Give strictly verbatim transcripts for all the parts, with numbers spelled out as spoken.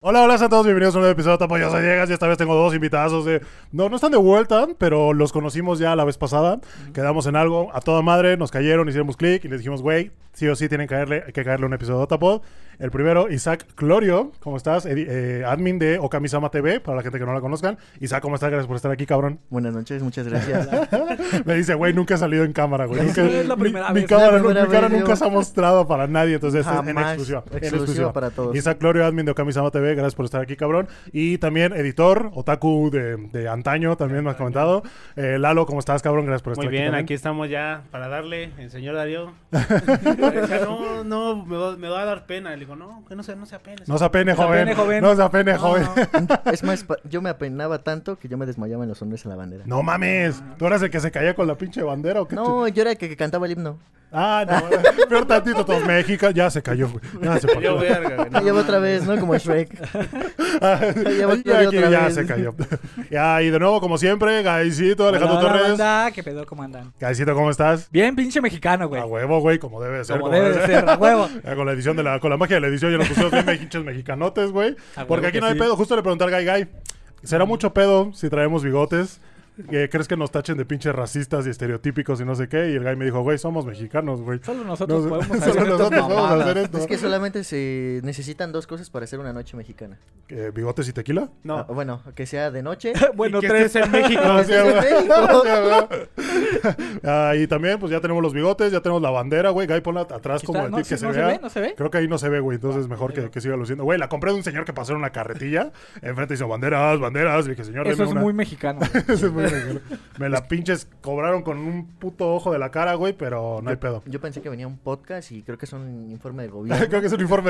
Hola, hola a todos, bienvenidos a un nuevo episodio de Tapo, yo soy Diegas y esta vez tengo dos invitados de... No, no están de vuelta, pero los conocimos ya la vez pasada. Uh-huh. Quedamos en algo, a toda madre, nos cayeron, hicimos clic y les dijimos, güey, sí o sí tienen que caerle, que caerle un episodio de Tapod. El primero, Isaac Clorio, ¿cómo estás? Edi- eh, admin de Okamisama T V, para la gente que no la conozcan. Isaac, ¿cómo estás? Gracias por estar aquí, cabrón. Buenas noches, muchas gracias. Me dice, güey, nunca he salido en cámara, güey. Nunca, es la primera mi, vez. Mi, cámara, primera mi cara vez, nunca yo... se ha mostrado para nadie, entonces Jamás. es en exclusiva. Exclusiva, en exclusiva para todos. Isaac Clorio, admin de Okamisama T V, gracias por estar aquí, cabrón. Y también editor, otaku de, de antaño, también me has comentado. Eh, Lalo, ¿cómo estás, cabrón? Gracias por estar Muy aquí. Muy bien, también. aquí estamos ya para darle, el señor Darío. O sea, no, no, me va, me va a dar pena. Le digo, no, que no se, no se apene. No se apene, No se joven. apene, joven. No se apene, No, joven. no. Es más, pa- yo me apenaba tanto que yo me desmayaba en los honores en la bandera. No mames. ¿Tú eras el que se caía con la pinche bandera o qué? No, yo era el que, que cantaba el himno. Ah, no. Peor tantito, todos México. Ya se cayó, güey. Ya se Yo, pasó. verga, güey. Ya llevo otra vez, ¿no? Como Shrek. Ah, Ya va- ya, ya aquí otra ya vez. se cayó. Ya, y de nuevo, como siempre, Gaisito, Alejandro Hola, hola, Torres. banda, ¿qué pedo? ¿Cómo andan? Gaisito, ¿cómo estás? Bien, pinche mexicano, güey. A huevo, güey, como debe de ser. Como debe de ser, a huevo. Ya, con la edición de la, con la magia de la edición ya nos pusimos bien pinches mexicanotes, güey. A huevo Porque aquí que no hay sí. pedo. Justo le pregunté al Gai Gai, ¿será mucho pedo si traemos bigotes? Eh, ¿Crees que nos tachen de pinches racistas y estereotípicos y no sé qué? Y el Gai me dijo, güey, somos mexicanos, güey. Solo nosotros No, podemos solo hacer estas nosotros podemos mamadas. hacer esto. Es que solamente se necesitan dos cosas para hacer una noche mexicana. Eh, ¿Bigotes y tequila? No. Ah, bueno, que sea de noche. Bueno, Y que tres. estés en México. No, sí, sí, en ¿verdad? México. Sí, ¿verdad? Ah, y también, pues ya tenemos los bigotes, ya tenemos la bandera, güey. Gai, ponla atrás Aquí como está, de no, ti, sí, que se no se vea. ve, no se ve. Creo que ahí no se ve, güey. Entonces mejor que, que siga luciendo. Güey, la compré de un señor que pasó en una carretilla. Enfrente dice, banderas, banderas. Le dije, señor, Eso deme es una. muy mexicano. Eso es muy mexicano. Me la pinches cobraron con un puto ojo de la cara, güey, pero no hay pedo. Yo pensé que venía un podcast y creo que es un informe de gobierno. Creo que es un informe.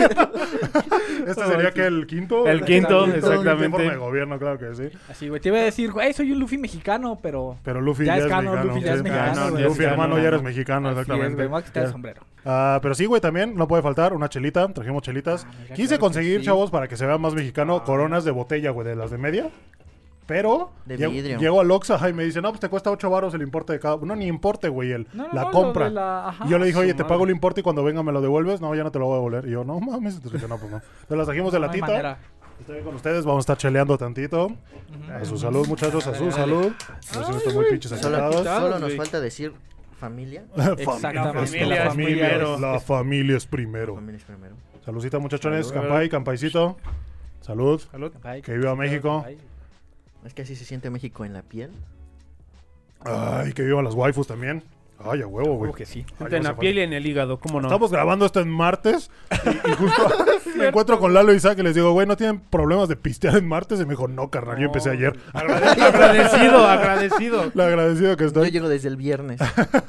Este sería que el quinto. El quinto, Un exactamente. informe de gobierno, claro que sí. Así, güey, te iba a decir, güey, soy un Luffy mexicano, pero... Pero Luffy Ya ya, es es canon, mexicano. Luffy ya es Sí, mexicano, canon, güey. Luffy, Ya es hermano, canon. ya eres mexicano, Así es, exactamente. güey, me voy a quitar el Ya. sombrero. Ah, pero sí, güey, también no puede faltar una chelita. Trajimos chelitas. Ah, mira, Quise claro que conseguir, sí. chavos, para que se vea más mexicano, Ah. coronas de botella, güey, de las de media. Pero De llego, vidrio. llego al Oxxo ajá, y me dice, no, pues te cuesta ocho baros el importe de cada... No, ni importe, güey, el, No, no, la no, lo compra. de la- ajá, y yo le dije, su oye, te madre. pago el importe y cuando venga me lo devuelves. No, ya no te lo voy a devolver. Y yo, no mames. Entonces dije, no, pues no. Entonces las trajimos de No hay latita. manera. Estoy bien con ustedes, vamos a estar cheleando tantito. Ujú. A su salud, muchachos, a su Dale, dale. salud. Nos hemos visto muy pinches Solo, agitados. solo nos güey. falta decir familia. Exactamente. familia La es primero. La familia es primero. Familia es primero. Saludcita, muchachones. Salud. Campay, campaycito. Salud. Salud. Ay, Que viva México. ay. Es que así se siente México en la piel. Ay, que vivan las waifus también. Ay, a huevo, güey. Creo que sí. Ay, En no la se piel y en el hígado, ¿cómo no? Estamos grabando esto en martes y, y justo me encuentro con Lalo y Isaac y les digo, güey, ¿no tienen problemas de pistear en martes? Y me dijo, no, carnal, yo empecé ayer. Agrade- agradecido, agradecido. Lo agradecido que Yo estoy. llego desde el viernes.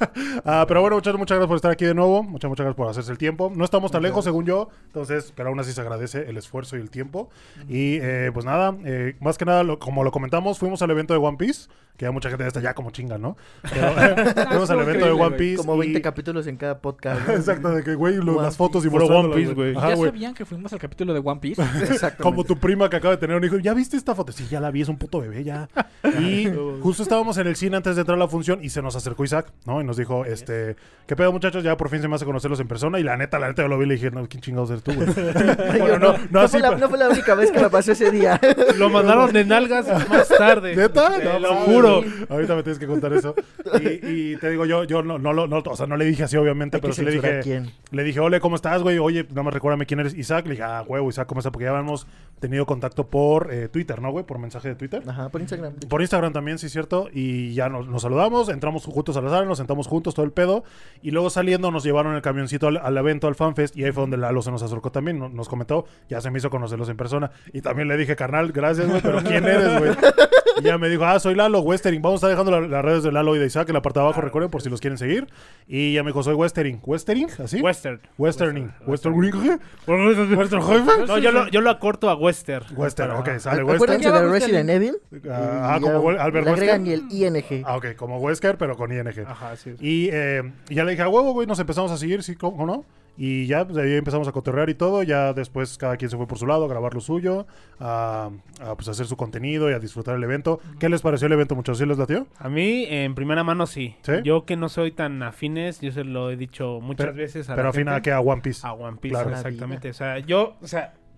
Ah, pero bueno, muchachos, muchas gracias por estar aquí de nuevo. Muchas, muchas gracias por hacerse el tiempo. No estamos tan lejos, según yo. Entonces, pero aún así se agradece el esfuerzo y el tiempo. Y eh, pues nada, eh, más que nada, lo- como lo comentamos, fuimos al evento de One Piece. Que ya mucha gente ya está ya como chinga, ¿no? Pero, eh, fuimos al evento de One Piece. Como veinte y- capítulos en cada podcast. ¿no? Exacto, de que, güey, lo- One las fotos y Puro mostrándolas, One Piece, güey. Ajá, ¿Ya güey. sabían que fuimos al capítulo de One Piece? Exactamente. Como tu prima que acaba de tener un hijo. ¿Ya viste esta foto? Sí, ya la vi, es un puto bebé ya. Y justo estábamos en el cine antes de entrar a la función y se nos acercó Isaac, ¿no? Y nos dijo, este, ¿qué pedo, muchachos? Ya por fin se me hace conocerlos en persona. Y la neta, la neta, yo lo vi y le dije, no, ¿quién chingados eres tú, güey? Bueno, no, no, No, así. fue la, pero- no fue la única vez que me pasó ese día. Lo mandaron de nalgas más tarde. ¿Neta? Te No, lo mames. juro. Ahorita me tienes que contar eso. Y, y te digo, yo, yo no, no, lo- no, o sea, no le dije así, obviamente, Hay que pero sí le censurar dije, quién. le dije, ole, ¿cómo estás, güey? Oye, nada más recuérdame quién eres, Isaac. Le dije, ah, huevo, Isaac, ¿cómo estás? Porque ya habíamos tenido contacto por eh, Twitter, ¿no, güey? Por mensaje de Twitter. Ajá, por Instagram. Por Instagram también, sí, cierto. Y ya nos, nos saludamos, entramos juntos a la sala, nos sentamos juntos, todo el pedo. Y luego saliendo nos llevaron el camioncito al, al evento, al FanFest. Y ahí fue donde Lalo se nos acercó también. no- Nos comentó, ya se me hizo conocerlos en persona. Y también le dije, carnal, gracias, güey, pero ¿quién eres, güey? Y ya me dijo, ah, soy Lalo, Westering. Vamos a estar dejando la- las redes de Lalo y de Isaac en la parte de abajo, recuerden, por si los quieren seguir. Y ya me dijo, soy Westering. ¿Westering? ¿Así? Western. Westerning. Westering. Western. No, yo lo, yo lo acorto a Western. Western, ok, sale Acuérdense Western. Ya de vamos Resident Evil. Ah, Y como ya We- Albert le agregan Wesker. y el I N G. Ah, ok, como Wesker, pero con I N G. Ajá, sí. Y eh, y ya le dije, a huevo, güey, nos empezamos a seguir, sí, ¿cómo no? Y ya, pues ahí empezamos a cotorrear y todo. Ya después cada quien se fue por su lado a grabar lo suyo, a, a, pues hacer su contenido y a disfrutar el evento. ¿Qué les pareció el evento, muchachos? ¿Sí les latió? A mí, en primera mano, sí. ¿Sí? Yo que no soy tan afines, yo se lo he dicho muchas Pero- veces a Pero la al final, gente. ¿qué? A One Piece. A One Piece, Claro. exactamente. O sea, yo, o sea,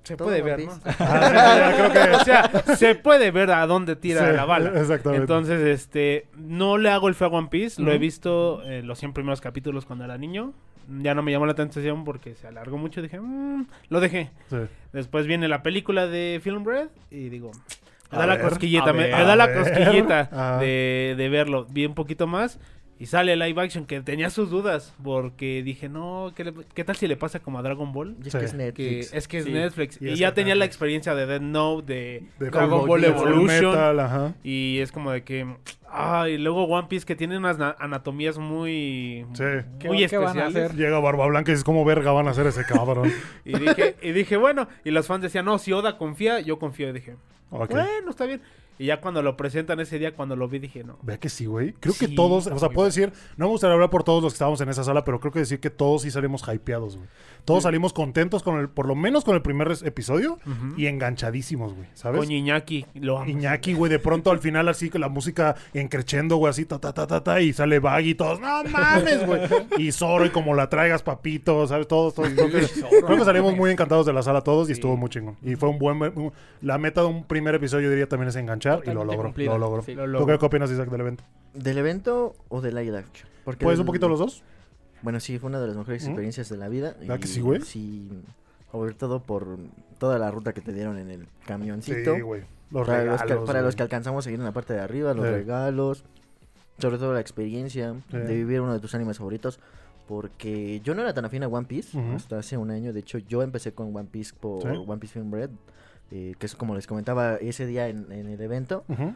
Se todo puede One ver, ¿no? Piece. Ah, creo que... O sea, se puede ver a dónde tira Sí, la bala. exactamente. Entonces, este, no le hago el feo a One Piece. Lo he Ujú. visto en los cien primeros capítulos cuando era niño. Ya no me llamó la atención porque se alargó mucho. Dije, mmm, lo dejé. Sí. Después viene la película de Film Red y digo, me da A la ver, cosquillita, a me, ver, me da a la ver. cosquillita Ajá. de, de verlo. Vi un poquito más y sale live action que tenía sus dudas porque dije, no, ¿qué, le- qué tal si le pasa como a Dragon Ball? Y es Sí. que es Que Netflix. es que es Sí. Netflix. Y Y, es ya que tenía la Netflix. experiencia de Death Note, de, De Dragon Full Ball Metal, Evolution. Metal, ajá. Y es como de que. Ah, y luego One Piece que tiene unas na- anatomías muy. Sí. Muy ¿Qué- qué van a especiales. hacer? Llega Barba Blanca y dices, ¿cómo verga van a hacer ese cabrón? Y dije, y dije, bueno. Y los fans decían, no, si Oda confía, yo confío. Y dije, Ok. bueno, está bien. Y ya cuando lo presentan ese día, cuando lo vi, dije, no. Vea que sí, güey. Creo que Sí, todos, o sea, muy puedo decir, no me gustaría hablar por todos los que estábamos en esa sala, pero creo que decir que todos sí salimos hypeados, güey. Todos Sí. salimos contentos con el, por lo menos con el primer res- episodio Ujú. y enganchadísimos, güey, ¿sabes? Con Iñaki, lo amo. Iñaki, güey, de pronto al final así con la música encrechendo, güey, así, ta, ta, ta, ta, ta, y sale Baggy y todos, no mames, güey. Y Zoro y como la traigas, papito, ¿sabes? Todos, todos. Creo que, creo que salimos muy encantados de la sala todos y Sí. estuvo muy chingón. Y fue un buen, un- la meta de un primer episodio, yo diría, también es enganchar y lo Totalmente logró, cumplida. lo logró. Sí. Lo ¿Tú logro. qué opinas, Isaac, del evento? ¿Del evento o del live action? Porque ¿Puedes del- un poquito los dos? Bueno, sí, fue una de las mejores Ujú. experiencias de la vida. ¿Verdad que y sí, güey? Sí, sobre todo por toda la ruta que te dieron en el camioncito. Sí, güey. Los para regalos, los que, para güey. los que alcanzamos a ir en la parte de arriba, los Sí. regalos, sobre todo la experiencia Sí. de vivir uno de tus animes favoritos. Porque yo no era tan afín a One Piece Ujú. hasta hace un año. De hecho, yo empecé con One Piece por Sí. One Piece Film Red. eh, que es como les comentaba ese día en, en el evento. Ujú.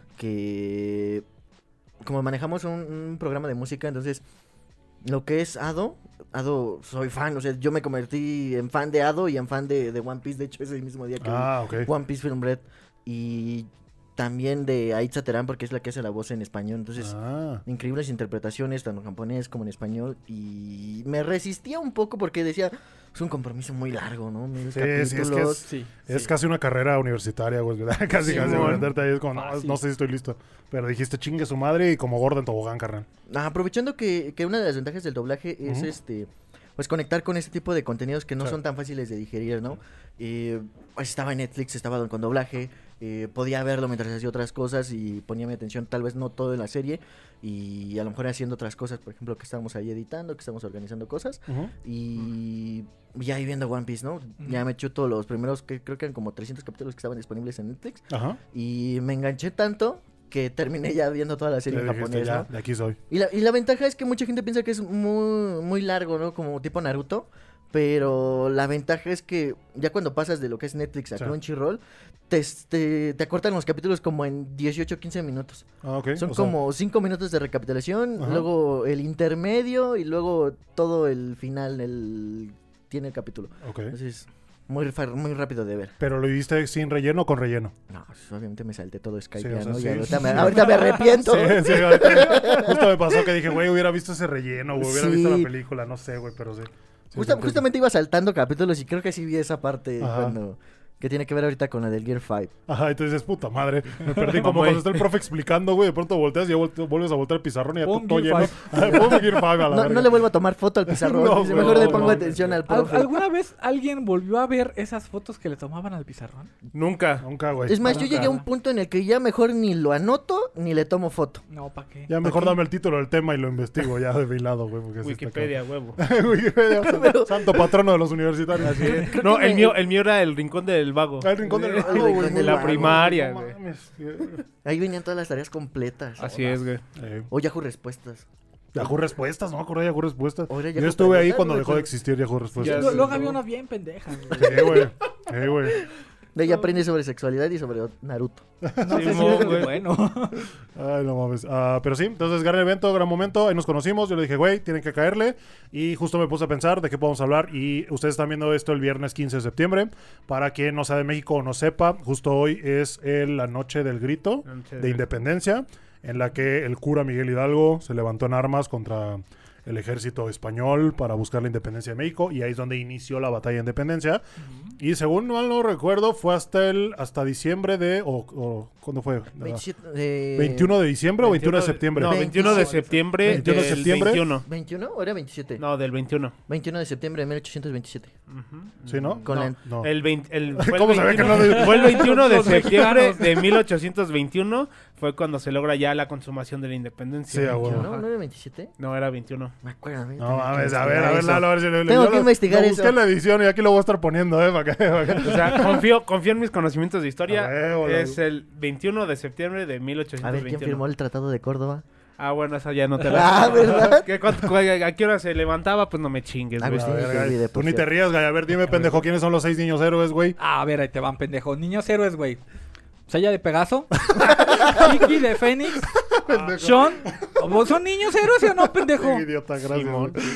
Que como manejamos un, un programa de música, entonces lo que es Ado, Ado soy fan, o sea, yo me convertí en fan de Ado y en fan de, de One Piece, de hecho ese mismo día que Ah, ok. vi One Piece Film Red, y también de Aitza Terán porque es la que hace la voz en español, entonces Ah. increíbles interpretaciones tanto en japonés como en español, y me resistía un poco porque decía, es un compromiso muy largo, ¿no? Mil Sí, sí, es que capítulos. es- Sí. Es Sí. casi una carrera universitaria, güey. casi, Sí, casi. mon. Meterte ahí es como, no, Fácil. no sé si estoy listo. Pero dijiste chingue su madre y como gorda en tobogán, carnal. Ah, aprovechando que, que una de las ventajas del doblaje es Ujú. este pues conectar con este tipo de contenidos que no Sí. son tan fáciles de digerir, ¿no? Eh, pues, estaba en Netflix, estaba con doblaje, eh, podía verlo mientras hacía otras cosas y ponía mi atención, tal vez no todo en la serie, y a lo mejor haciendo otras cosas, por ejemplo, que estábamos ahí editando, que estábamos organizando cosas, Ujú. y ya ahí viendo One Piece, ¿no? Ya me eché todos los primeros, que creo que eran como trescientos capítulos que estaban disponibles en Netflix, Ajá. y me enganché tanto que terminé ya viendo toda la serie Ya en dijiste, japonés, ya, ¿no? de aquí soy. Y la, y la ventaja es que mucha gente piensa que es muy, muy largo, ¿no? Como tipo Naruto. Pero la ventaja es que ya cuando pasas de lo que es Netflix a Sí. Crunchyroll, te, te, te acortan los capítulos como en dieciocho, quince minutos. Ah, ok. Son o sea, como cinco minutos de recapitulación, Ajá. luego el intermedio y luego todo el final el, tiene el capítulo. ok. Entonces, muy, fa- muy rápido de ver. Pero lo viste sin relleno o con relleno. No, pues, obviamente me salté todo Skype, Sí, o ya, sea, ¿no? sí. Y ahorita, me, ahorita me arrepiento. Sí, sí, ahorita- justo me pasó que dije, güey, hubiera visto ese relleno, güey, hubiera Sí. visto la película, no sé, güey, pero sí. Sí, Justa- sí, sí. justamente iba saltando capítulos y creo que sí vi esa parte Ajá. cuando que tiene que ver ahorita con la del Gear cinco. Ajá, entonces, puta madre, me perdí como Mamá, cuando está el profe explicando, güey, de pronto volteas y ya volte- vuelves a voltear el pizarrón y ya Pon todo Gear lleno. Pon Gear cinco a la No, verga. no le vuelvo a tomar foto al pizarrón, No, dice, güey, mejor le no, pongo no, atención al ¿Al- profe. ¿Alguna vez alguien volvió a ver esas fotos que le tomaban al pizarrón? Nunca. Nunca, güey. Es más, yo Nunca. llegué a un punto en el que ya mejor ni lo anoto ni le tomo foto. No, ¿para qué? Ya mejor dame el título del tema y lo investigo ya de mi lado, güey, porque sí está Wikipedia, huevo. cabrón. Wikipedia, Pero- santo patrono de los universitarios. Creo No, que el me- mío, el mío era el rincón del vago. Ah, el rincón del El vago, rincón güey, del muy vago. La primaria, no güey. mames. Ahí venían todas las tareas completas. Así es, güey. Eh, O Yahoo Respuestas. Yahoo Respuestas, no me acuerdo de Yahoo Respuestas. Ahora Yo Yahoo estuve ahí Preguntas, cuando güey, dejó de pero- existir Yahoo Ya Respuestas. Lo- sé, Luego no. había unas bien pendejas, güey. Sí, güey. Sí, güey. De ahí aprendí sobre sexualidad y sobre Naruto. No sé si Simón, es güey. bueno. Ay, no mames. Ah, pero sí, entonces gran evento, gran momento. Ahí nos conocimos. Yo le dije, güey, tienen que caerle. Y justo me puse a pensar de qué podemos hablar. Y ustedes están viendo esto el viernes quince de septiembre. Para quien no sea de México o no sepa, justo hoy es el- la noche del grito Noche de del- independencia. En la que el cura Miguel Hidalgo se levantó en armas contra el ejército español para buscar la independencia de México, y ahí es donde inició la batalla de independencia. Uh-huh. Y según mal no recuerdo, fue hasta el hasta diciembre de... O, o, ¿cuándo fue? veintisiete de... ¿veintiuno de diciembre o veintiuno de septiembre? No, veintiuno de septiembre. veintiuno de septiembre. veintiuno. ¿veintiuno o era veintisiete? No, del veintiuno. veintiuno de septiembre de mil ochocientos veintisiete. Uh-huh. ¿Sí, no? Con no, la... no. El veinte, el, fue, ¿Cómo el se ve que veintiuno, no? fue el veintiuno de Los septiembre mexicanos. de mil ochocientos veintiuno. Fue cuando se logra ya la consumación de la independencia. Sí, a huevo. ¿No? ¿No era veintisiete? No, era veintiuno. Me acuerdo. No mames, a ver, a ver, Lalo, a ver si le Tengo yo que lo- investigar lo eso. busqué en la edición y aquí lo voy a estar poniendo, ¿eh? Para que, para que- O sea, confío, confío en mis conocimientos de historia. A huevo, la- Es el veintiuno de septiembre de mil ochocientos A ver, veintiuno. ¿quién firmó el Tratado de Córdoba? Ah, bueno, esa ya no te la... Ah, ¿verdad? ¿Qué, cuánto- cu- ¿A qué hora se levantaba? Pues no me chingues, güey. Agustín A ver, Iturbide, Gay, por tú ni te cierto. rías, Gay. A ver, dime, pendejo, ¿quiénes son los seis niños héroes, güey? Ah, a ver, ahí te van, pendejo. Niños héroes, güey. Sella de Pegaso. Chiqui de Fénix. Sean. ¿Vos son niños héroes o no, pendejo? Qué idiota, gracias. Simón. güey.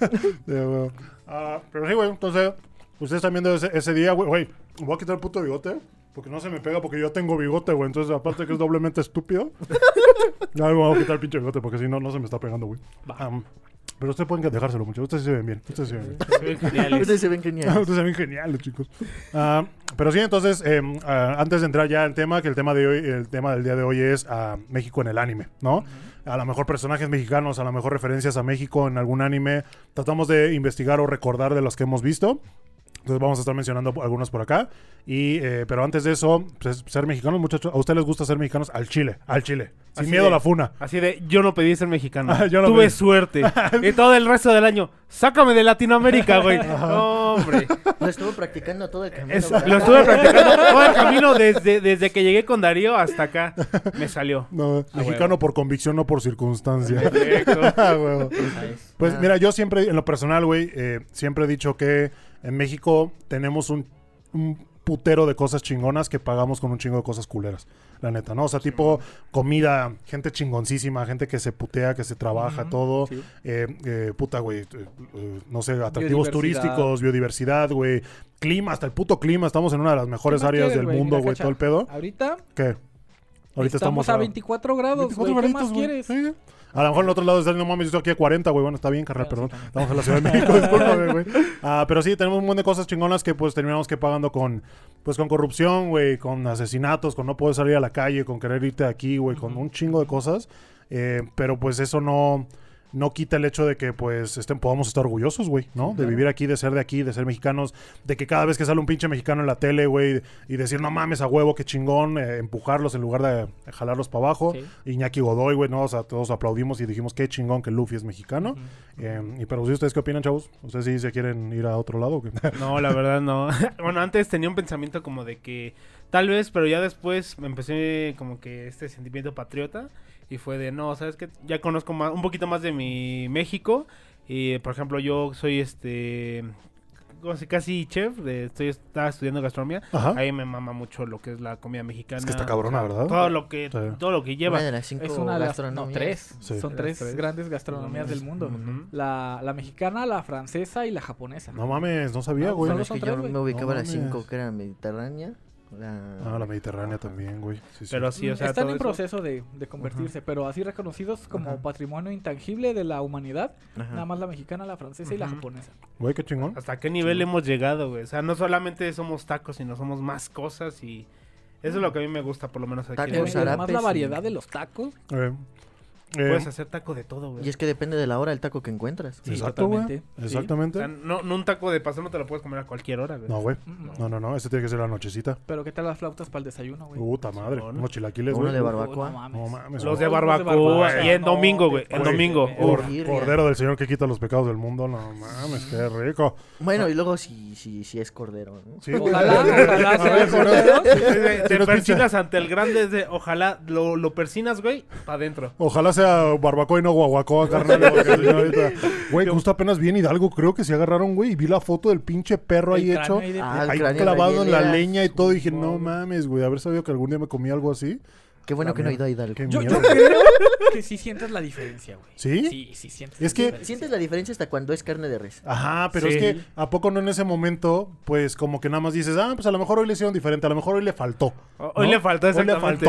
Ya, güey. Ah, pero sí, güey, entonces, ustedes están viendo ese, ese día, güey. Güey, voy a quitar el puto bigote, porque no se me pega, porque yo tengo bigote, güey. Entonces, aparte que es doblemente estúpido, ya me voy a quitar el pinche bigote, porque si no, no se me está pegando, güey. Um, pero ustedes pueden dejárselo mucho. Ustedes sí se ven bien. Ustedes sí se ven bien. Se ven geniales. Ustedes se ven geniales. Ustedes se ven geniales, chicos. Ah, pero sí, entonces, eh, ah, antes de entrar ya al tema, que el tema de hoy, el tema del día de hoy es ah, México en el anime, ¿no? A lo mejor personajes mexicanos, a lo mejor referencias a México en algún anime. Tratamos de investigar o recordar de los que hemos visto. Entonces vamos a estar mencionando algunos por acá. Y, eh, pero antes de eso, pues, ser mexicanos, muchachos. ¿A ustedes les gusta ser mexicanos? Al chile, al chile. Sin Así miedo de- a la funa. Así de, yo no pedí ser mexicano. Ah, yo no Tuve pedí. suerte. Y todo el resto del año, sácame de Latinoamérica, güey. No, hombre. Lo estuvo practicando todo el camino. Es- ¿verdad? lo estuve practicando todo el camino desde, desde que llegué con Darío hasta acá. Me salió. No, mexicano huevo. por convicción, no por circunstancia. Perfecto. Ah, huevo. Nice. Pues Ah, mira, yo siempre, en lo personal, güey, eh, siempre he dicho que en México tenemos un, un putero de cosas chingonas que pagamos con un chingo de cosas culeras. La neta, ¿no? O sea, tipo comida, gente chingoncísima, gente que se putea, que se trabaja, Ujú, todo. sí. Eh, eh, puta, güey, eh, eh, no sé, atractivos Biodiversidad. turísticos, biodiversidad, güey. Clima, hasta el puto clima. Estamos en una de las mejores ¿Qué más áreas quieres, del güey? mundo, Mira, güey, cacha. todo el pedo. Ahorita ¿Qué? Ahorita estamos, estamos, a veinticuatro grados, güey. ¿Qué graditos, más güey. quieres? Sí. A lo mejor en el otro lado están, no mames, yo estoy aquí a cuarenta, güey. Bueno, está bien, carnal, Bueno, perdón. sí, Estamos en la Ciudad de México, discúlpame, güey. Ah, pero sí, tenemos un montón de cosas chingonas que pues terminamos que pagando con, pues con corrupción, güey, con asesinatos, con no poder salir a la calle, con querer irte de aquí, güey, con un chingo de cosas. Eh, pero pues eso no... no quita el hecho de que, pues, estén, podamos estar orgullosos, güey, ¿no? De vivir aquí, de ser de aquí, de ser mexicanos, de que cada vez que sale un pinche mexicano en la tele, güey, y decir, no mames, a huevo, qué chingón, eh, empujarlos en lugar de jalarlos para abajo. Sí. Iñaki Godoy, güey, ¿no? O sea, todos aplaudimos y dijimos, qué chingón que Luffy es mexicano. Ujú. Eh, y pero, ¿sí ¿ustedes qué opinan, chavos? ¿Ustedes sí se quieren ir a otro lado o qué? No, la verdad no. Bueno, antes tenía un pensamiento como de que tal vez, pero ya después me empecé como que este sentimiento patriota y fue de no, ¿sabes qué? Ya conozco más, un poquito más de mi México y, por ejemplo, yo soy este casi, casi chef, de, estoy estaba estudiando gastronomía. Ajá. Ahí me mama mucho lo que es la comida mexicana. Es que está cabrona, ¿verdad? Todo lo que Sí. todo lo que lleva. Una de las cinco Es una de las... No, gastronomías. tres. Sí. Son Las tres, tres. grandes gastronomías del mundo. Ujú. La, la mexicana, la francesa y la japonesa. No mames, no sabía, No, güey. Bueno, Solo es son que tres, yo güey. me ubicaba No las cinco mames. que eran mediterránea. La... Ah, la Mediterránea también, güey. Sí, sí. Pero sí, o sea, Están todo en eso- proceso de, de convertirse, pero así reconocidos como Ajá. patrimonio intangible de la humanidad. Ajá. Nada más la mexicana, la francesa y la Ujú. japonesa. Güey, qué chingón. ¿Hasta qué nivel hemos llegado, güey? O sea, no solamente somos tacos, sino somos más cosas y eso es lo que a mí me gusta, por lo menos aquí. en Tacos, Y México. además zarapes la y- variedad de los tacos. Eh, eh, Puedes hacer taco de todo, güey. Y es que depende de la hora el taco que encuentras. Sí, exacto, güey. totalmente. Sí. Exactamente. O sea, no, no un taco de pastor no te lo puedes comer a cualquier hora, güey. No, güey. Mm, No, no, no. Ese tiene que ser la nochecita. Pero ¿qué tal las flautas para el desayuno, güey? Puta madre. Simón. Unos chilaquiles, Uno güey. de Uf, barbacoa. No mames. No mames. Los güey. de Los de barbacoa. barbacoa. Y en No, domingo, güey. te En pases. domingo. Güey. Cor- Uf, birria. Cordero del Señor que quita los pecados del mundo. No mames, qué rico. Bueno, y luego si, si, si es cordero, ¿no? Sí. Ojalá, ojalá A sea ver, cordero. Te, te los persinas ante el grande de ojalá lo, lo persinas, güey, para adentro. Ojalá sea barbacoa y no guaguacoa, carnal. porque si no, ahorita- Güey, justo apenas vi en Hidalgo, creo que se agarraron, güey, y vi la foto del pinche perro ahí El hecho. cráneo ahí de- Ah, el Ahí cráneo clavado en la hielera. leña y todo. Y dije, no Simón. mames, güey, haber sabido que algún día me comí algo así. Qué bueno La que no he mierda. ido a Hidalgo. Qué Yo, mierda. yo creo que sí sientes la diferencia, güey. ¿Sí? Sí, sí sientes Es la que- diferencia. Sientes la diferencia hasta cuando es carne de res. Ajá, pero Sí. es que ¿a poco no en ese momento, pues como que nada más dices, ah, pues a lo mejor hoy le hicieron diferente, a lo mejor hoy le faltó. O- Hoy ¿no? le faltó Hoy le exactamente. faltó. Mm,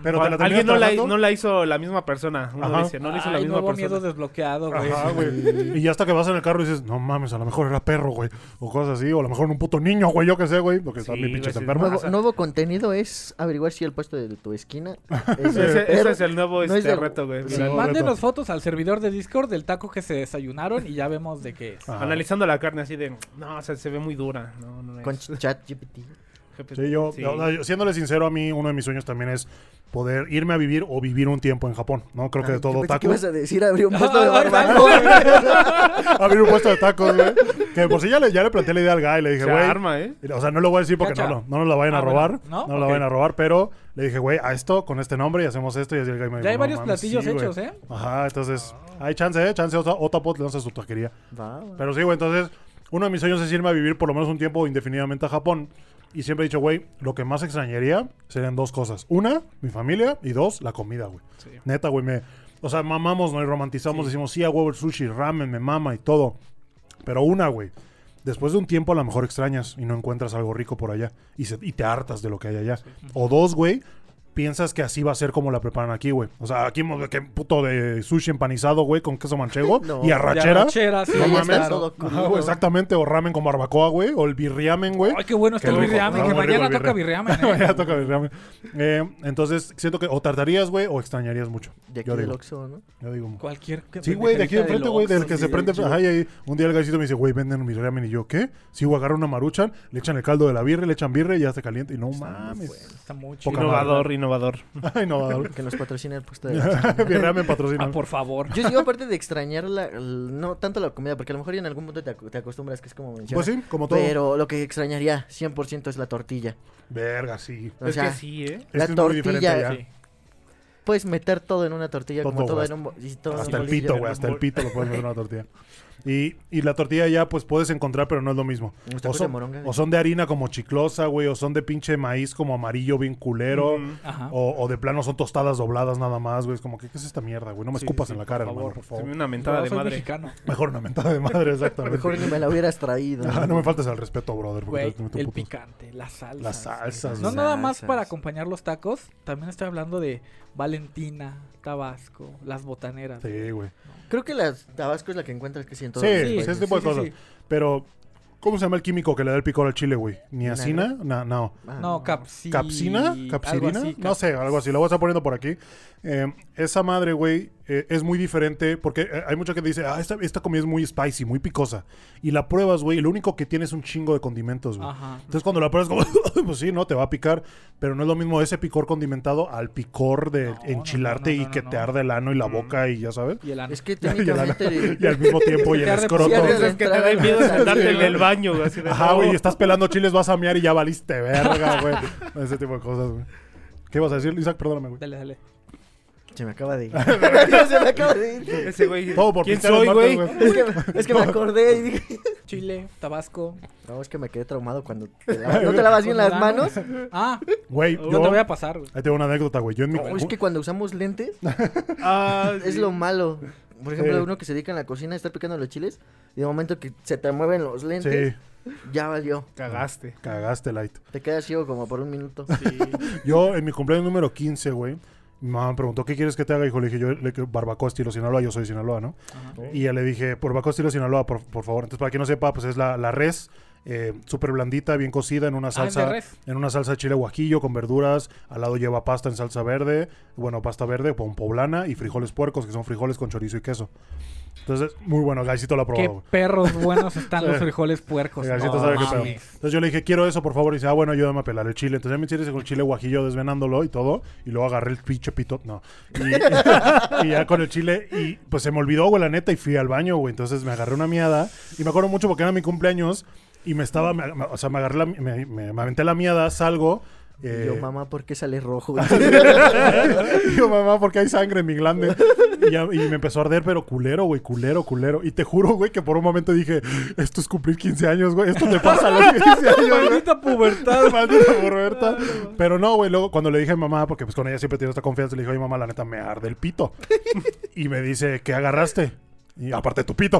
Pero te la Alguien no la, terminas no la hizo la misma persona. Uno Ajá. dice, no la hizo la Ay, misma nuevo persona. miedo desbloqueado, güey. Ajá, güey. Y ya hasta que vas en el carro y dices, no mames, a lo mejor era perro, güey. O cosas así. O a lo mejor un puto niño, güey. Yo qué sé, güey. Porque están Sí, bien pinches güey, sí. enfermos. Nuevo, Pasa. nuevo contenido es averiguar si el puesto de tu esquina es Ese, ese perro. es el nuevo No este, es de- reto, güey. Sí. Mira, No, Mándenos reto. fotos al servidor de Discord del taco que se desayunaron y ya vemos de qué es. Ajá. Analizando la carne así de, no, o sea, se ve muy dura. No, no Con es. chat G P T. Sí, yo, Sí. yo- yo- siéndole sincero, a mí uno de mis sueños también es poder irme a vivir o vivir un tiempo en Japón, ¿no? Creo que de Ay, todo yo pensé que taco. ibas a decir abrir un puesto de Ay, ay, barbacoa. Abrir un puesto de tacos, güey. Que por si ya le, ya le planteé la idea al guy, le dije, Se güey. arma, ¿eh? O sea, no lo voy a decir porque Cacha. no, no, no nos la vayan Ah, a robar. bueno, ¿no? No, nos la Ok. vayan a robar, pero le dije, güey, a esto, con este nombre y hacemos esto. Y así el guy me dijo, Ya hay "No varios mames, platillos sí, güey". hechos, ¿eh? Ajá, entonces, hay chance, ¿eh? Chance, otra, otra pot le lanza su taquería. Va, va. Pero sí, güey, entonces, uno de mis sueños es irme a vivir por lo menos un tiempo indefinidamente a Japón. Y siempre he dicho, güey, lo que más extrañaría serían dos cosas. Una, mi familia. Y dos, la comida, güey. Sí. Neta, güey, me... O sea, mamamos, ¿no? Y romantizamos. Sí. Decimos, sí, a huevo el sushi, ramen, me mama y todo. Pero una, güey. Después de un tiempo a lo mejor extrañas y no encuentras algo rico por allá. Y, se- y te hartas de lo que hay allá. O dos, güey. Piensas que así va a ser como la preparan aquí, güey. O sea, aquí, mo- que puto de sushi empanizado, güey, con queso manchego No. y De arrachera. arrachera, sí, No Ya ya mames. está claro. todo Ajá, crudo. güey, exactamente. O ramen con barbacoa, güey. O el birriamen, güey. Ay, qué bueno está Qué el rico. birriamen, Ah, que muy rico mañana el toca birriamen. birriamen, ¿eh? Ya toca birriamen. Eh, entonces, siento que o tardarías, güey, o extrañarías mucho. De aquí Yo del digo. Oxxo, ¿no? Yo digo. Cualquier... que- Sí, güey, de aquí pendejadita enfrente, güey, del Oxxo, que sí, se prende. sí. Ajá, y ahí un día el galcito me dice, güey, venden mi ramen. Y yo, ¿qué? Sí, güey, agarran una maruchan, le echan el caldo de la birre, le echan birre y ya está caliente. Y no mames. Está muy chido. Poca Innovador, innovador. Ay, no, Que nos patrocina el puesto de Oxxo. birriamen patrocina. Ah, por favor. Yo digo, aparte de extrañar la, el- no tanto la comida, porque a lo mejor ya en algún punto te, ac- te acostumbras, que es como mencionas. Pues sí, como todo. Pero lo que extrañaría cien por ciento es la tortilla. Verga, sí. O es sea, que sí, ¿eh? Es la que es muy diferente tortilla, allá. Sí. puedes meter todo en una tortilla, Todo, como todo güey. en un, bo- y todo en Hasta un el bolillo. pito, güey, hasta el pito lo puedes meter en una tortilla. Y, y la tortilla ya, pues puedes encontrar, pero no es lo mismo. Los O tacos de son, moronga. o son de harina como chiclosa, güey, o son de pinche maíz como amarillo bien culero. Ujú. Ajá. O, o de plano son tostadas dobladas nada más, güey. Es como, ¿qué, qué es esta mierda, güey? No me Sí, escupas sí, en la por cara, favor. hermano, por Se favor. me una mentada Yo de soy madre. mexicano. Mejor una mentada de madre, exactamente. Mejor ni me la hubieras traído. Ah, no me faltes al respeto, brother. porque Güey, te meto el putos. picante, las salsas. Las salsas, No güey. nada más Salsas. para acompañar los tacos, también estoy hablando de Valentina, Tabasco, las botaneras. Sí, güey. Creo que la Tabasco es la que encuentras que siento. Sí, sí, ese tipo de sí, cosas. sí. Pero, ¿cómo se llama el químico que le da el picor al chile, güey? ¿Niacina? No, no. Ah, No, capsi... ¿Capsina? algo ¿Capsirina? así, No sé, algo así. Lo voy a estar poniendo por aquí. Eh, esa madre, güey, eh, es muy diferente porque eh, hay mucha que dice, ah, esta, esta comida es muy spicy, muy picosa. Y la pruebas, güey, y lo único que tiene es un chingo de condimentos, güey. Ajá. Entonces cuando la pruebas, como, pues sí, ¿no? Te va a picar. Pero no es lo mismo ese picor condimentado al picor de No, enchilarte no, no, no, y que no, te no. arde el ano y la Mm. boca y ya sabes. Y el ano. Es que Y, al- técnicamente. y al mismo tiempo y el Te arde- escroto. sí, arde Eso es que te da miedo sentarte en el baño, güey. Así de, Ajá, no. güey, y estás pelando chiles, vas a mear y ya valiste verga, güey. Ese tipo de cosas, güey. ¿Qué ibas a decir, Isaac? Perdóname, güey. Dale, dale. Se me acaba de ir. Se me acaba de ir. Ese güey. Todo por ¿Quién pintar las soy, marcas, güey? Es que, es que me acordé y dije. Chile, Tabasco. No, es que me quedé traumado cuando te lavas- no te lavas bien Con las el manos. ano. Ah, Güey, yo yo... te voy a pasar, güey. Ahí tengo una anécdota, güey. Yo en mi... No, es que cuando usamos lentes Ah, es sí. lo malo. Por ejemplo, Sí. uno que se dedica en la cocina a estar picando los chiles y de momento que se te mueven los lentes, Sí, ya valió. Cagaste. cagaste, Light. Te quedas ciego como por un minuto. Sí. Yo, en mi cumpleaños número quince, güey, mi mamá me preguntó, ¿qué quieres que te haga? Hijo, le dije, yo, le dije, barbacoa estilo Sinaloa, yo soy de Sinaloa, ¿no? Ajá. Y ya le dije, barbacoa estilo Sinaloa, por, por favor. Entonces, para quien no sepa, pues es la, la res, eh, súper blandita, bien cocida, en una Ah, ¿es de salsa, res? en una salsa de chile guajillo con verduras. Al lado lleva pasta en salsa verde, bueno, pasta verde con poblana y frijoles puercos, que son frijoles con chorizo y queso. Entonces, muy bueno, el Gaisito lo ha Qué probado, güey. perros buenos están Sí. los frijoles puercos. El Gaisito No sabe qué pedo. mames. Entonces yo le dije, quiero eso, por favor. Y dice, ah, bueno, ayúdame a pelar el chile. Entonces ya me hiciste con el chile guajillo desvenándolo y todo. Y luego agarré el pinche pito. No. Y, y ya con el chile. Y pues se me olvidó, güey, la neta. Y fui al baño, güey. Entonces me agarré una miada. Y me acuerdo mucho porque era mi cumpleaños. Y me estaba, me- me- o sea, me agarré la, me, me, me aventé la miada, salgo. Eh, Y yo, mamá, ¿por qué sale rojo? y yo, mamá, porque hay sangre en mi glande. Y, ya- y me empezó a arder, pero culero, güey, culero, culero. Y te juro, güey, que por un momento dije, esto es cumplir quince años, güey. Esto te pasa a los quince años, güey. Maldita pubertad. Maldita pubertad. Pero no, güey, luego cuando le dije a mi mamá, porque pues con ella siempre tiene esta confianza, le dije, oye, mamá, la neta me arde el pito. Y me dice, ¿qué agarraste? Y aparte tu pito.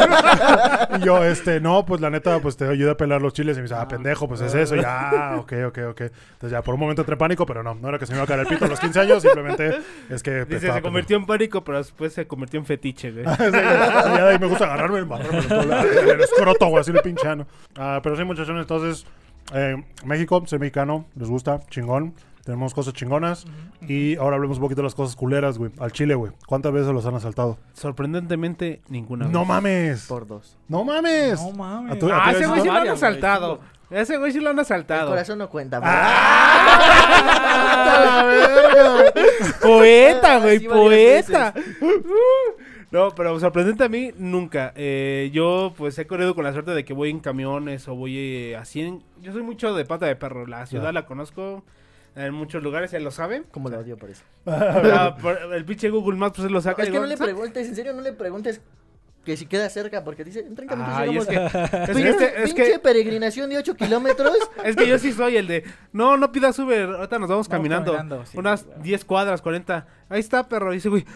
Y yo, este, no, pues la neta, pues te ayudé a pelar los chiles. Y me dice, ah, pendejo, pues es eso. Y ya, ok, ok, ok. Entonces ya por un momento entré en pánico, pero no, no era que se me iba a caer el pito a los quince años, simplemente es que... Dice, estaba se convirtió en pánico, pero después se convirtió en fetiche, güey. pendejo. Y ya de ahí me gusta agarrarme, embarrarme en todo la- en el escroto, güey, así de pinche ano. Ah, pero sí, muchachos, entonces, eh, México, ser mexicano, les gusta, chingón. Tenemos cosas chingonas. Y ahora hablemos un poquito de las cosas culeras, güey. Al Chile, güey. ¿Cuántas veces los han asaltado? Sorprendentemente, ninguna ¡No vez. mames! Por dos. ¡No mames! No mames. ¿A tu- a Ah, ti ese veces güey sí no? lo han Varias, güey, asaltado. Ese güey sí lo han El asaltado. corazón no cuenta. ¡Ah, la verga! Poeta, güey, Sí, varias poeta. No, pero sorprendente a mí, nunca. Eh, yo, pues, he corrido con la suerte de que voy en camiones o voy eh, así en... Yo soy mucho de pata de perro. La ciudad Ya. la conozco en muchos lugares, él lo sabe. Como lo odio por eso. Ah, por- el pinche Google Maps, pues, él lo saca. Es y que digo, no le "Sac-". preguntes, en serio, no le preguntes que si queda cerca, porque dice, en treinta minutos Ay, es llegamos. que, es, que Pinche, este- es, pinche que, peregrinación de ocho kilómetros. es que yo sí soy el de, no, no pidas Uber, ahorita nos vamos Vamos caminando. caminando, sí, unas güey. diez cuadras, cuarenta. Ahí está, perro. Y dice, güey.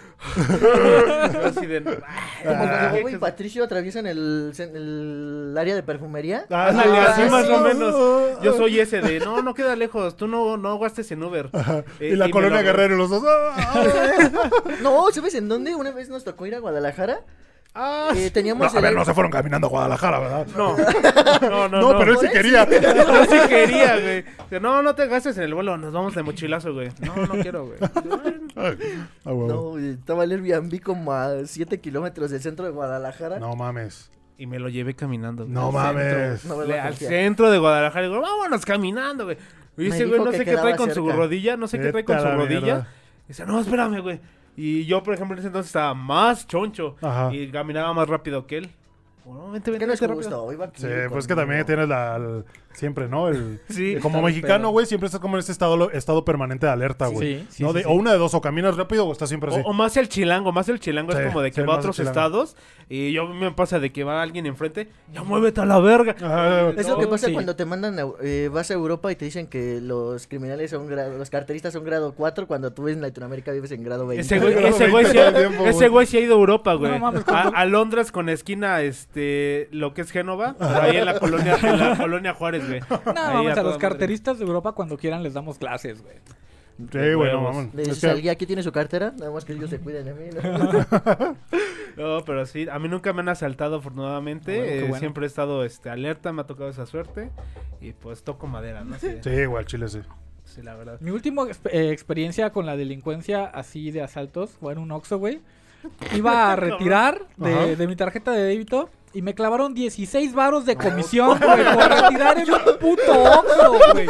Yo así de, Como "Ah, cuando Bobo y Patricio atraviesan el, el área de perfumería. Ah, ándale, sí, así sí, más sí. o menos. Yo soy ese de, no, no queda lejos, tú no, no gastes en Uber. Eh, Y la me colonia lo- Guerrero, los dos. ¡Ah! No, ¿sabes en dónde? Una vez nos tocó ir a Guadalajara. Ah, Eh, No, teníamos a ver, el- no se fueron caminando a Guadalajara, ¿verdad? no, no, no, No, no. pero él sí Por eso quería. Yo sí quería, güey. Dice, no, no te gastes en el vuelo, nos vamos de mochilazo, güey. No, no quiero, güey. Ah, huevo. No, güey, estaba el Airbnb como a siete kilómetros del centro de Guadalajara. No mames. Y me lo llevé caminando. güey, No al mames. centro. No me Le- lo al confía. centro de Guadalajara. Y digo, vámonos caminando, güey. Y Me ese güey dijo no que sé qué trae quedaba con su cerca. rodilla, no sé qué trae Vete con a su la rodilla. mierda. Dice, no, espérame, güey. Y yo, por ejemplo, en ese entonces estaba más choncho. Ajá. Y caminaba más rápido que él. Bueno, vente, ¿Qué vente, no es vente justo? rápido. Iba aquí Sí, pues conmigo. que también tienes la, el- siempre, ¿no? El, Sí. como Está mexicano, pedo. güey, siempre estás como en este estado, estado permanente de alerta, güey. Sí, sí, ¿No? sí, De- sí. O una de dos, o caminas rápido o estás siempre así. O, o más el chilango, más el chilango Sí, es como de que sí, va a más el otros chilango. estados y yo me pasa de que va alguien enfrente, ya muévete a la verga. Ajá. Es lo que No, pasa sí. cuando te mandan, a- eh, vas a Europa y te dicen que los criminales son grado, los carteristas son grado cuatro, cuando tú en Latinoamérica vives en grado veinte. Ese güey, Grado ese güey sí, veinte todo el tiempo, ese güey. güey sí ha ido a Europa, güey. No mames, a, ¿cuándo? a Londres con esquina, este, lo que es Génova, pero ahí en la colonia, en la colonia Juárez, güey. No, Ahí mames, a toda los madre. carteristas de Europa cuando quieran les damos clases, güey. Sí, bueno, huevos. vamos. Le Es dices que- al guía, aquí tiene su cartera, nada más que ellos se cuiden de mí. ¿no? No, pero sí, a mí nunca me han asaltado afortunadamente. Bueno, qué eh, bueno. Siempre he estado este, alerta, me ha tocado esa suerte. Y pues toco madera, ¿no? Sí, Sí, güey, al chile sí. sí, la verdad. Mi última exp- eh, experiencia con la delincuencia así de asaltos fue en un Oxxo, güey. Iba a retirar Ajá. de, de mi tarjeta de débito y me clavaron dieciséis varos de comisión, güey, por retirar en un puto Oxxo, güey.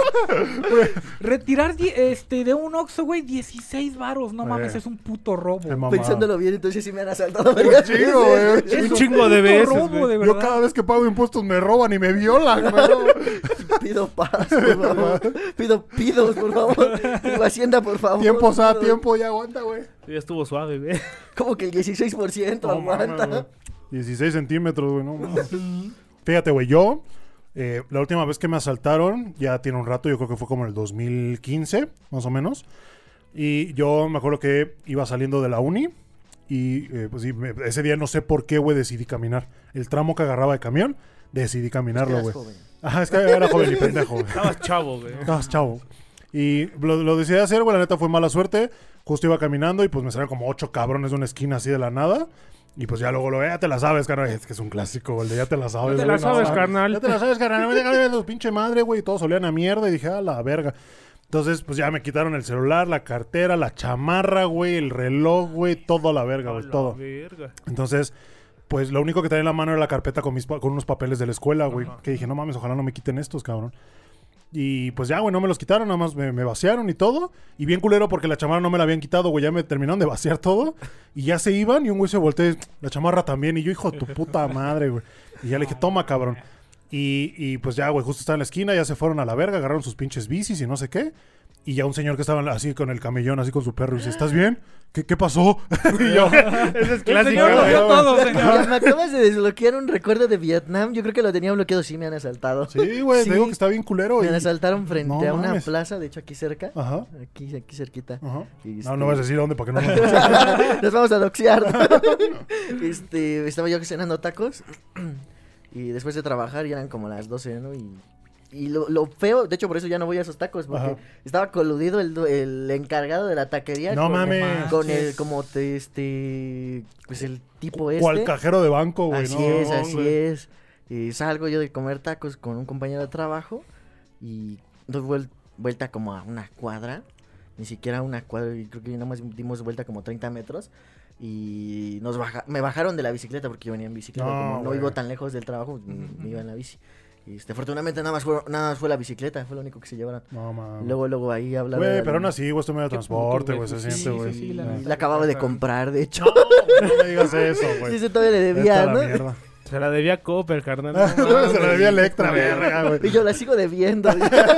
Retirar die- este de un Oxxo, güey, dieciséis varos. No mames, Eh. es un puto robo. Qué mamada. Pensándolo bien, entonces sí me han asaltado. ¿verdad? Chido, güey. Es Un chingo de puto veces, robo, güey. de Yo verdad. cada vez que pago impuestos me roban y me violan, güey. Pido paz, por favor. Pido pidos, por favor. Pido Hacienda, por favor. Tiempo, a Pido- tiempo, ya aguanta, güey. Ya estuvo suave, güey. Como que el dieciséis por ciento No mames, aguanta. güey. dieciséis centímetros, güey, no mames. Fíjate, güey, yo, eh, la última vez que me asaltaron, ya tiene un rato, yo creo que fue como en el dos mil quince, más o menos. Y yo me acuerdo que iba saliendo de la uni y eh, pues sí, me- ese día no sé por qué, güey, decidí caminar. El tramo que agarraba de camión, decidí caminarlo, Eras güey. joven. Ajá, es que era joven y pendejo, güey. Estabas chavo, güey. Estabas chavo. Y lo, lo decidí hacer, güey, la neta fue mala suerte. Justo iba caminando y pues me salieron como ocho cabrones de una esquina así de la nada. Y pues ya luego lo, eh, ya te la sabes, carnal. Es que es un clásico, el de ya te la sabes. Ya te güey, la sabes, mames. carnal. Ya te la sabes, carnal. No me dejan ver tu pinche madre, güey. Y todos olían a mierda. Y dije, a la verga. Entonces, pues ya me quitaron el celular, la cartera, la chamarra, güey, el reloj, güey, todo a la verga, A güey, la todo. verga. Entonces, pues lo único que tenía en la mano era la carpeta con, mis pa- con unos papeles de la escuela, güey. Ajá. Que dije, no mames, ojalá no me quiten estos, cabrón. Y pues ya, güey, no me los quitaron, nada más me, me vaciaron y todo. Y bien culero porque la chamarra no me la habían quitado, güey. Ya me terminaron de vaciar todo. Y ya se iban y un güey se volteó, la chamarra también. Y yo, hijo de tu puta madre, güey. Y ya le dije, toma, cabrón. Y, y pues ya, güey, justo estaba en la esquina, ya se fueron a la verga, agarraron sus pinches bicis y no sé qué. Y ya un señor que estaba así con el camellón, así con su perro, y dice, ¿estás bien? ¿Qué, qué pasó? Y yo, Ese es clásico. señor lo güey. vio todo, señor. Ya, me acabas de desbloquear un recuerdo de Vietnam. Yo creo que lo tenía bloqueado. Sí, me han asaltado. sí, güey, Sí. te digo que está bien culero. Me y- asaltaron frente No a una mames. plaza, de hecho aquí cerca. Ajá, Aquí, aquí cerquita. ajá. Y, No, no vas a decir dónde para que no nos... este, Nos vamos a doxear. este, estaba yo cenando tacos. Y después de trabajar, ya eran como las doce, ¿no? Y, y lo, lo feo, de hecho, por eso ya no voy a esos tacos. Porque Ajá. estaba coludido el, du- el encargado de la taquería. No con, mames. Con el, como, te, este, pues el tipo este. Cual cajero de banco, güey. Así no, es, así güey. es. Y salgo yo de comer tacos con un compañero de trabajo y doy vuel- vuelta como a una cuadra, ni siquiera a una cuadra, y creo que nada más dimos vuelta como treinta metros y nos baja me bajaron de la bicicleta porque yo venía en bicicleta, No, como no güey. vivo tan lejos del trabajo, m- me iba en la bici. Y este, afortunadamente nada más fue, nada más fue la bicicleta, fue lo único que se llevaron. No, mames. Luego, luego ahí habla Güey, pero aún así, güey, esto medio de Qué transporte, puto, güey, se güey. siente, Sí, güey. sí, sí, la No. neta. la acababa de comprar, de hecho. No, no me digas eso, güey. Sí, se todavía le Vete debía, a la ¿no? mierda. Se la debía a Cooper, carnal. Se la debía a Electra, verga, güey. Y yo la sigo debiendo.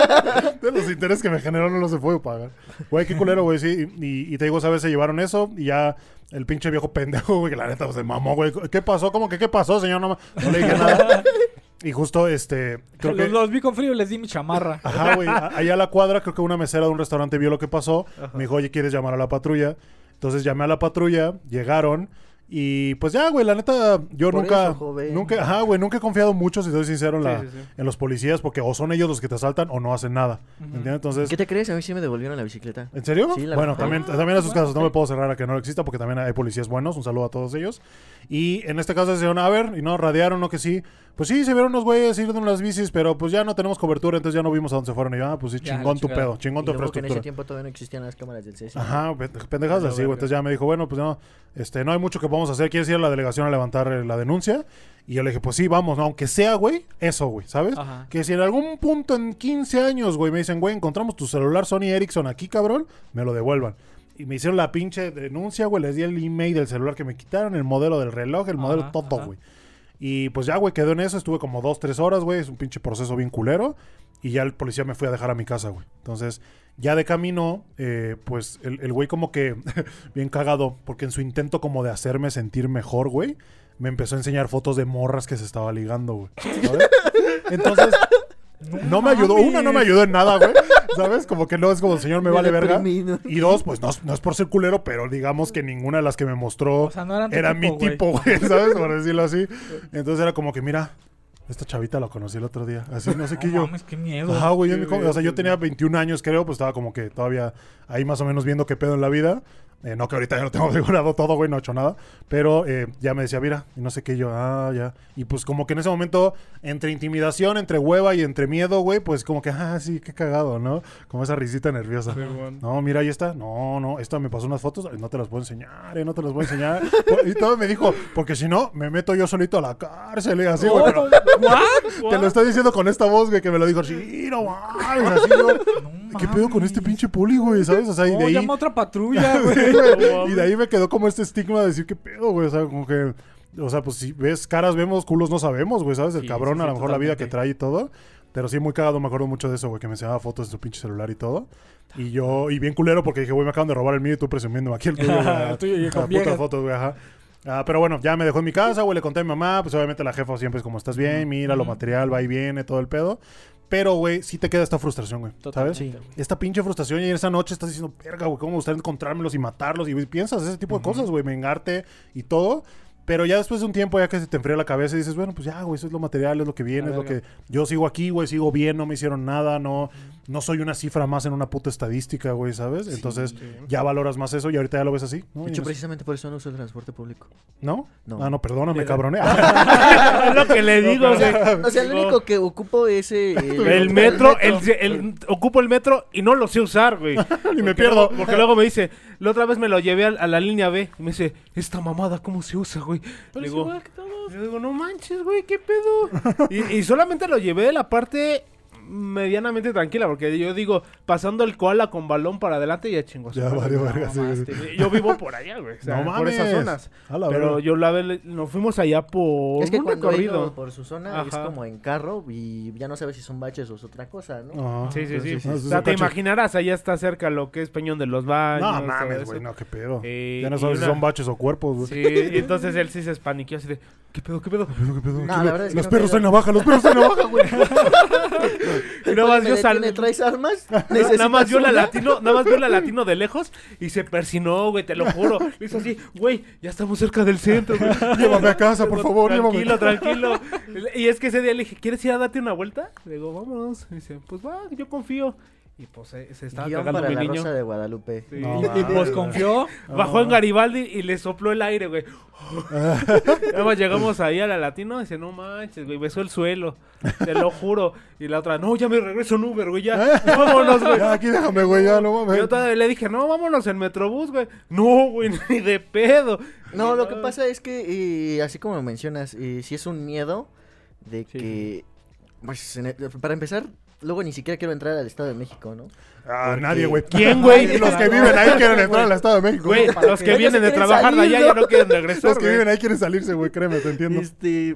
De los intereses que me generó no los se puede pagar. Güey, qué culero, güey, sí. Y, y te digo, ¿sabes? Se llevaron eso y ya el pinche viejo pendejo, güey, que la neta pues, se mamó, güey. ¿Qué pasó? ¿Cómo que qué pasó, señor? No, ma- no le dije nada. Y justo, este, creo los, que... los vi con frío y les di mi chamarra. Ajá, güey. a- Allá a la cuadra, creo que una mesera de un restaurante vio lo que pasó. Ajá. Me dijo, oye, ¿quieres llamar a la patrulla? Entonces llamé a la patrulla, llegaron. Y pues ya, güey, la neta, yo Por nunca, eso, joven. nunca, ajá, güey, nunca he confiado mucho, si soy sincero, en, la- Sí, sí, sí. en los policías, porque o son ellos los que te asaltan o no hacen nada, ¿entiendes? Entonces, ¿Qué te crees? A mí sí me devolvieron la bicicleta. ¿en serio? Sí, la bueno, verdad. también, también a sus casos, no me puedo cerrar a que no exista, porque también hay policías buenos, un saludo a todos ellos. Y en este caso dijeron, a ver, y no, radiaron, no que sí. Pues sí, se vieron unos güeyes ir de unas bicis, pero pues ya no tenemos cobertura, entonces ya no vimos a dónde se fueron. Y yo, ah, pues sí, Ya, chingón la tu chingada. pedo, chingón Y tu luego que en ese infraestructura. tiempo todavía no existían las cámaras del C S. Ajá, pe- pendejadas Pero así, güey. verga. Entonces ya me dijo, bueno, pues no, este, no hay mucho que podamos hacer. ¿Quieres ir a la delegación a levantar eh, la denuncia? Y yo le dije, pues sí, vamos, ¿no? Aunque sea, güey, eso, güey, ¿sabes? Ajá. Que si en algún punto en quince años, güey, me dicen, güey, encontramos tu celular Sony Ericsson aquí, cabrón, me lo devuelvan. Y me hicieron la pinche denuncia, güey, les di el email del celular que me quitaron, el modelo del reloj, el modelo Ajá, todo, ajá. güey. Y pues ya, güey, quedó en eso, estuve como dos, tres horas, güey, es un pinche proceso bien culero. Y ya el policía me fue a dejar a mi casa, güey. Entonces, ya de camino, eh, pues el el güey como que bien cagado, porque en su intento como de hacerme sentir mejor, güey, me empezó a enseñar fotos de morras que se estaba ligando, güey. ¿Sabes? Entonces, no me ayudó. Una, no me ayudó en nada, güey. ¿Sabes? Como que no es como el señor me vale verga. deprimido. Y dos, pues no, no es por ser culero, pero digamos que ninguna de las que me mostró O sea, no eran tu era tipo, mi güey. tipo, güey, ¿sabes? Por decirlo así. Entonces era como que, mira, esta chavita la conocí el otro día. Así, no sé qué No yo. mames, qué miedo. Ajá, güey, yo Qué en mi com- o sea, yo bestia, tenía veintiún años, creo, pues estaba como que todavía ahí más o menos viendo qué pedo en la vida. Eh, no que ahorita ya lo tengo asegurado todo, güey, no he hecho nada. Pero eh, ya me decía, mira, y no sé qué yo, ah, ya. Y pues como que en ese momento, entre intimidación, entre hueva y entre miedo, güey, pues como que, ah, sí, qué cagado, ¿no? Como esa risita nerviosa. Qué bueno. No, mira, ahí está. No, no, esta me pasó unas fotos, no te las puedo enseñar, eh, no te las voy a enseñar. Y todo me dijo, porque si no, me meto yo solito a la cárcel, y así, güey, pero ¿What? te lo estoy diciendo con esta voz, güey, que me lo dijo, sí, no mames, así, yo, No ¿qué pedo con este mames. pinche poli, güey? ¿Sabes? O sea, y No, de ahí... llama a otra patrulla, güey. Sí, güey, y de ahí me quedó como este estigma de decir, ¿qué pedo, güey? O sea, como que... O sea, pues si ves caras vemos, culos no sabemos, güey, ¿sabes? El Sí, cabrón, sí, a sí, lo mejor la vida que totalmente. trae y todo. Pero sí, muy cagado, me acuerdo mucho de eso, güey, que me enseñaba fotos de su pinche celular y todo. Y yo... Y bien culero porque dije, güey, me acaban de robar el mío y tú presumiendo aquí el tuyo, güey. El tuyo y Las con putas viejas. fotos, güey, ajá. Ah, pero bueno, ya me dejó en mi casa, güey, le conté a mi mamá, pues obviamente la jefa siempre es como, ¿estás bien? Mira, lo Ujú. material va y viene, todo el pedo. Pero, güey, sí te queda esta frustración, güey, ¿sabes? Totalmente, güey. Esta pinche frustración y esa noche estás diciendo, verga, güey, ¿cómo me gustaría encontrármelos y matarlos? Y güey, piensas ese tipo de cosas, güey, vengarte y todo. Pero ya después de un tiempo, ya que se te enfría la cabeza y dices, bueno, pues ya, güey, eso es lo material, es lo que viene, La es lo verga. que... Yo sigo aquí, güey, sigo bien, no me hicieron nada, no, no soy una cifra más en una puta estadística, güey, ¿sabes? Entonces, sí. ya valoras más eso y ahorita ya lo ves así, ¿no? De Y hecho, no, precisamente por eso no uso el transporte público. ¿no? No. Ah, no, perdóname, Era- cabrón. ¿eh? Es lo que le digo, güey. O sea, lo único que ocupo es el, El metro, el, el- ocupo el metro y no lo sé usar, güey. Y me Porque pierdo. luego- porque luego me dice, la otra vez me lo llevé a, a la línea B. Y me dice, esta mamada, ¿cómo se usa, güey? Pero Le es digo, igual que todos. yo digo, no manches, güey, ¿qué pedo? y, y solamente lo llevé de la parte medianamente tranquila, porque yo digo, pasando el koala con balón para adelante ya chingo. Ya valió verga, sí, sí. Yo vivo por allá, güey. O sea, No por esas mames. zonas. A la Pero verga. yo la vez nos fuimos allá por Es que un cuando he recorrido. ido por su zona es Ajá. como en carro y ya no sabes si son baches o es otra cosa, ¿no? Ajá. Sí, sí, sí. Entonces, No, O eso sea, es te un cacho. imaginarás, allá está cerca lo que es Peñón de los Baños. No todo mames, eso. güey, no, qué pedo. Eh, Ya no y sabes si una- son baches o cuerpos, güey. Sí, y entonces él sí se espaniqueó así de, ¿qué pedo, qué pedo? ¿Qué pedo, qué pedo? No, la verdad es que los no perros pedo. traen navaja, los perros traen navaja, güey. Y nada más Me yo sal... detiene, ¿traes armas? Nada más vio la una? latino, nada más vio la latino de lejos y se persinó, güey, te lo juro. Le hizo así, güey, ya estamos cerca del centro, güey. Llévame a casa, por favor, Tranquilo, llévame. tranquilo. Y es que ese día le dije, ¿quieres ir a darte una vuelta? Le digo, vámonos. Y dice, pues va, yo confío. Y pues se, se estaba Guión cagando para mi la niño. Rosa de Guadalupe. Sí. No, Y, y mames, pues güey. confió. Bajó en Garibaldi y le sopló el aire, güey. Nada más llegamos ahí a la latino y dice, no manches, güey, besó el suelo. Te lo juro. Y la otra, no, ya me regreso en Uber, güey, ya. Vámonos, güey. Ya, aquí déjame, güey, ya, no Y mames. yo todavía le dije, no, vámonos en Metrobús, güey. No, güey, ni de pedo. No, Y lo que pasa es que, eh, así como mencionas, eh, si es un miedo de Sí, que, pues, en el- para empezar, luego ni siquiera quiero entrar al Estado de México, ¿no? Ah, Porque- nadie, güey. ¿Quién, güey? Ni los que viven ahí quieren entrar al Estado de México. Güey, güey. los que Ellos vienen de quieren trabajar de salir, allá ya ¿no? no quieren regresar, Los que güey. viven ahí quieren salirse, güey, créeme, te entiendo. Este,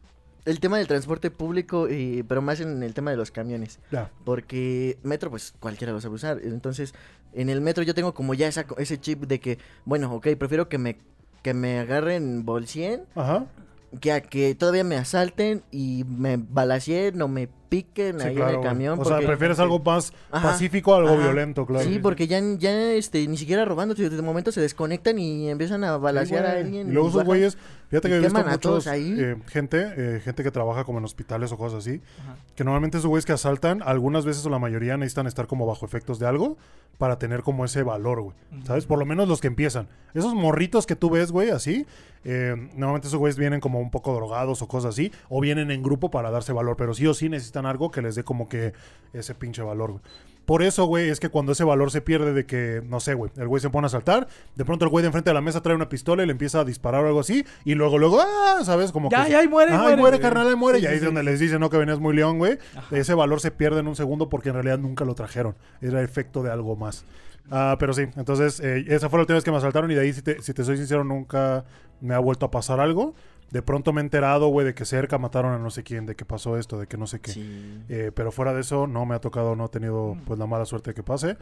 el tema del transporte público, eh, pero más en el tema de los camiones. Ya. Porque metro, pues cualquiera lo sabe usar. Entonces, en el metro yo tengo como ya esa, co- ese chip de que, bueno, ok, prefiero que me, que me agarren bolsien Ajá. que a que todavía me asalten y me balacien o me piquen Sí, ahí claro, en el güey. camión. O sea, porque- prefieres algo más Ajá, pacífico a algo ajá. violento, claro. Sí, porque ya, ya este, ni siquiera robando, de momento se desconectan y empiezan a Sí, balacear güey. a alguien. Y luego esos bajan. güeyes, fíjate y que he visto queman a muchos, todos ahí. eh, gente, eh, gente que trabaja como en hospitales o cosas así, Ajá. que normalmente esos güeyes que asaltan, algunas veces o la mayoría necesitan estar como bajo efectos de algo para tener como ese valor, güey. ¿Sabes? Por lo menos los que empiezan. Esos morritos que tú ves, güey, así, eh, normalmente esos güeyes vienen como un poco drogados o cosas así, o vienen en grupo para darse valor, pero sí o sí necesitan algo que les dé como que ese pinche valor, güey. Por eso, güey, es que cuando ese valor se pierde de que, no sé, güey, el güey se pone a saltar, de pronto el güey de enfrente de la mesa trae una pistola y le empieza a disparar o algo así, y luego, luego, ah, ¿sabes? Como Ya, que... ya, ahí muere, Ah, ahí muere. muere, carnal, ahí muere. Sí, y ahí sí, es sí. donde les dicen, no, que venías muy león, güey. Ese valor se pierde en un segundo porque en realidad nunca lo trajeron. Era efecto de algo más. Ah, pero sí, entonces, eh, esa fue la última vez que me asaltaron y de ahí, si te, si te soy sincero, nunca me ha vuelto a pasar algo. De pronto me he enterado, güey, de que cerca mataron a no sé quién, de que pasó esto, de que no sé qué. Sí. Eh, pero fuera de eso, no me ha tocado, no he tenido pues la mala suerte de que pase.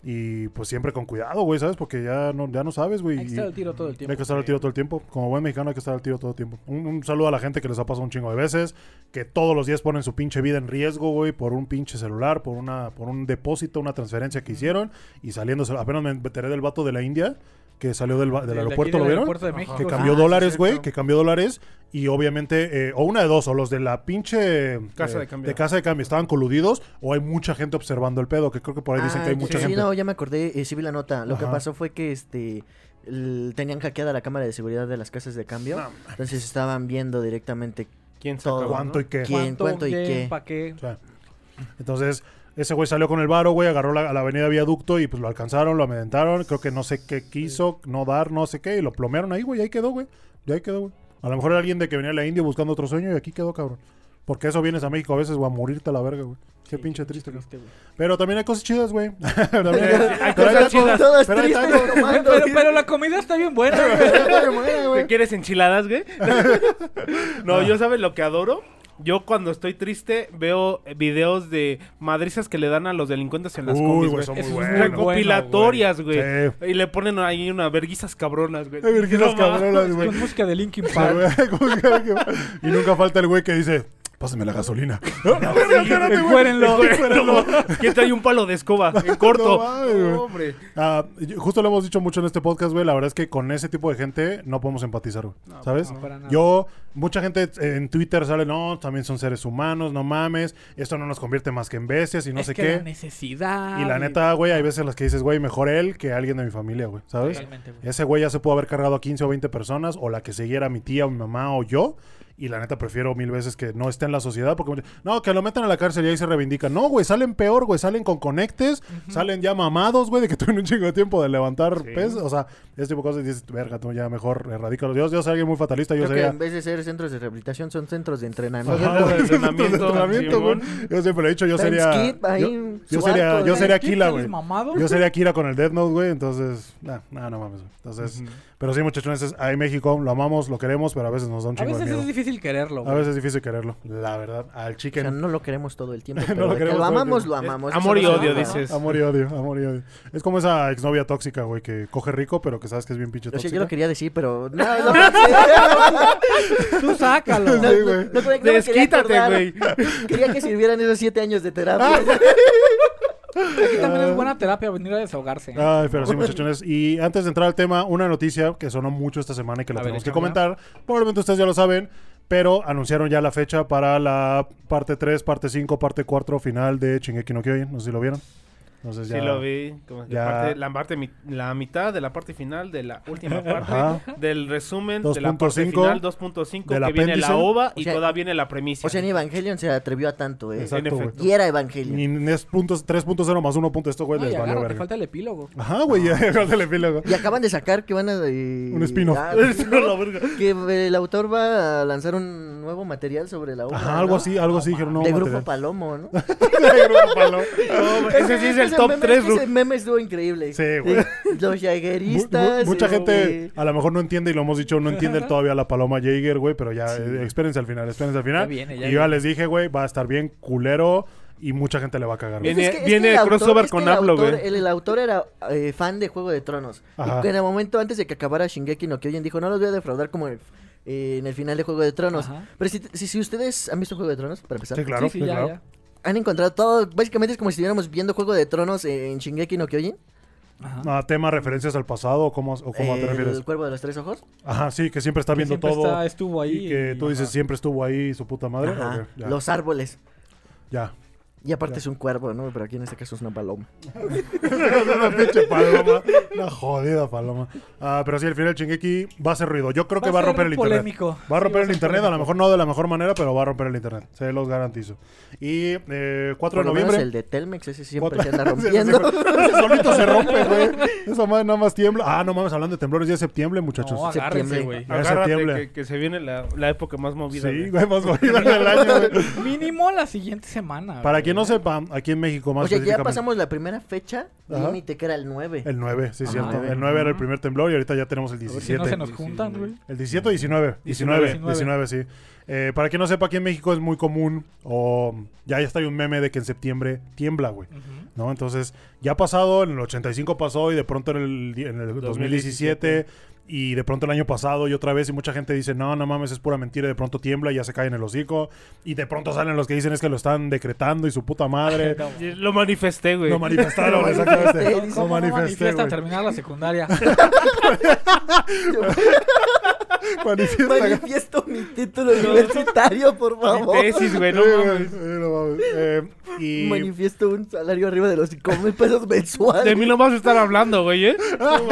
Y pues siempre con cuidado, güey, ¿sabes? Porque ya no, ya no sabes, güey. Hay que y- estar al tiro todo el tiempo. hay que estar al tiro todo el tiempo. Como buen mexicano hay que estar al tiro todo el tiempo. Un, un saludo a la gente que les ha pasado un chingo de veces. Que todos los días ponen su pinche vida en riesgo, güey. Por un pinche celular, por una por un depósito, una transferencia que hicieron. Y saliendo, apenas me enteré del vato de la India. Que salió del, ba- del De- de aquí aeropuerto, del ¿lo vieron? aeropuerto de Ajá. México, Que sí. cambió Ah, sí, dólares, cierto. güey. Que cambió dólares. Y obviamente, eh, o una de dos. O los de la pinche... Casa eh, de cambio. casa de cambio estaban coludidos. O hay mucha gente observando el pedo. Que creo que por ahí dicen Ah, que hay mucha sí, gente. no, ya me acordé, eh, sí vi la nota. Lo que Ajá. pasó fue que este el- tenían hackeada la cámara de seguridad de las casas de cambio. No, Entonces estaban viendo directamente ¿Quién Todo. saca ¿Cuánto y qué? quién, cuánto y qué. ¿Para qué? O sea, entonces, ese güey salió con el varo, güey, agarró la, a la avenida Viaducto y pues lo alcanzaron, lo amedrentaron. Creo que no sé qué quiso, no dar, no sé qué, y lo plomearon ahí, güey, ahí quedó, güey. Y ahí quedó, güey. A lo mejor era alguien de que venía a la India buscando otro sueño y aquí quedó, cabrón. Porque eso vienes a México a veces, güey, a morirte a la verga, güey. Qué Sí, pinche qué triste, güey. triste, güey. Pero también hay cosas chidas, güey. También hay hay cosas tacos, chidas. Todo es pero hay triste, tacos. tomando. Pero, pero la comida está bien buena, güey. ¿Te quieres enchiladas, güey? No, yo sabes lo que adoro. Yo cuando estoy triste veo videos de madrizas que le dan a los delincuentes en las Uy, combis, güey, güey. son Eso muy es buenos. muy bueno, Recopilatorias, güey. Sí. Y le ponen ahí unas verguizas cabronas, güey. Hay verguizas No mames. cabronas, güey. Con música de Linkin Sí, Park. güey, ¿cómo se llama? Y nunca falta el güey que dice, pásame la gasolina. No, no, no, espérate, güey. Encuérenlo. Encuérenlo. ¿Quién trae un palo de escoba en corto? No mames, güey. No, hombre. Ah, yo- justo lo hemos dicho mucho en este podcast, güey. La verdad es que con ese tipo de gente no podemos empatizar, güey. No, ¿Sabes? no, para nada. Yo, mucha gente en Twitter sale, no, también son seres humanos, no mames. Esto no nos convierte más que en bestias y no es sé que qué. la necesidad. Y la neta, güey, hay veces en las que dices, güey, mejor él que alguien de mi familia, güey. ¿Sabes? Totalmente, güey. Ese güey ya se pudo haber cargado a quince o veinte personas, o la que siguiera mi tía o mi mamá o yo. Y la neta prefiero mil veces que no esté en la sociedad. Porque, no, que lo metan a la cárcel y ahí se reivindican. No, güey, salen peor, güey. Salen con conectes, salen ya mamados, güey, de que tuvieron un chingo de tiempo de levantar Sí. peso. O sea, ese tipo de cosas. Y dices, verga, tú ya mejor erradícalo. Yo, yo soy alguien muy fatalista. Yo Creo que sería. en vez de ser centros de rehabilitación, son centros de entrenamiento. Ajá, Centros de güey, entrenamiento, centros de entrenamiento, güey. Simón. Yo siempre lo he dicho, yo Times sería... Kid, ahí, yo, yo su sería, arco yo de- sería ¿Qué Kira, tal, güey. mamado? Yo sería Kira con el Death Note, güey, entonces... Nah, nah, no mames, güey. Entonces... Ujú. Pero sí, muchachones, es- ahí México lo amamos, lo queremos, pero a veces nos da un A chingo de veces miedo. es difícil quererlo, A güey. veces es difícil quererlo, la verdad. Al O chicken... sea, no lo queremos todo el tiempo, No pero lo de que queremos lo todo el amamos, tiempo. lo amamos. Amor Eso y no se odio, llama, ¿no? dices. Amor y odio, amor y odio. Es como esa exnovia tóxica, güey, que coge rico, pero que sabes que es bien pinche Lo sé, tóxica. yo lo quería decir, pero... No, no, Tú sácalo. no, Sí, güey. no, no, no me quería Desquítate, acordar. güey. Quería que sirvieran esos siete años de terapia. Aquí también es buena terapia venir a desahogarse. ¿eh? Ay, pero sí, muchachones. Y antes de entrar al tema, una noticia que sonó mucho esta semana y que la A ver, tenemos que échamela. comentar. Probablemente ustedes ya lo saben, pero anunciaron ya la fecha para la parte tres, parte cinco, parte cuatro final de Shingeki no Kyojin. No sé si lo vieron. Entonces ya... Sí lo vi. Como que ya- parte- la, parte, mi- la mitad de la parte final de la última parte. Ajá. Del resumen dos de la punto parte cinco, final dos punto cinco. del Que viene apéndice. la ova O y sea, todavía viene la premisa. O sea, ni Evangelion se atrevió a tanto, ¿eh? Exacto, en güey. efecto. Y era Evangelion. Ni es puntos, tres punto cero más uno punto esto, güey, Ay, les valió agárrate, verga. falta el epílogo. Ajá, güey, ya falta el epílogo. Y acaban de sacar que van a... eh, Un spin-off. ah, La verga. que el autor va a lanzar un nuevo material sobre la obra, Ajá, algo ¿no? así, algo así dijeron. No, De Grupo material. Palomo, ¿no? De Grupo Palo. No, ese sí es el Ese top meme- tres. Ese meme estuvo increíble. Sí, güey. Los Mu- jaegeristas. mu- mucha eh, gente a lo mejor no entiende y lo hemos dicho, no entiende todavía la paloma Jaeger, güey, pero ya Sí. eh, espérense al final, espérense al final. Ya viene, ya y yo ya viene. les dije, güey, va a estar bien culero y mucha gente le va a cagar. güey. Viene- Es que- es viene que el autor- crossover es que con el Hablo, autor- güey. El, el autor era eh, fan de Juego de Tronos. Ajá. Y que en el momento antes de que acabara Shingeki no Kyojin dijo, no los voy a defraudar como eh, en el final de Juego de Tronos. Ajá. Pero si, si, si ustedes han visto Juego de Tronos, para empezar, Sí, claro, sí, sí, sí, ya, claro. ya. han encontrado todo. Básicamente es como si estuviéramos viendo Juego de Tronos en Shingeki no Kyojin. Ajá. Ah, tema, referencias al pasado, ¿o cómo, o cómo te El refieres? Cuervo de los Tres Ojos. Ajá, sí, que siempre está Que viendo siempre todo. está- estuvo ahí. Y que tú dices, ajá. siempre estuvo ahí su puta madre. Ajá. Ok, ya, Los árboles. ya. Y aparte Ya. es un cuervo, ¿no? Pero aquí en este caso es una paloma. Una pinche paloma. Una jodida paloma. Ah, pero sí, al final Shingeki va a hacer ruido. Yo creo que va a ser romper el internet. polémico. Va a Sí, romper el ser internet, a lo polémico. mejor no de la mejor manera, pero va a romper el internet. Se los garantizo. Y eh, cuatro Por de lo menos noviembre. el de Telmex, ese siempre Cuatro- se anda Sí, rompiendo. ese solito se rompe, güey. Esa madre nada más tiembla. Ah, no mames, hablando de temblores, ya es septiembre, muchachos. No, agárrense, Septiembre. güey. Ya es Agárrate septiembre. que, que se viene la, la época más movida. Sí, güey. güey, más movida del año, güey. Mínimo la siguiente semana. Para güey. quien no sepa, aquí en México más O sea, ya específicamente- pasamos la primera fecha, Ajá. límite que era el nueve. El nueve, sí, Ajá. cierto. nueve. El nueve era el Ujú. primer temblor y ahorita ya tenemos el A ver si diecisiete. no se nos Sí, juntan, sí, güey. El diecisiete o diecinueve. diecinueve, diecinueve, sí. Eh, para quien no sepa, aquí en México es muy común, o ya, ya está hay un meme de que en septiembre tiembla, güey. Ujú. ¿No? Entonces, ya ha pasado, en el ochenta y cinco pasó y de pronto en el, di- en el dos mil diecisiete y de pronto el año pasado y otra vez y mucha gente dice, no, no mames, es pura mentira y de pronto tiembla y ya se cae en el hocico y de pronto salen los que dicen es que lo están decretando y su puta madre. No. Sí, Lo manifesté, güey. Lo manifestaron, Lo exactamente. manifesté, Lo ¿Cómo no manifesté, manifiesta güey. terminar la secundaria? Manifiesta. Manifiesto mi título universitario, por Mi favor. tesis, güey, no Sí, mames. güey, sí, no mames. Eh, y... Manifiesto un salario arriba de los cinco mil pesos mensuales. De mí no vas a estar hablando, güey, ¿eh?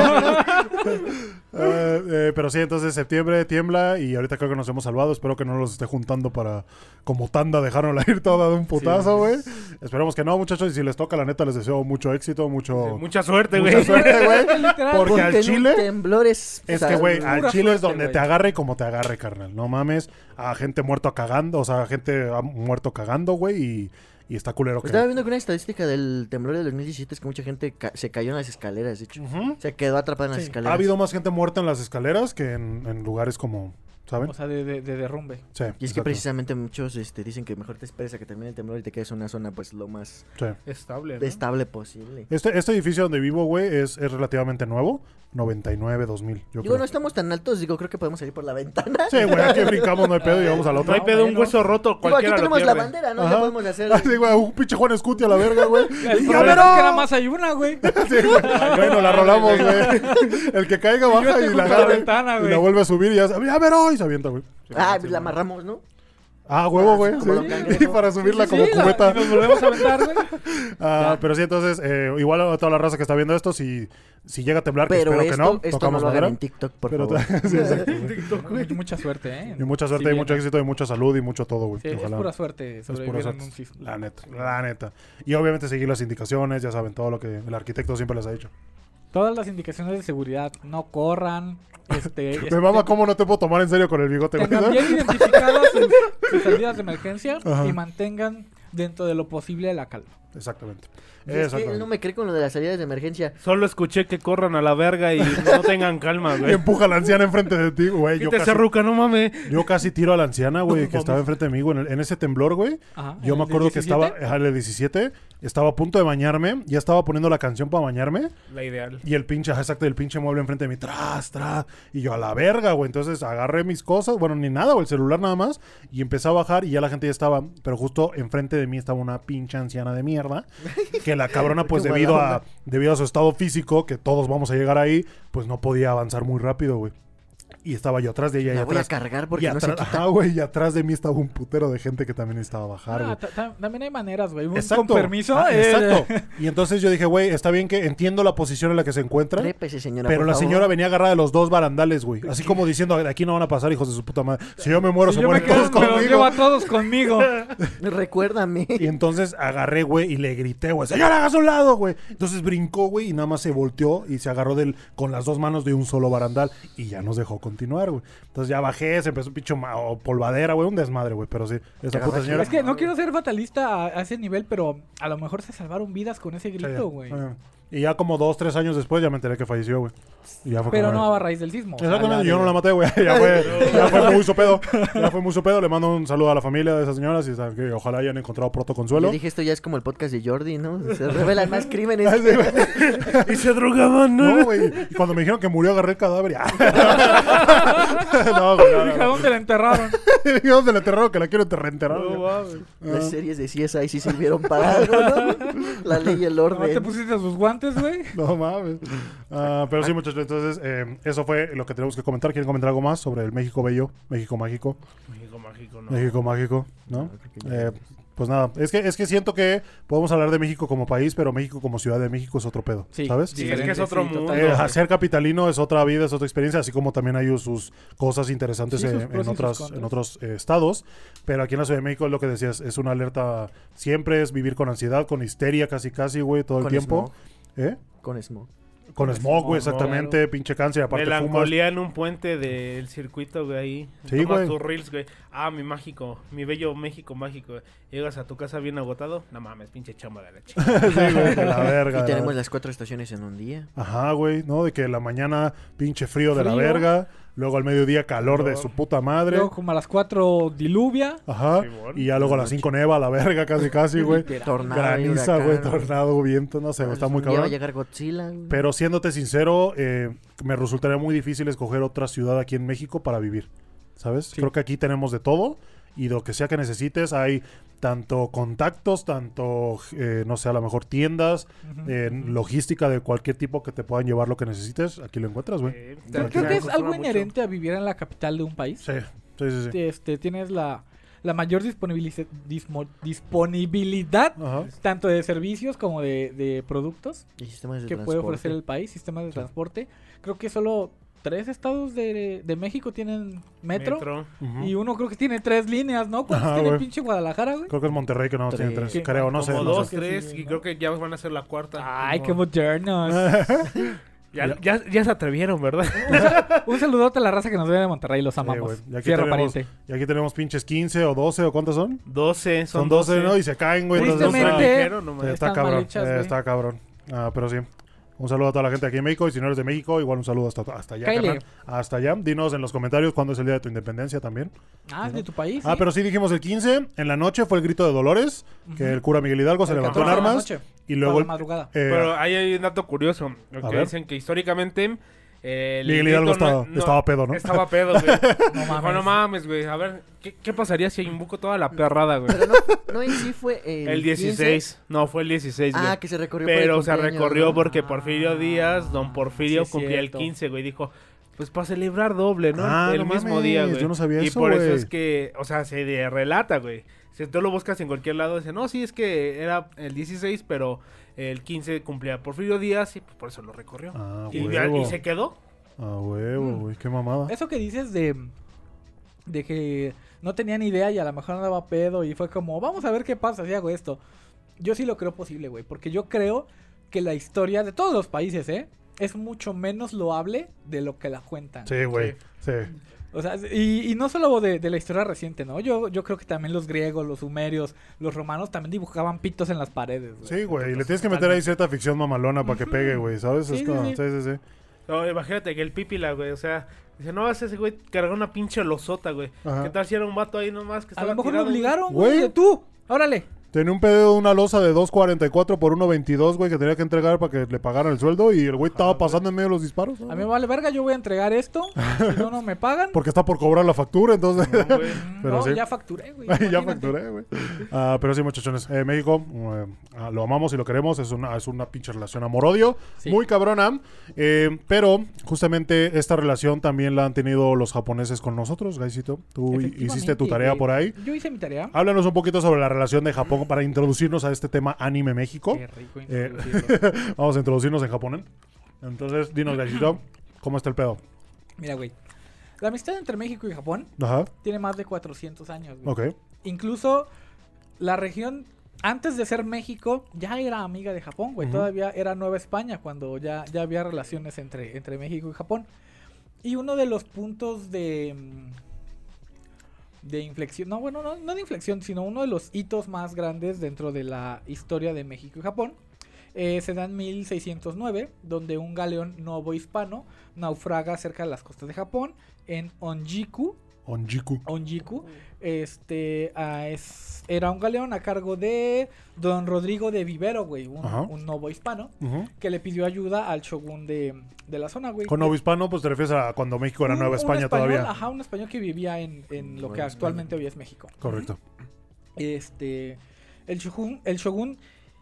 Eh, eh, pero sí, entonces septiembre tiembla y ahorita creo que nos hemos salvado. Espero que no los esté juntando para como tanda dejarnos ir toda de un putazo, güey. Esperemos que no, muchachos. Y si les toca, la neta, les deseo mucho éxito, mucho... Mucha suerte, mucha güey. suerte, güey. Literal. Porque al en Chile- un temblor es... Es o que, sea, güey, pura al Chile es suerte, donde güey. te agarre como te agarre, carnal. No mames. A gente muerto cagando, o sea, a gente ha muerto cagando, güey, y, y está culero que... Estaba viendo que una estadística del temblor del dos mil diecisiete es que mucha gente ca- se cayó en las escaleras, de hecho. Ujú. Se quedó atrapada en las Sí. escaleras. Ha habido más gente muerta en las escaleras que en, en lugares como... ¿Saben? O sea, de, de, de derrumbe. Sí. Y es que exacto. precisamente muchos este, dicen que mejor te esperes a que termine el temblor y te quedes en una zona pues lo más Sí. Estable, ¿no? estable posible. Este, este edificio donde vivo, güey, es, es relativamente nuevo. noventa y nueve, dos mil, yo Digo, creo. no estamos tan altos, digo, creo que podemos salir por la ventana. Sí, güey, aquí brincamos, no hay pedo y vamos a la No otra. hay pedo, un bueno. hueso roto, Digo, aquí cualquiera lo tenemos la pierde. bandera, ¿no? Ajá. Ya podemos hacer... Sí, güey, un pinche Juan Scuti a la verga, güey. El Y problema ¡ya es que veró! nada más hay una, güey. Sí, güey. Bueno, la rolamos, güey. El que caiga baja estoy y junto la a la agarra ventana, y güey. la vuelve a subir y ya, ¡ya veró! Y se avienta, güey. Ah, la amarramos, ¿no? Ah, huevo, güey. como Sí. los cangrejos. Para subirla Sí, como sí, la- cubeta. y nos volvemos a aventar, güey. Ah, Ya. pero sí, entonces, eh, igual a toda la raza que está viendo esto, si, si llega a temblar, que Pero espero esto, que no, esto no tocamos lo hagan madera. en TikTok, por Pero favor. sí, exacto, güey. Mucha- Mucha suerte, ¿eh? Y mucha suerte Sí, y mucho viene. éxito y mucha salud y mucho todo, güey. Sí, es Ojalá. pura suerte Es pura sobrevivir en suerte. un sismo. La neta, la neta. Y obviamente seguir las indicaciones, ya saben, todo lo que el arquitecto siempre les ha dicho. Todas las indicaciones de seguridad, no corran, este... Me mama cómo no te puedo tomar en serio con el bigote, güey. Tengan bien identificadas sus, sus salidas de emergencia Ajá. y mantengan dentro de lo posible la calma. Exactamente. Y es que Exactamente. él no me cree con lo de las salidas de emergencia. Solo escuché que corran a la verga y no tengan calma, Y güey. empuja a la anciana enfrente de ti, güey. Yo Quítese, casi, ruca, no mames. yo casi tiro a la anciana, güey, No que estaba mames. enfrente de mí, güey. En, el- en ese temblor, güey. Ajá. Yo ¿el me acuerdo que diecisiete? estaba, ajá, el diecisiete, estaba a punto de bañarme, ya estaba poniendo la canción para bañarme. La ideal. Y el pinche, ajá, exacto, el pinche mueble enfrente de mí, tras, tras. Y yo a la verga, güey. Entonces agarré mis cosas, bueno, ni nada, güey, el celular nada más. Y empecé a bajar y ya la gente ya estaba. Pero justo enfrente de mí estaba una pinche anciana de mierda. Que la cabrona, pues Qué debido mala a, onda. debido a su estado físico, que todos vamos a llegar ahí, pues no podía avanzar muy rápido, güey. Y estaba yo atrás de ella y La voy a atrás. cargar Y porque no se atrás, quita. ajá, güey, y atrás de mí estaba un putero de gente que también necesitaba bajar, Ah, güey. ta- ta- también hay maneras, güey. Un- Exacto. Con permiso. Ah, eh, exacto. Y entonces yo dije, güey, está bien que entiendo la posición en la que se encuentra. Trépese, señora, Pero por la favor. señora venía agarrada de los dos barandales, güey. Así como diciendo, de aquí no van a pasar, hijos de su puta madre. Si yo me muero, si se yo me mueren quedo, todos me los llevo conmigo. a todos conmigo. Recuérdame. Y entonces agarré, güey, y le grité, güey, señora, hagas a un lado, güey. Entonces brincó, güey, y nada más se volteó y se agarró del, con las dos manos de un solo barandal. Y ya nos dejó continuar, güey. Entonces ya bajé, se empezó un pincho ma- o polvadera, güey, un desmadre, güey. Pero sí, esa puta señora. Es que no quiero ser fatalista a, a ese nivel, pero a lo mejor se salvaron vidas con ese Sí, grito, güey. ah. Y ya como dos, tres años después ya me enteré que falleció, güey. Y ya fue Pero como- no a raíz del sismo. o sea, Exactamente, ya yo de- no la maté, güey. Ya fue, ya fue muy su pedo. Ya fue muy su pedo. Le mando un saludo a la familia de esas señoras y o sea, que ojalá hayan encontrado pronto consuelo. Le dije, esto ya es como el podcast de Jordi, ¿no? Se revelan más crímenes. Ah, sí, güey. Y se drogaban, ¿no? No, güey. Y cuando me dijeron que murió, agarré el cadáver. y- no, güey. No, Dije, ¿a no, dónde la enterraron? no. Dije, ¿dónde la enterraron? Que la quiero enterrar. No mames. Las series de C S I sí sirvieron para algo, ¿no? La ley y el ¿No te orden. pusiste sus guantes, güey? No mames. Ah, pero sí, muchachos. Entonces, eh, eso fue lo que tenemos que comentar. ¿Quieren comentar algo más sobre el México Bello? México Mágico. México mágico, ¿no? México Mágico, ¿no? No, creo que ya Eh, pues nada, es que, es que siento que podemos hablar de México como país, pero México como Ciudad de México es otro pedo, Sí, ¿sabes? Sí, es que es Diferente, otro sí, mundo. totalmente. Eh, ser capitalino es otra vida, es otra experiencia, así como también hay sus cosas interesantes Sí, sus en, pros y en sus otras, contras. en otros eh, estados, pero aquí en la Ciudad de México es lo que decías, es una alerta siempre, es vivir con ansiedad, con histeria casi casi, güey, todo el Con tiempo. ¿Eh? Con Smog. Con Con smog, güey, smog, exactamente, claro. pinche cáncer, aparte fumas. Melancolía en un puente del circuito, güey, ahí. Sí, Tomas güey. tus reels, güey. Ah, mi mágico, mi bello México mágico. Llegas a tu casa bien agotado. No mames, pinche chamba de la chica. Sí, güey, de la verga. Y de tenemos la- las cuatro estaciones en un día. Ajá, güey, ¿no? De que en la mañana pinche frío de la Frío. verga, luego al mediodía calor de Calor. su puta madre. Luego como a las cuatro diluvia. Ajá. Simón. Y ya luego a las cinco neva, la verga, casi casi, güey. Literal. Tornado. y Graniza, güey, huracán. tornado, viento, no sé, está muy Un día va a cabrón. llegar Godzilla. güey. Pero siéndote sincero, eh, me resultaría muy difícil escoger otra ciudad aquí en México para vivir, ¿sabes? Sí. Creo que aquí tenemos de todo y lo que sea que necesites, hay tanto contactos, tanto, eh, no sé, a lo mejor tiendas, Ujú. eh, logística de cualquier tipo que te puedan llevar lo que necesites, aquí lo encuentras, güey. Eh, Creo, te- creo te que es acostumbra algo mucho. inherente a vivir en la capital de un país. Sí, sí, sí. sí. Este, tienes la, la mayor disponibiliza- dismo- disponibilidad Ajá. tanto de servicios como de, de productos Y sistemas de que puede transporte. ofrecer el país, sistemas de transporte. Creo que solo tres estados de, de México tienen metro, Ujú. y uno creo que tiene tres líneas, ¿no? ¿Cuántos Ajá, tiene güey. pinche Guadalajara, güey? Creo que es Monterrey que no Tres. tiene tres, ¿Qué? creo, no sé. Como no dos, sé. tres, Sí, y ¿no? creo que ya van a ser la cuarta. Ay, No. qué modernos. Ya, ya, ya se atrevieron, ¿verdad? Un saludote a la raza que nos ve de Monterrey, los amamos. güey. Y aquí Fierro tenemos- pariente. Y aquí tenemos pinches quince o doce o cuántos son? doce, son, Son doce, ¿no? Y se caen, güey. entonces Tristemente, está- Ligero, no sí, mames. está están mal cabrón. hechas, eh, güey. está cabrón. Ah, pero sí. Un saludo a toda la gente aquí en México. Y si no eres de México, igual un saludo hasta, hasta allá, Cáele. carnal. Hasta allá. Dinos en los comentarios cuándo es el día de tu independencia también. Ah, es de tu país. Ah, ¿sí? pero sí dijimos el quince. En la noche fue el grito de Dolores. Que Ujú. el cura Miguel Hidalgo se El levantó en catorce de la armas. noche, Y por luego. la el- madrugada. eh, Pero ahí hay un dato curioso. Lo A que ver. dicen que históricamente. eh, el Miguel Hidalgo grito no- estaba, no- estaba pedo, ¿no? Estaba pedo, güey. No Dijo, mames. no mames, güey. A ver, ¿qué, qué pasaría si invoco toda la perrada, güey? Pero no, no en sí fue el, El dieciséis. No, fue el dieciséis, güey. Ah, que se recorrió por el Pero se cumpleaños, recorrió ¿no? porque Porfirio Díaz, don Porfirio, sí es cumplía el cierto. quince, güey. Dijo, pues para celebrar doble, ¿no? Ah, el no mismo mames, día, güey. yo no sabía y eso, por eso güey. es que, o sea, se de- relata, güey. Si tú lo buscas en cualquier lado, dice, no, sí, es que era el dieciséis, pero el quince cumplía Porfirio Díaz y pues, por eso lo recorrió. Ah, y, huevo. y se quedó. Ah, huevo, Mm. güey. Qué mamada. Eso que dices de, de que no tenían idea y a lo mejor andaba pedo y fue como, vamos a ver qué pasa si hago esto. Yo sí lo creo posible, güey, porque yo creo que la historia de todos los países, ¿eh? es mucho menos loable de lo que la cuentan. Sí, güey. Sí. O sea, y, y no solo de, de la historia reciente, ¿no? Yo, yo creo que también los griegos, los sumerios, los romanos también dibujaban pitos en las paredes, güey. Sí, güey. Y le Entonces, tienes que meter ahí cierta ficción mamalona para que pegue, güey. ¿Sabes? Sí, es sí, como... sí. Sí, sí, sí. No, imagínate que el Pípila, güey, o sea, dice, no vas a ese güey cargar una pinche losota, güey. Ajá. ¿Qué tal si era un vato ahí nomás que A estaba lo mejor tirado, me güey? obligaron, Güey. güey. de Tú, órale. Tenía un pedo de una losa de dos cuarenta y cuatro por uno veintidós, güey, que tenía que entregar para que le pagaran el sueldo. Y el güey estaba pasando en medio de los disparos, ¿no? A mí me vale verga, yo voy a entregar esto. Si no, no me pagan. Porque está por cobrar la factura, entonces... No, güey. Mm, pero no, sí. ya facturé, güey. ya imagínate. facturé, güey. Ah, pero sí, muchachones. Eh, México, eh, ah, lo amamos y lo queremos. Es una, es una pinche relación amor-odio. Sí. Muy cabrona. Eh, pero, justamente, esta relación también la han tenido los japoneses con nosotros, Gaisito. Tú hi- hiciste tu Efectivamente, tarea güey. por ahí. Yo hice mi tarea. Háblanos un poquito sobre la relación de Japón para introducirnos a este tema anime México. Qué rico Eh, introducirlo. Vamos a introducirnos en Japón. ¿eh? Entonces, dinos, Gaisito, ¿cómo está el pedo? Mira, güey. La amistad entre México y Japón Ajá, tiene más de cuatrocientos años, güey. ok. Incluso la región, antes de ser México, ya era amiga de Japón, güey. Ujú. Todavía era Nueva España cuando ya, ya había relaciones entre, entre México y Japón. Y uno de los puntos de... mm, de inflexión, no, bueno, no, no de inflexión, sino uno de los hitos más grandes dentro de la historia de México y Japón. Eh, se da en mil seiscientos nueve, donde un galeón novohispano naufraga cerca de las costas de Japón, en Onjiku. Onjiku. Onjiku, este, ah, es, era un galeón a cargo de Don Rodrigo de Vivero, güey, un, Ajá. un novohispano, Ujú. que le pidió ayuda al shogun de, de la zona, güey. Con Nuevo Hispano, pues te refieres a cuando México era Un- Nueva un España español, todavía. Ajá, un español que vivía en, en lo que Nueva actualmente hoy es México. Correcto. Este, el shogun, el shogun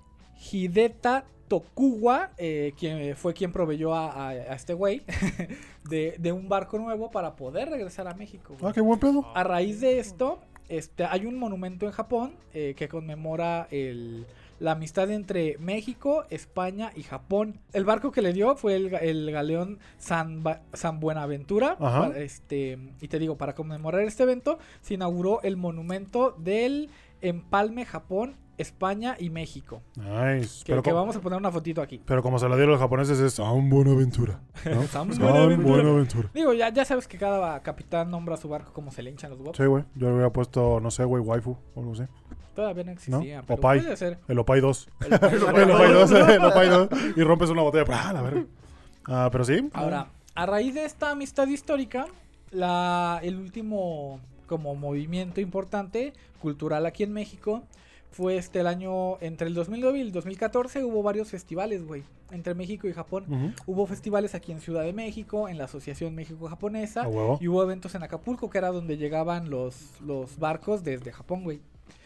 Hideta Tokugawa, eh, quien fue quien proveyó a, a- a este güey de, de un barco nuevo para poder regresar a México, güey. Ah, qué buen pedo. A raíz de esto, este, hay un monumento en Japón eh, que conmemora el, la amistad entre México, España y Japón. El barco que le dio fue el, ga- el galeón San, Ba- San Buenaventura. Ajá. Para, este, y te digo, para conmemorar este evento, se inauguró el monumento del empalme Japón, España y México. Nice. Que, Pero, que como, vamos a poner una fotito aquí. pero como se la dieron los japoneses es San Buenaventura. ¿no? San San Buenaventura. Buenaventura. Digo, ya, ya sabes que cada capitán nombra su barco como se le hinchan los huevos. Sí, güey. Yo le hubiera puesto, no sé, güey, waifu o algo así. Todavía no existía, ¿No? pero Opay. puede ser. El Opay dos. El- el- El Opay dos, el Opay dos. Y rompes una botella. ¡Ah, la verga! Ah, pero sí. Ahora, a raíz de esta amistad histórica, la, el último como movimiento importante cultural aquí en México fue este el año entre el dos mil nueve y el dos mil catorce. Hubo varios festivales, güey, entre México y Japón. Ujú. Hubo festivales aquí en Ciudad de México, en la Asociación México-Japonesa, A huevo. y hubo eventos en Acapulco, que era donde llegaban los, los barcos desde Japón, güey.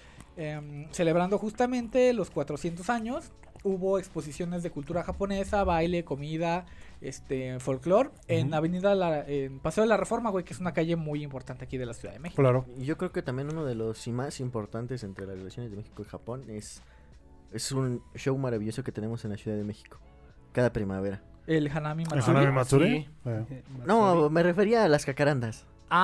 Em, celebrando justamente los cuatrocientos años, hubo exposiciones de cultura japonesa, baile, comida, este, folclore, en Ujú. Avenida, la, en Paseo de la Reforma, güey, que es una calle muy importante aquí de la Ciudad de México. Claro. Y yo creo que también uno de los y más importantes entre las relaciones de México y Japón es, es un show maravilloso que tenemos en la Ciudad de México. Cada primavera. El Hanami ¿El Matsuri. Hanami Matsuri? Sí. Eh. No, me refería a las cacarandas.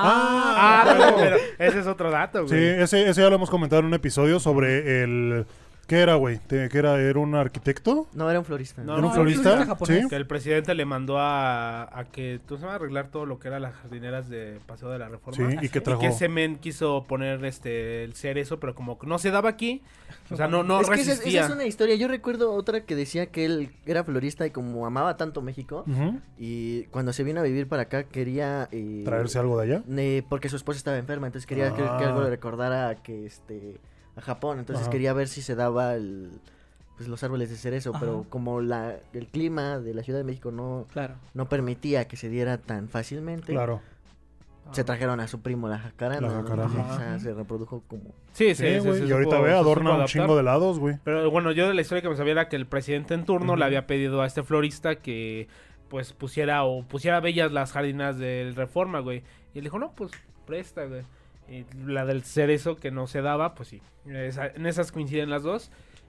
Ah, Ah, claro. pero ese es otro dato, Sí, güey. ese, ese ya lo hemos comentado en un episodio sobre el... ¿Qué era, güey? ¿Qué era? ¿Era un arquitecto? No, era un florista. No, ¿Era un no, florista? era un florista japonés. Sí. Que el presidente le mandó a, a que tú se va a arreglar todo lo que era las jardineras de Paseo de la Reforma. Sí, y que Y trajo... que ese men quiso poner este el cerezo, pero como que no se daba aquí, o sea, no, no es que esa, resistía. esa es una historia. Yo recuerdo otra que decía que él era florista y como amaba tanto México, Ujú. y cuando se vino a vivir para acá quería... eh, ¿Traerse algo de allá? eh, porque su esposa estaba enferma, entonces quería que, que Ah. algo le recordara a que este a Japón, entonces Ajá. quería ver si se daba el, pues los árboles de cerezo, Ajá. pero como la el clima de la Ciudad de México no Claro. no permitía que se diera tan fácilmente, Claro. se trajeron a su primo la jacaranda, La ¿no? jacaranda. Entonces, o sea, Ajá. se reprodujo como Sí, sí, Sí, sí, güey. sí, Y se ahorita supo- ve, se adorna supo un adaptar. chingo de lados, güey. Pero bueno, yo de la historia que me sabía era que el presidente en turno Ujú. le había pedido a este florista que pues pusiera o pusiera bellas las jardinas del Reforma, güey. Y él dijo, no, pues presta, güey. Y la del cerezo que no se daba, pues sí. Esa- en esas coinciden las dos.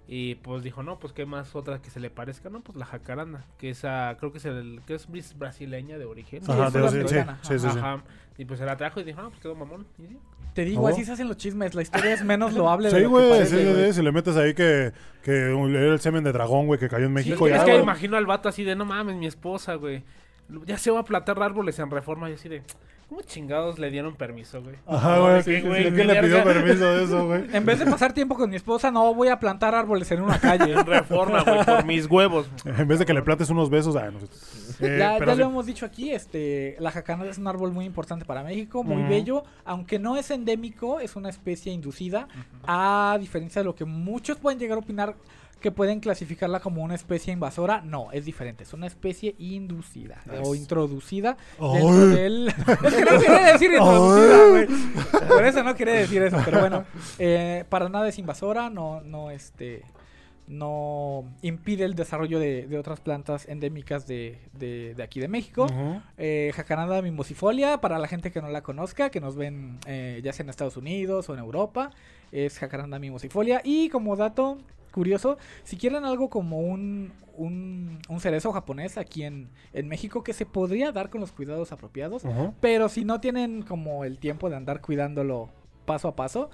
Y pues dijo, no, pues qué más otra que se le parezca, no, pues la jacaranda, que esa, creo que es el, que es bris- brasileña de origen. Sí, Ajá, es de- una sí, sí, americana. sí, sí, sí. Ajá. Y pues se la trajo y dijo, no, pues quedó mamón. Y sí. Te digo, Oh. así se hacen los chismes. La historia es menos loable de Sí, lo que güey, sí, parece, sí, güey. sí, si le metes ahí que, que era el semen de dragón, güey, que cayó en Es México. que, ya, es que güey. imagino al vato así de, no mames, mi esposa, güey. Ya se va a plantar árboles en Reforma y así de, ¿cómo chingados le dieron permiso, güey? Ajá, güey. Sí, Sí, güey, ¿Quién qué le pidió verga. permiso de eso, güey? En vez de pasar tiempo con mi esposa, no voy a plantar árboles en una calle. En Reforma, güey, por mis huevos. En vez de que le plantes unos besos, ah, no sé. Eh, ya pero ya sí. lo hemos dicho aquí, este, la jacaranda es un árbol muy importante para México, muy Ujú. bello, aunque no es endémico, es una especie inducida, a diferencia de lo que muchos pueden llegar a opinar que pueden clasificarla como una especie invasora, no, es diferente, es una especie inducida o introducida dentro Ay. del... Es que no quería decir introducida, güey. Por eso no quería decir eso, pero bueno, eh, para nada es invasora, no, no, este... no impide el desarrollo de, de otras plantas endémicas de, de, de aquí de México. Ujú. Eh, Jacaranda mimosifolia, para la gente que no la conozca, que nos ven eh, ya sea en Estados Unidos o en Europa, es Jacaranda mimosifolia. Y como dato curioso, si quieren algo como un, un, un cerezo japonés aquí en, en México, que se podría dar con los cuidados apropiados, Ujú. pero si no tienen como el tiempo de andar cuidándolo paso a paso,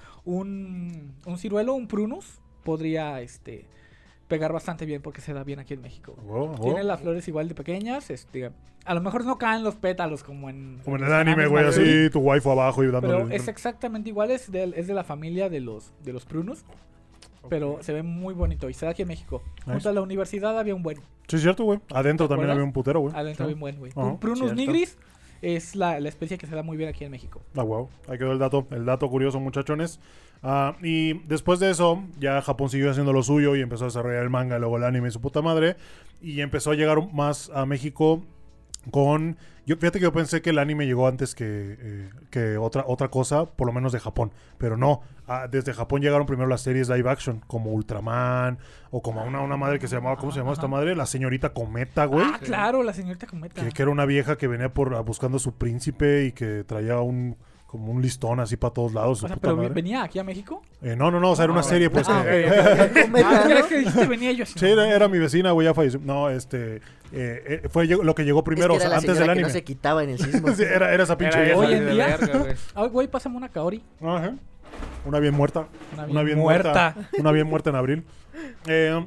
un, un ciruelo, un prunus, podría este pegar bastante bien porque se da bien aquí en México. Wow, wow. Tiene las flores igual de pequeñas, este, a lo mejor no caen los pétalos como en Como en los el anime, animes güey, Mallory, así, tu waifu abajo y dándole... pero es exactamente igual, es de, es de la familia de los de los prunus, pero se ve muy bonito y se da aquí en México. Nice. Junto a la universidad había un buen, Sí, es cierto, güey. Adentro ¿Te también acuerdas? había un putero, güey. adentro Sí. había un buen, güey. Ajá. Un prunus Cierto. nigris es la, la especie que se da muy bien aquí en México. Ah, wow. Ahí quedó el dato, el dato curioso, muchachones. Ah, y después de eso, ya Japón siguió haciendo lo suyo y empezó a desarrollar el manga, luego el anime y su puta madre. Y empezó a llegar más a México con... Yo, fíjate que yo pensé que el anime llegó antes que, eh, que otra, otra cosa, por lo menos de Japón. Pero no, ah, desde Japón llegaron primero las series live action, como Ultraman, o como una, una madre que se llamaba, ¿cómo se llamaba esta madre? La señorita Cometa, güey. Ah, claro, la señorita Cometa. Que, que era una vieja que venía por ah, buscando a su príncipe y que traía un como un listón así para todos lados. Su O sea, puta pero madre. venía aquí a México. Eh, no, no, no, o sea, era una Ah, serie, pues. Ah, que- ok, ok, ok. Cometa, Ah, ¿no? es que dijiste venía yo así. Sí, era, era mi vecina, güey, ya falleció. No, este, eh, eh, fue llegó- lo que llegó primero, Es que o era sea, la antes señora del que anime. no se quitaba en el sismo. Sí, era, era esa pinche Era vieja. Hoy esa en de día- verga, güey. Ah, güey, pásame una Kaori. Ajá. Una bien muerta. Una bien Una bien muerta. muerta. Una bien muerta en abril. Eh,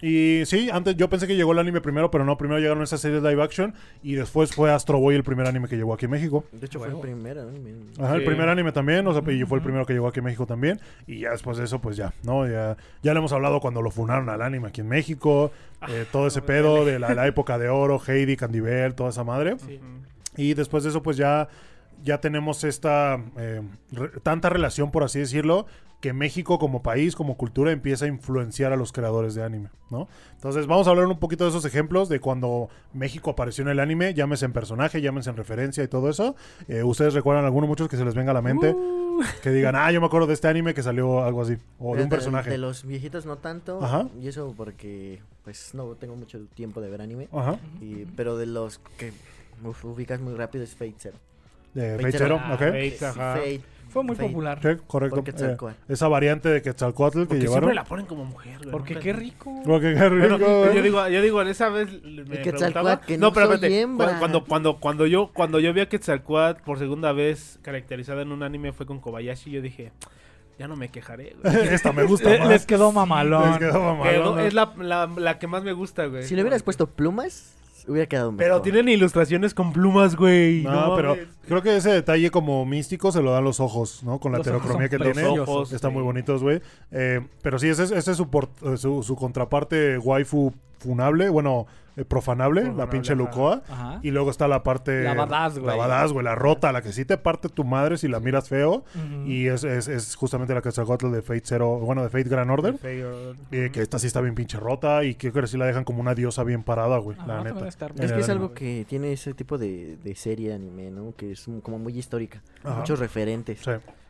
y sí, antes yo pensé que llegó el anime primero, pero no, primero llegaron esas series live action y después fue Astro Boy el primer anime que llegó aquí en México. De hecho, fue el primero. ¿no? Me- Ajá, el Sí. primer anime también, o sea, y fue el primero que llegó aquí en México también. Y ya después de eso, pues ya, ¿no? Ya, ya le hemos hablado cuando lo funaron al anime aquí en México, eh, todo ese pedo de la, la época de oro, Heidi, Candivel, toda esa madre. Sí. Y después de eso, pues ya, ya tenemos esta eh, re- tanta relación, por así decirlo, que México como país, como cultura, empieza a influenciar a los creadores de anime, ¿no? Entonces vamos a hablar un poquito de esos ejemplos de cuando México apareció en el anime, llámese en personaje, llámese en referencia y todo eso. Eh, ¿Ustedes recuerdan alguno, muchos que se les venga a la mente? Uh, Que digan, ah, yo me acuerdo de este anime que salió algo así, o de Pero un personaje. De los viejitos no tanto. Ajá. Y eso porque, pues, no tengo mucho tiempo de ver anime. Ajá. Y, pero de los que uf, ubicas muy rápido es Fate Zero. De Fate Fate Zero. Zero, Ah, ok. Fate, ajá. Fate. fue muy Fate. popular. Sí, correcto. Por Eh, Quetzalcóatl. esa variante de Quetzalcoatl que Porque llevaron. siempre la ponen como mujer, güey. Porque nunca- qué rico. Porque qué rico, Bueno, ¿eh? yo digo, yo digo, en esa vez me Quetzalcóatl, preguntaba... que no pero soy espérate, hembra. cu- cuando, cuando, cuando yo, cuando yo vi a Quetzalcóatl por segunda vez caracterizada en un anime fue con Kobayashi, yo dije, ya no me quejaré, güey. Esta me gusta Le- más. les quedó mamalón. Les quedó mamalón, Quedó- ¿no? es la, la, la que más me gusta, güey. Si le hubieras puesto plumas, hubiera quedado mejor. Pero tienen ilustraciones con plumas, güey. No, pero mames. creo que ese detalle como místico se lo dan los ojos, ¿no? Con la Los ojos heterocromía que son tiene. preciosos, Están sí. muy bonitos, güey. Eh, pero sí, ese, es- ese es su, por- eh, su, su contraparte waifu funable, bueno, eh, profanable, la Profanable, pinche ajá. Lucoa. Ajá. Y luego está la parte... La badass, güey. La badass, güey, la rota, la que sí te parte tu madre si la miras feo. Ujú. Y es, es, es justamente la que se de Fate Zero, bueno, de Fate Grand Order. Feo. eh, que esta sí está bien pinche rota y creo que sí la dejan como una diosa bien parada, güey, Ajá, la también neta. está En Es el que es anime. algo que tiene ese tipo de, de serie anime, ¿no? Que es un- como muy histórica. Ajá. Muchos referentes. Sí.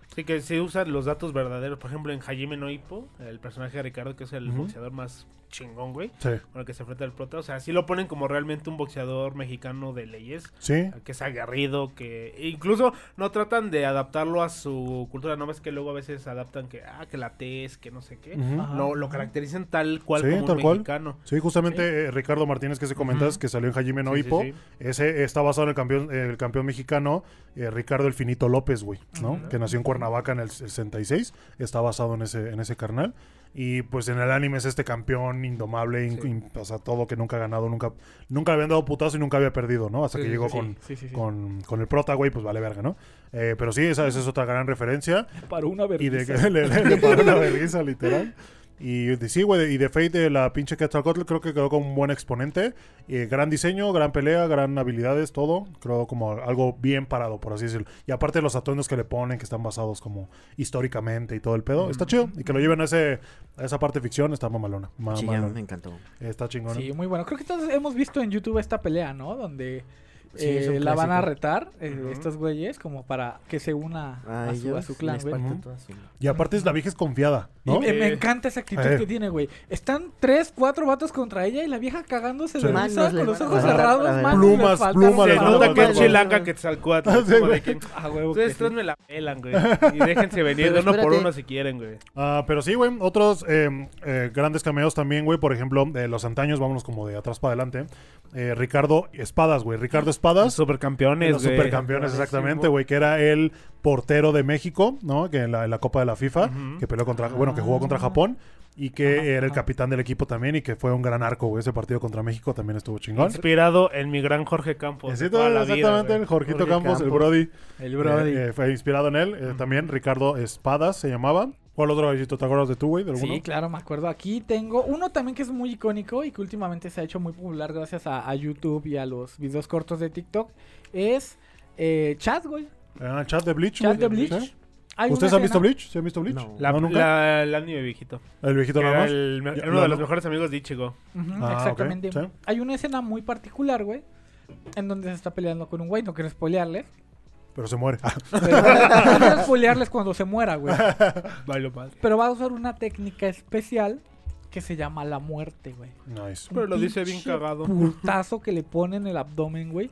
Sí, que se usan los datos verdaderos. Por ejemplo, en Hajime no Ippo, el personaje de Ricardo, que es el Ujú. boxeador más chingón, güey, Sí. con el que se enfrenta el prota. O sea, sí lo ponen como realmente un boxeador mexicano de leyes. Sí. Que es aguerrido, que incluso no tratan de adaptarlo a su cultura. No ves que luego a veces adaptan que, ah, que la tez, que no sé qué. Ujú. Ajá. Lo, lo caracterizan tal cual Sí, como tal un cual. mexicano. Sí, justamente eh, Ricardo Martínez, que se comentas, Ujú. que salió en Hajime no Sí, sí, Ippo, sí. ese está basado en el campeón, el campeón mexicano eh, Ricardo el Finito López, güey, ¿no? Ujú. Que nació en Cuernavaca en el sesenta y seis, está basado en ese, en ese carnal. Y pues en el anime es este campeón indomable, in- Sí. in- o sea, todo que nunca ha ganado, nunca, nunca le habían dado putazo y nunca había perdido, ¿no? Hasta Sí, que sí, llegó sí. con, Sí, sí, sí. con, con el prota, güey, pues vale verga, ¿no? Eh, pero sí, esa, esa es otra gran referencia. Para una Y de vergüenza. que le, le, le paró la vergüenza, literal. Y de, sí, güey, y de Fate de la pinche Quetzalcóatl creo que quedó como un buen exponente. Eh, gran diseño, gran pelea, gran habilidades, todo. Creo como algo bien parado, por así decirlo. Y aparte los atuendos que le ponen, que están basados como históricamente y todo el pedo. Está chido. Y que lo lleven a, ese, a esa parte de ficción está mamalona. Ma- Sí, ya malona. me encantó. Está chingón. Sí, muy bueno. Creo que todos hemos visto en YouTube esta pelea, ¿no? Donde Sí, eh, es un la van a clásico. retar eh, Ujú. estos güeyes como para que se una A a, su, a ellos su clan, les güey. falta Ujú. toda su- Y aparte es la vieja es confiada, ¿no? Y me, me Eh, encanta esa actitud eh. que tiene, güey. Están tres, cuatro vatos contra ella y la vieja cagándose Sí. de Manos risa le con los van a ojos faltar, cerrados, a ver. manos Plumas, le faltan plumas Se le para- nota faltan. que es Vale. chilanca Quetzalcóatl. Ah, sí, como güey. de que, Ah, huevo, ustedes que tres sí. me la pelan, güey. Y déjense venir Pero de uno por espérate. uno si quieren, güey. Ah, pero sí, güey, otros eh, eh, grandes cameos también, güey. Por ejemplo, de los antaños, vámonos como de atrás para adelante. Eh, Ricardo Espadas, güey. Ricardo Espadas. Supercampeones, Los güey. supercampeones, exactamente, güey, que era el portero de México, ¿no? Que en la, en la Copa de la FIFA, Ujú. que peleó contra, bueno, que jugó contra Ah. Japón y que Ajá, era el ajá. capitán del equipo también y que fue un gran arco, güey. Ese partido contra México también estuvo chingón. Inspirado en mi gran Jorge Campos. de Sí, toda la exactamente, vida, el güey. Jorgito Jorge Campos, el Campos. Brody. El Brody. eh, eh, fue inspirado en él. eh, También Ricardo Espadas se llamaba. ¿Cuál otro gallo te acuerdas de tú, güey? ¿De alguno? Sí, claro, me acuerdo. Aquí tengo uno también que es muy icónico y que últimamente se ha hecho muy popular gracias a, a YouTube y a los videos cortos de TikTok. Es eh, Chad, güey. Ah, chat de Bleach, Chat güey. de Bleach. ¿Sí? Hay ¿Ustedes una han visto escena- Bleach? ¿Sí han visto Bleach? No. La, ¿No, nunca? la- el anime viejito. El viejito Que nada era más. el- Ya, uno la- de los mejores amigos de Ichigo. Ujú, Ah, exactamente. ok, sí. Hay una escena muy particular, güey, en donde se está peleando con un güey. No quiero spoilearles. Pero se muere. Ah, Pero no quiero spoilearles cuando se muera, güey. Bailo padre. Pero va a usar una técnica especial que se llama la muerte, güey. nice. Pero Un lo dice bien pinche cagado. Putazo que le pone en el abdomen, güey.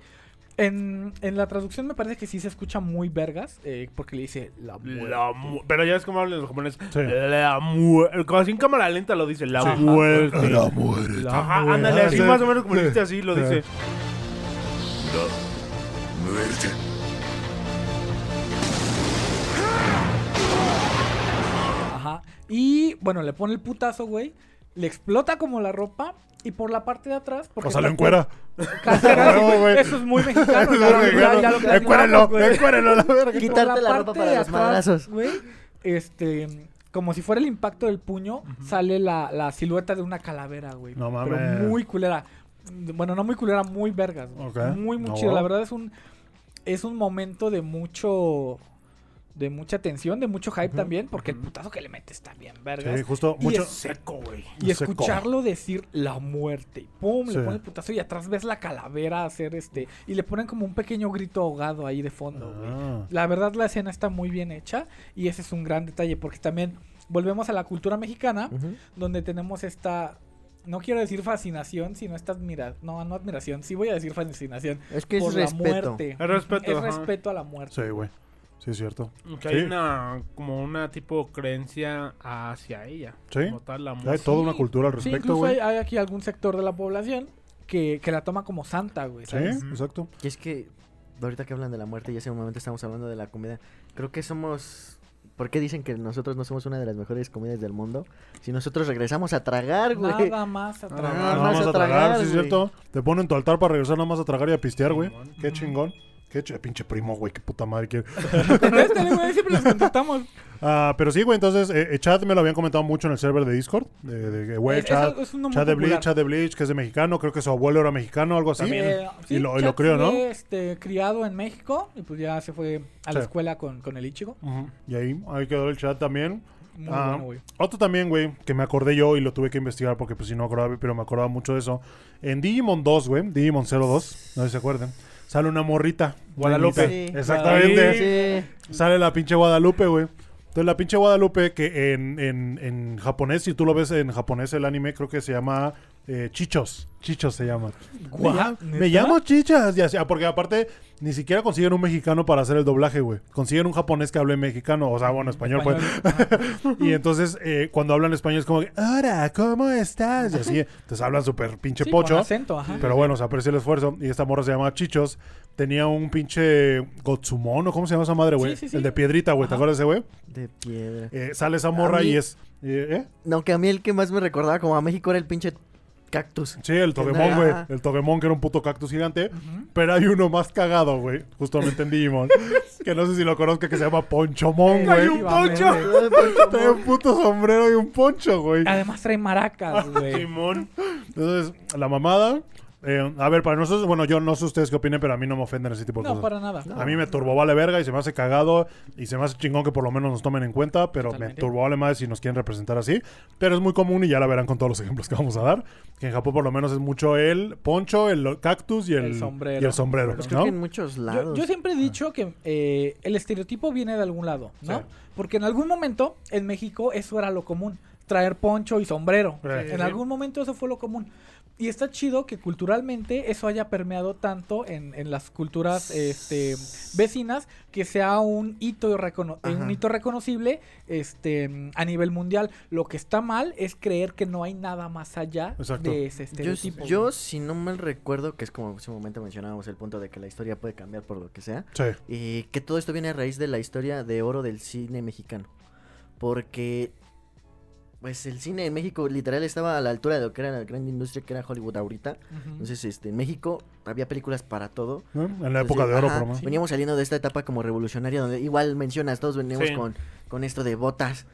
En, en la traducción me parece que sí se escucha muy vergas, eh, porque le dice la muerte. La mu- Pero ya es como hablan los japoneses. Sí. La muerte. Como así en cámara lenta lo dice. La Sí. muerte. La muerte. La Ajá, muerte. ándale, así Sí. más o menos como lo dijiste así, lo Sí. dice. Ajá. Y bueno, le pone el putazo, güey. Le explota como la ropa. Y por la parte de atrás. Porque O salió en está- cuera. Casi, casi, No, güey. güey. Eso es muy mexicano. Es ya lo- muy ya- mexicano. ya lo platicamos, Encuérenlo, güey. encuérenlo, la verga. Y Quitarte por la ropa parte para de los atrás, madrazos. güey, este, como si fuera el impacto del puño, sale la, la silueta de una calavera, güey. No Pero mames. muy culera. Bueno, no muy culera, muy vergas. güey. Ok. Muy, muy No, chido. La wow. verdad es un, es un momento de mucho, de mucha tensión, de mucho hype también, porque el putazo que le mete está bien vergas. Sí, justo. Y Mucho. es- Seco, güey. Y seco. escucharlo decir la muerte. Y pum, Sí. le pone el putazo y atrás ves la calavera hacer este. Y le ponen como un pequeño grito ahogado ahí de fondo, güey. Ah. La verdad la escena está muy bien hecha. Y ese es un gran detalle. Porque también volvemos a la cultura mexicana. Ujú. Donde tenemos esta. No quiero decir fascinación, sino esta admiración. No, no admiración. Sí voy a decir fascinación. Es que es por la respeto. muerte. Es respeto, Es ajá. respeto a la muerte. Sí, güey. Sí, es cierto. Que Sí. hay una, como una tipo creencia hacia ella. Sí. Como tal, la Hay muerte. toda una cultura al Sí, respecto, incluso hay, güey. hay aquí algún sector de la población que, que la toma como santa, güey. Sí, ¿sabes? exacto. Y es que ahorita que hablan de la muerte y hace un momento estamos hablando de la comida, creo que somos... ¿Por qué dicen que nosotros no somos una de las mejores comidas del mundo? Si nosotros regresamos a tragar, güey. Nada más a Nada tragar. Nada Nada más más a a tragar, tragar, sí, es güey. cierto. Te ponen tu altar para regresar nada más a tragar y a pistear, güey. Chingón. Qué chingón. Qué ch- pinche primo, güey. Qué puta madre quiere. Este, güey, siempre los contestamos. Ah, pero sí, güey. Entonces, eh, eh, Chad me lo habían comentado mucho en el server de Discord. De, de que, güey, Es- Chad, es- es uno muy Chad de popular. Bleach, Chad de Bleach, que es de mexicano. Creo que su abuelo era mexicano, algo así. También. Eh, sí, Y lo- y Chad lo creo, ¿no? fue, este, criado en México y pues ya se fue a la Sí. escuela con, con el Ichigo. Ujú. Y ahí, ahí quedó el Chad también. Muy Ah, bueno, güey. Otro también, güey, que me acordé yo y lo tuve que investigar porque pues si no acordaba, pero me acordaba mucho de eso. En Digimon dos, güey, Digimon cero dos, no sé si se acuerdan. sale una morrita. Guadalupe. buenita. Sí. Exactamente. Sí. Sale la pinche Guadalupe, güey. Entonces la pinche Guadalupe, que en, en, en japonés, si tú lo ves en japonés el anime, creo que se llama eh, Chichos. Chichos se llama. Guau, Me, llamo- ¿neta? me llamo Chichas. Y así, ah, porque aparte ni siquiera consiguen un mexicano para hacer el doblaje, güey. Consiguen un japonés que hable mexicano. O sea, bueno, español, pues. Español. Y entonces, eh, cuando hablan español es como que, hola, ¿cómo estás? Y así, entonces hablan súper pinche Sí, pocho. con acento, ajá. Pero bueno, se aprecia el esfuerzo. Y esta morra se llama Chichos. Tenía un pinche Gotsumon, ¿o cómo se llama esa madre, güey? Sí, sí, sí. El de piedrita, güey. ¿Te Ajá. acuerdas de ese güey? De piedra. Eh, sale esa morra A mí- y es... eh, ¿eh? No, que a mí el que más me recordaba como a México era el pinche cactus. Sí, el Togemon, Ajá. güey. El Togemon, que era un puto cactus gigante. Ujú. Pero hay uno más cagado, güey. Justamente en Digimon. Que no sé si lo conozco, que se llama Ponchomon, güey. Hay un poncho. Trae un puto sombrero y un poncho, güey. Además trae maracas, güey. Simón. Entonces, la mamada... eh, a ver, para nosotros... Bueno, yo no sé ustedes qué opinen, pero a mí no me ofenden ese tipo de No, cosas. para nada. A mí me turbovale verga y se me hace cagado y se me hace chingón que por lo menos nos tomen en cuenta, pero Totalmente. me turbovale más si nos quieren representar así. Pero es muy común y ya la verán con todos los ejemplos que vamos a dar. Que en Japón por lo menos es mucho el poncho, el cactus y el, El sombrero. y el sombrero, Pues creo ¿no? que en muchos Yo, lados. yo siempre he dicho que eh, el estereotipo viene de algún lado, ¿no? Sí. Porque en algún momento en México eso era lo común, traer poncho y sombrero. Sí, en sí. algún momento eso fue lo común. Y está chido que culturalmente eso haya permeado tanto en, en las culturas este, vecinas que sea un hito, recono- eh, un Ajá. hito reconocible este, a nivel mundial. Lo que está mal es creer que no hay nada más allá Exacto. de ese Yo, estereotipo. yo, si no mal recuerdo, que es como en ese momento mencionábamos el punto de que la historia puede cambiar por lo que sea, Sí. y que todo esto viene a raíz de la historia de oro del cine mexicano. Porque, pues, el cine en México literal estaba a la altura de lo que era la gran industria que era Hollywood ahorita. Ujú. Entonces, este, en México había películas para todo. ¿no? En la época de oro, Entonces, ajá, por lo menos. veníamos saliendo de esta etapa como revolucionaria donde igual mencionas, todos veníamos Sí. con, con esto de botas,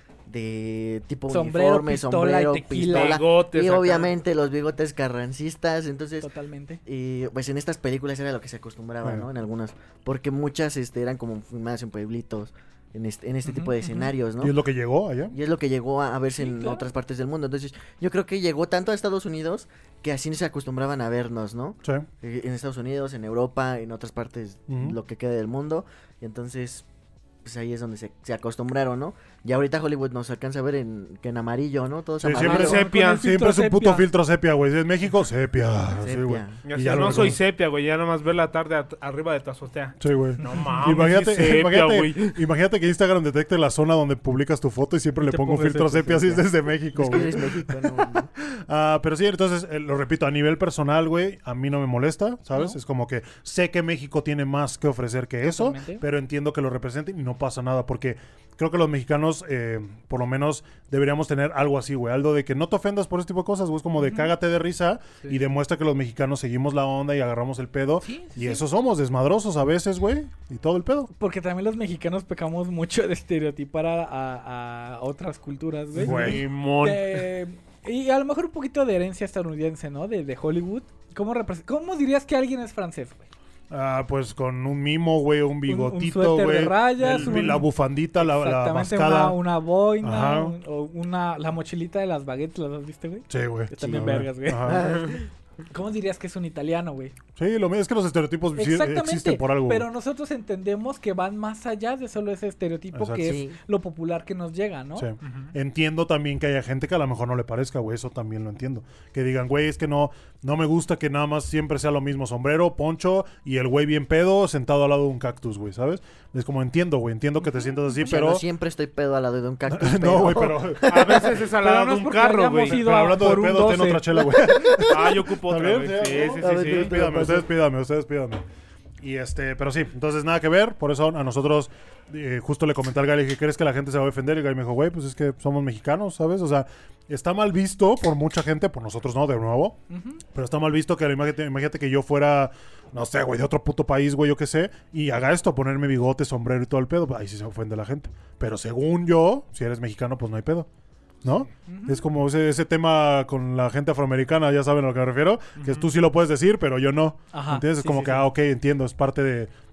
de tipo Sombrero, uniforme, pistola sombrero, y tequila. pistola. Bigotes Y acá. obviamente los bigotes carrancistas, entonces... Totalmente. Y pues en estas películas era lo que se acostumbraba, Bueno. ¿no? En algunas. Porque muchas este, eran como filmadas en pueblitos, en este, en este Ujú, tipo de ujú. Y escenarios, es ¿no? lo que llegó allá. Y es lo que llegó a, a verse Sí, en claro. otras partes del mundo. Entonces, yo creo que llegó tanto a Estados Unidos que así se acostumbraban a vernos, ¿no? Sí. Eh, En Estados Unidos, en Europa, en otras partes, Ujú. lo que quede del mundo. Y entonces, pues ahí es donde se, se acostumbraron, ¿no? Y ahorita Hollywood nos alcanza a ver en, que en amarillo, ¿no? Todos Sí, amarillo. siempre Amarillo. sepia. Con el Siempre es un filtro puto sepia. filtro sepia, güey. Si es México, sepia. Sí, Sepia. güey. Ya Y sé, ya lo no soy reconoce. sepia, güey. Ya nomás ver la tarde at- arriba de tu azotea. Sí, güey. No mames. Imagínate, sí, sepia, imagínate, güey. imagínate que Instagram detecte la zona donde publicas tu foto y siempre Y le te pongo un pongo filtro sepia, sepia así sepia. desde México, Es que güey. eres México, ¿no? Ah, pero sí, entonces, eh, lo repito, a nivel personal, güey, a mí no me molesta, ¿sabes? No. Es como que sé que México tiene más que ofrecer que eso, Totalmente. pero entiendo que lo representen y no pasa nada, porque creo que los mexicanos, eh, por lo menos, deberíamos tener algo así, güey. Algo de que no te ofendas por ese tipo de cosas, güey. Es como de Ujú. cágate de risa Sí. y demuestra que los mexicanos seguimos la onda y agarramos el pedo. Sí, sí, y sí. eso somos, desmadrosos a veces, güey. Y todo el pedo. Porque también los mexicanos pecamos mucho de estereotipar a, a- a otras culturas, güey. Güey. Simón. De- y a lo mejor un poquito de herencia estadounidense, ¿no? De, de Hollywood. ¿Cómo, repres- ¿Cómo dirías que alguien es francés, güey? Ah, pues con un mimo, güey, un bigotito, suéter de güey. rayas, el- un- La bufandita, la, la Exactamente, mascada. una, una boina, Ajá. un- o una, la mochilita de las baguettes, ¿las has visto, güey? Sí, güey. Están bien Sí, vergas, güey. Ajá. ¿Cómo dirías que es un italiano, güey? Sí, lo mismo es que los estereotipos sí Exactamente, existen por algo. pero güey. nosotros entendemos que van más allá de solo ese estereotipo Exacto. que Sí. es lo popular que nos llega, ¿no? Sí. Ujú. Entiendo también que haya gente que a lo mejor no le parezca, güey. Eso también lo entiendo. Que digan, güey, es que no, no me gusta que nada más siempre sea lo mismo. Sombrero, poncho y el güey bien pedo sentado al lado de un cactus, güey, ¿sabes? Es como entiendo, güey. Entiendo que te sientas así, O sea, pero... no siempre estoy pedo al lado de un cactus. no, güey, pero... A veces es al Pero lado no de es un porque carro, hayamos güey. ido Pero a hablando de por un pedo, ten doce. otra chela, güey. Ah, yo ocupo otra, ¿También? güey. Sí, Sí, ¿no? sí, A ver, sí, sí. Pídame, ustedes pídame, ustedes pídame. Y este, pero sí, entonces nada que ver. Por eso a nosotros, eh, justo le comenté al Gary, dije, ¿crees que la gente se va a defender? Y el Gary me dijo, güey, pues es que somos mexicanos, ¿sabes? O sea, está mal visto por mucha gente, por nosotros no, de nuevo. Ujú. Pero está mal visto que imagínate, imagínate que yo fuera, no sé, güey, de otro puto país, güey, yo qué sé, y haga esto, ponerme bigote, sombrero y todo el pedo. Ahí sí se ofende la gente. Pero según yo, si eres mexicano, pues no hay pedo. ¿No? Ujú. Es como ese, ese tema con la gente afroamericana, ya saben a lo que me refiero, que tú sí lo puedes decir, pero yo no. Ajá, ¿Entiendes? Es sí, como sí, que, sí. ah, ok, entiendo, es parte de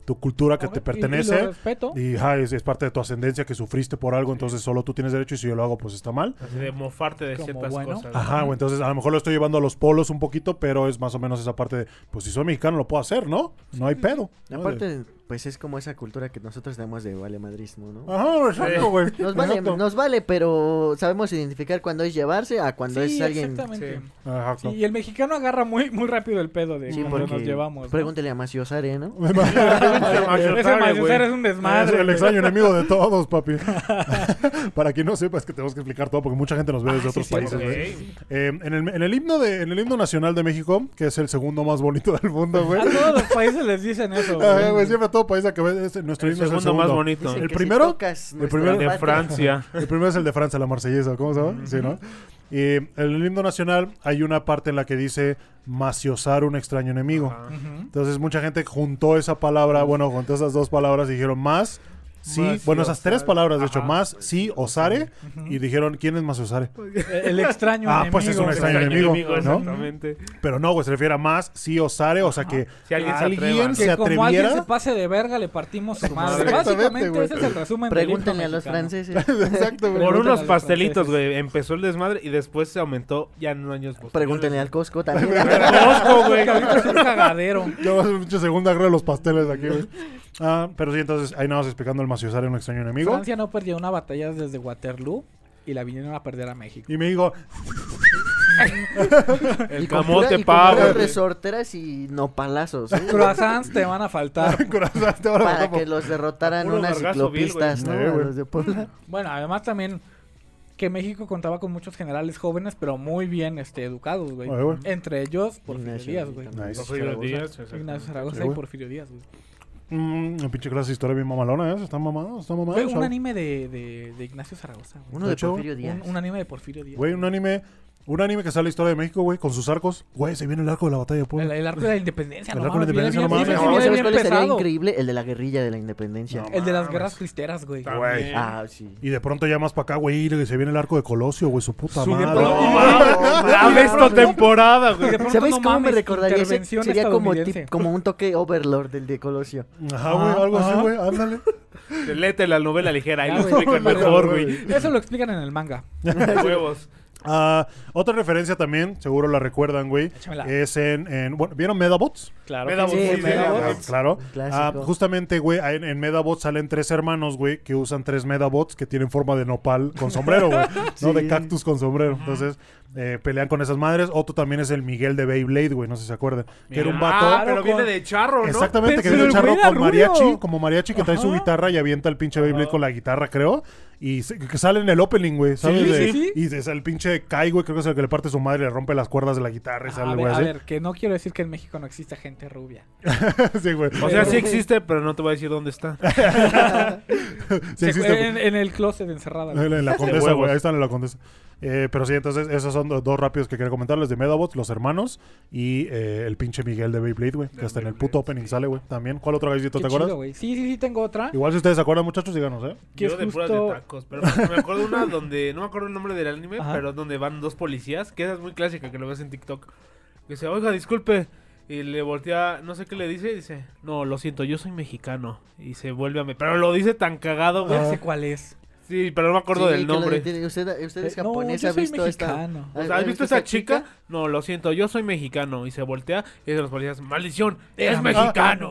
tu cultura que Ok, te y- y pertenece. lo respeto. Y ajá, es, es parte de tu ascendencia que sufriste por algo, entonces solo tú tienes derecho y si yo lo hago, pues está mal. Así de mofarte de Como ciertas bueno. cosas. Ajá, güey, entonces a lo mejor lo estoy llevando a los polos un poquito, pero es más o menos esa parte de, pues si soy mexicano lo puedo hacer, ¿no? No hay pedo. Y ¿no? aparte, pues es como esa cultura que nosotros tenemos de valemadrismo, ¿no? Ajá, exacto, güey. Nos vale, Exacto. nos vale, pero sabemos identificar cuando es llevarse a cuando Sí, es alguien. exactamente. Sí. Exacto. Sí, y el mexicano agarra muy, muy rápido el pedo de Sí, cuando porque nos llevamos. ¿no? pregúntele a Macio Sare, ¿no? Ese Mayotario, Mayosar güey. es un Es desmadre. el güey. extraño enemigo de todos, papi. Para quien no sepa, es que tenemos que explicar todo porque mucha gente nos ve desde Ah, sí, otros sí, países, ok. güey. Eh, en, el, en el himno de, en el himno nacional de México, que es el segundo más bonito del mundo, güey. A todos los países les dicen eso. Ah, güey. güey, siempre a todo país a que ve, es- nuestro El himno es el segundo más segundo. bonito. Dicen El que si primero, tocas el nuestra primero- De patria- Francia. El primero es el de Francia, la marsellesa, ¿cómo se llama? Sí, ¿no? Y en el himno nacional hay una parte en la que dice maciosar un extraño enemigo. Ajá. Ujú. Entonces mucha gente juntó esa palabra, bueno, juntó esas dos palabras y dijeron más, sí, Más bueno, y esas tres osare. palabras, de hecho, Ajá. más, sí, osare, y dijeron, ¿quién es maciosare? El extraño Ah, enemigo. pues es un güey. extraño enemigo, ¿no? Exactamente. Pero no, güey, se refiere a más, sí, osare, o sea que Si alguien se alguien atreva, ¿no? se Que como alguien atreviera. se pase de verga, le partimos su madre. Exactamente, Básicamente güey. ese es el resumen del himno Pregúntenle a los mexicano. franceses. Exacto, güey. Por Pregúntale a unos los pastelitos, franceses. güey. Empezó el desmadre y después se aumentó ya en años posteriores. Pregúntenle al Costco también. Costco, güey. Que ahorita es un cagadero. Ya va a ser mucha segunda guerra de los pasteles aquí, güey. Ah, pero sí, entonces ahí nada más explicando el maciosare un extraño enemigo. Francia no perdió una batalla desde Waterloo y la vinieron a perder a México. Y me digo, El Y con camote pura- y con pago. puras güey. resorteras y nopalazos, ¿eh? Croissants te van a faltar. corazón, te van a Para matar que los derrotaran Puro unas vergazo vil, ciclopistas, ¿no? güey. Sí, A güey. los de Puebla. Bueno, además también que México contaba con muchos generales jóvenes, pero muy bien este, educados, güey. Ay, güey. Entre ellos, Porfirio Ignacio Díaz, güey. también. Nice. Porfirio Zaragoza. Díaz, exacto. Ignacio Zaragoza Sí, y güey. Porfirio Díaz, güey. Mm, una pinche clase de historia bien mamalona, ¿eh? Están mamados, están mamados. Fue un chavo. anime de, de, de Ignacio Zaragoza, güey. Uno De de hecho, Porfirio Díaz. Un, un anime de Porfirio Díaz. Güey, un anime, un anime que sale la historia de México, güey, con sus arcos. Güey, se viene el arco de la batalla de El, Puebla. el arco de la independencia, El no arco de la mames, viene independencia, bien- no mames. ese sí viene No, ¿sabes bien cuál estaría pesado. increíble? El de la guerrilla de la independencia. No, El de las mames. guerras cristeras, güey. Güey. Ah, sí. Y de pronto ya más para acá, güey, se viene el arco de Colosio, güey, su puta Su- de madre. pronto- No, La esta temporada, Y güey. de pronto, ¿Sabes no cómo me mames, recordaría? Ese- intervención sería como, estadounidense. tip- como un toque Overlord del de Colosio. Ajá, güey, algo así, Ajá. güey, ándale. Léete la novela ligera, ahí Ya, lo güey. explican Vale, mejor, güey. güey. Eso lo explican en el manga. Huevos. Ah, otra referencia también, seguro la recuerdan, güey, Échamela. es en, en bueno, ¿vieron Medabots? Claro. Medabots, Sí, sí, sí, Medabots. sí. Claro. Clásico. Ah, justamente, güey, en, en Medabots salen tres hermanos, güey, que usan tres Medabots que tienen forma de nopal con sombrero, güey. No, de Sí. cactus con sombrero. Entonces, eh, pelean con esas madres. Otro también es el Miguel de Beyblade, güey, no sé si se acuerdan. Que era un vato. Ah, pero con- viene de charro, ¿no? Exactamente, que Pero viene el el charro güey era con mariachi, rubio. como mariachi que trae su Ajá. guitarra y avienta el pinche Beyblade con la guitarra, creo. Y se- que sale en el opening, güey, ¿sabes? Sí, De- sí, sí. Y es el pinche Kai, güey, creo que es el que le parte su madre y le rompe las cuerdas de la guitarra y A sale, ver, güey, a así. ver, que no quiero decir que en México no exista gente rubia. Sí, güey. O sea, sí existe, pero no te voy a decir dónde está. Sí Se- existe, en, en el closet encerrada. güey. En en la condesa, huevos. güey. Ahí están en la condesa. Eh, pero sí, entonces esos son do- dos rápidos que quería comentarles de Medabots, los hermanos y eh, el pinche Miguel de Beyblade, güey. Que hasta en el puto opening sale, güey. También. ¿Cuál otro galletito Qué te acuerdas? chido, güey. Sí, sí, sí, tengo otra. Igual si ustedes se acuerdan, muchachos, díganos, ¿eh? Que Yo es de puras justo- de tacos. Pero me acuerdo una donde, no me acuerdo el nombre del anime, Ajá. pero donde van dos policías, que esa es muy clásica, que lo ves en TikTok. Que dice, oiga, disculpe. Y le voltea, no sé qué le dice, y dice, no, lo siento, yo soy mexicano. Y se vuelve a... Me... Pero lo dice tan cagado, güey. Ya sé cuál es. Sí, pero no me acuerdo Sí, del que lo nombre. de- usted, usted es Eh, no, japonés, yo ¿ha soy visto esta? mexicano. O sea, ¿has visto esa chica? No, lo siento, yo soy mexicano. Y se voltea y dice a los policías, maldición, es Ah, mexicano.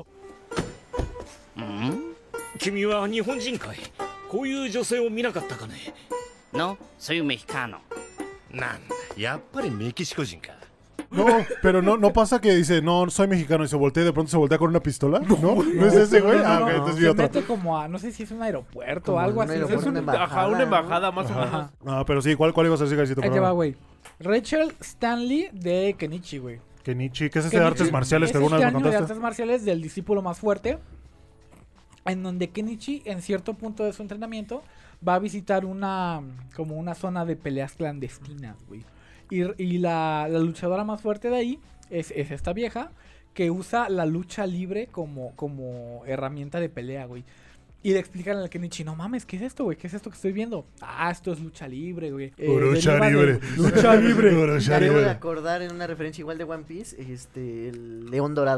ん君は日本人かいこういう女性を見なかったかね No, soy un mexicano. なんだやっぱりメキシコ人か No, pero no, no pasa que dice, no, soy mexicano y se voltea y de pronto se voltea con una pistola. No, no, es ese, güey. Ah, ok, entonces vi Se otro. mete como a, no sé si es un aeropuerto o Como algo un así. aeropuerto, Es un- una Ajá, embajada, una ¿no? embajada más o Ajá. menos. Ah, pero sí, ¿cuál, cuál ibas a decir, Gaisito? Ahí te Perdón. va, güey. Rachel Stanley de Kenichi, güey. Kenichi, ¿qué es ese Kenichi de artes marciales es que alguna este vez me año de contaste? artes marciales del discípulo más fuerte, en donde Kenichi, en cierto punto de su entrenamiento, va a visitar una como una zona de peleas clandestinas, güey. Y, y la, la luchadora más fuerte de ahí es, es esta vieja que usa la lucha libre como, como herramienta de pelea, güey. Y le explican al Kenichi, no mames, ¿qué es esto, güey? ¿Qué es esto que estoy viendo? Ah, esto es lucha libre, güey. Eh, Lucha deriva de- libre. Lucha libre. Lucha Me debo de libre. acordar en una referencia igual de One Piece, este, el León Dorado.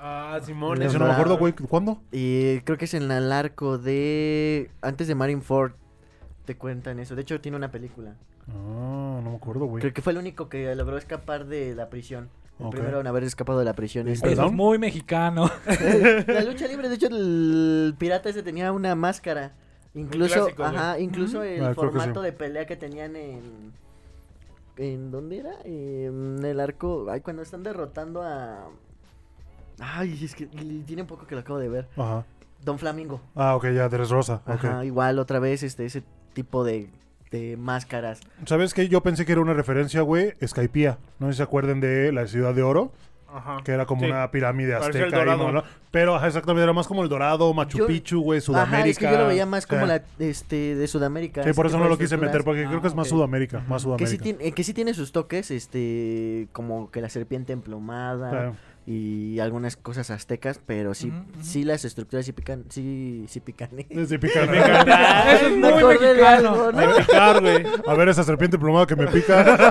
Ah, Simón. Le- Eso no me acuerdo, güey. ¿Cuándo? Y creo que es en el arco de... Antes de Marineford te cuentan eso. De hecho, tiene una película. Ah, no me acuerdo, güey. Creo que fue el único que logró escapar de la prisión. El Ok. primero en haber escapado de la prisión. ¿Y Este, Eso ¿Perdón? es muy mexicano. la lucha libre, de hecho, el pirata ese tenía una máscara. Incluso, clásico, güey. ajá, incluso el Ah, creo que formato sí. de pelea que tenían en... ¿En dónde era? En el arco... Ay, cuando están derrotando a... Ay, es que tiene un poco que lo acabo de ver. Ajá. Don Flamingo. Ah, ok, ya, Dressrosa. Ok. Ajá, igual otra vez este ese tipo de, de máscaras. ¿Sabes qué? Yo pensé que era una referencia, güey. Skypiea. No sé si se acuerdan de la Ciudad de Oro. Ajá. Que era como Sí. una pirámide Parecía el azteca. ahí, Dorado. ¿no? Pero ajá, exactamente, era más como el Dorado, Machu Yo- Picchu, güey, Sudamérica. Ajá, es que yo lo veía más como Sí. la este de Sudamérica. Sí, ese por eso tipo no de lo quise meter, estructuras. porque creo que es más Ah, ok. Sudamérica, más Que Sudamérica. sí, tiene, eh, que sí tiene sus toques, este, como que la serpiente emplumada Sí. y algunas cosas aztecas, pero sí, Ujú, ujú. sí las estructuras sí pican, sí, sí pican. ¿eh? Sí, pica. Eso es Me muy acordé de mexicano. algo, ¿no? A picar, güey. A ver esa serpiente plumada que me pica.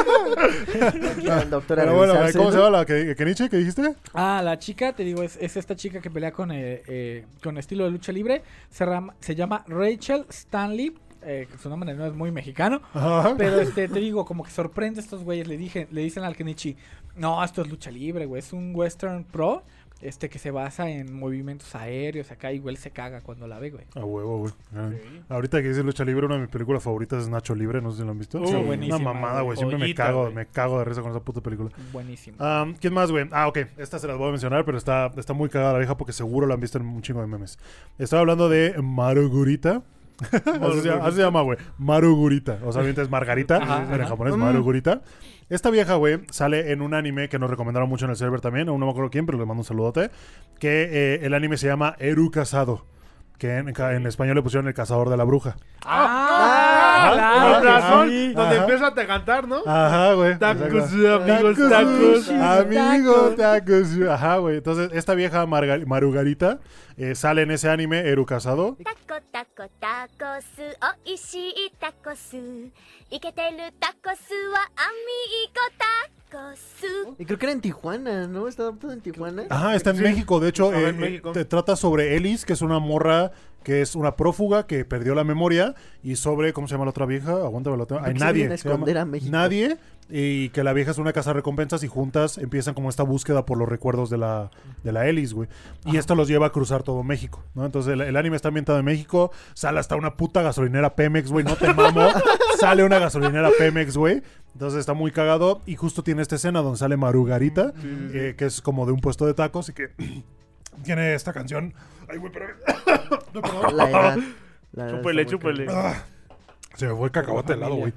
El doctor a Pero bueno, revisarse, ¿cómo se ¿no? llama la que, Kenichi que dijiste? Ah, la chica, te digo, es, es esta chica que pelea con, eh, eh, con estilo de lucha libre. Se, ram- se llama Rachel Stanley. Eh, su nombre no es muy mexicano. Ajá. Pero este, te digo, como que sorprende a estos güeyes. Le dije, le dicen al Kenichi, no, esto es lucha libre, güey. Es un western pro. Este que se basa en movimientos aéreos. Acá igual se caga cuando la ve, güey. A huevo, güey. Ah. Ahorita que dice lucha libre, una de mis películas favoritas es Nacho Libre, no sé si lo han visto. Uh, Sí, buenísima, una mamada, güey. güey. Siempre me Joyita, cago, güey. me cago de risa con esa puta película. Buenísimo. Um, ¿Quién más, güey? Ah, ok. Esta se las voy a mencionar, pero está, está muy cagada la vieja porque seguro la han visto en un chingo de memes. Estaba hablando de Marugurita. así, se llama, así se llama, güey. Marugurita. O sea, obviamente es Margarita, Ajá, pero en ajá. japonés Mm. Marugurita. Esta vieja, güey, sale en un anime que nos recomendaron mucho en el server también. Aún no me acuerdo quién, pero le mando un saludote. Que eh, el anime se llama Eru Casado. Que en, en español le pusieron El Cazador de la Bruja. ¡Ah! ah, claro Con que razón, sí. donde Ajá. empieza a cantar, ¿no? Ajá, güey. Tacos, Exacto. amigos, Tacos, tacos. Amigo, tacos. Ajá, güey. Entonces, esta vieja Marga- Marugarita eh, sale en ese anime, Eru Casado. タコタコタコスおいしいタコスイケてるタコスはアミーゴタコス Y creo que era en Tijuana, ¿no? Estaba todo en Tijuana. Ajá, está en Sí. México. De hecho, Estaba eh, en México. eh, te trata sobre Ellis, que es una morra que es una prófuga que perdió la memoria. Y sobre, ¿cómo se llama la otra vieja? Aguántame la otra. ¿Por Hay qué se nadie. viene a se llama esconder a México? Nadie. Y que la vieja es una casa recompensas y juntas empiezan como esta búsqueda por los recuerdos de la, de la Ellis, güey. Y esto los lleva a cruzar todo México, ¿no? Entonces el, el anime está ambientado en México. Sale hasta una puta gasolinera Pemex, güey. No te mamo. Sale una gasolinera Pemex, güey. Entonces está muy cagado. Y justo tiene esta escena donde sale Marugarita, eh, que es como de un puesto de tacos y que tiene esta canción. Ay, güey, pero... No, perdón. La edad. La edad Chúpele, está muy chúpele. cañón. Ah, se me fue el cacahuate helado, güey.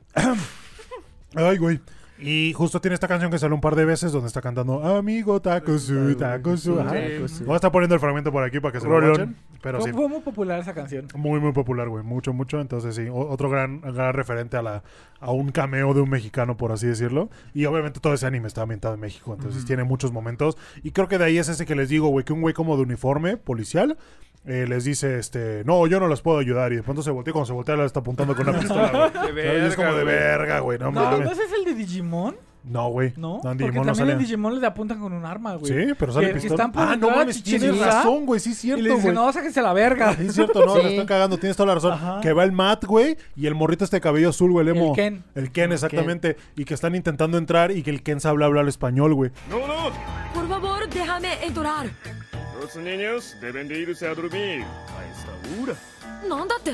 Ay, güey. Y justo tiene esta canción que sale un par de veces donde está cantando Amigo Takosu, Takosu. Ajá. Sí. Voy a estar poniendo el fragmento por aquí para que se lo Rolón. watchen. Pero Fue, sí, fue muy popular esa canción. muy, muy popular, güey. Mucho, mucho. Entonces, sí, o- otro gran, gran referente a la a un cameo de un mexicano, por así decirlo. Y obviamente todo ese anime está ambientado en México. Entonces, tiene muchos momentos. Y creo que de ahí es ese que les digo, güey, que un güey como de uniforme policial eh, les dice, este, no, yo no los puedo ayudar. Y de pronto se voltea, cuando se voltea, la está apuntando con una pistola, güey. De ¿Sabes? Y es como de güey. verga, güey. No, No, mames. ¿no ese es el de Digimon? No, güey. ¿No? en Porque Digimon no también en sale. Digimon les apuntan con un arma, güey. Sí, pero sale Que- que pistola. están por Ah, no entrar a mames, tienes Chichen Itza razón, güey. Sí, es Y cierto, le dicen, güey. no, sáquense a la verga. Es cierto, no, Sí. le están cagando, tienes toda la razón. Ajá. Que va el Matt, güey, y el morrito este de cabello azul, güey, el emo. El Ken. El Ken, exactamente. Y que están intentando entrar y que el Ken sabe hablar español, güey. No, no. Por favor, déjame entrar. Los niños deben de irse a dormir a esta hora. なんだって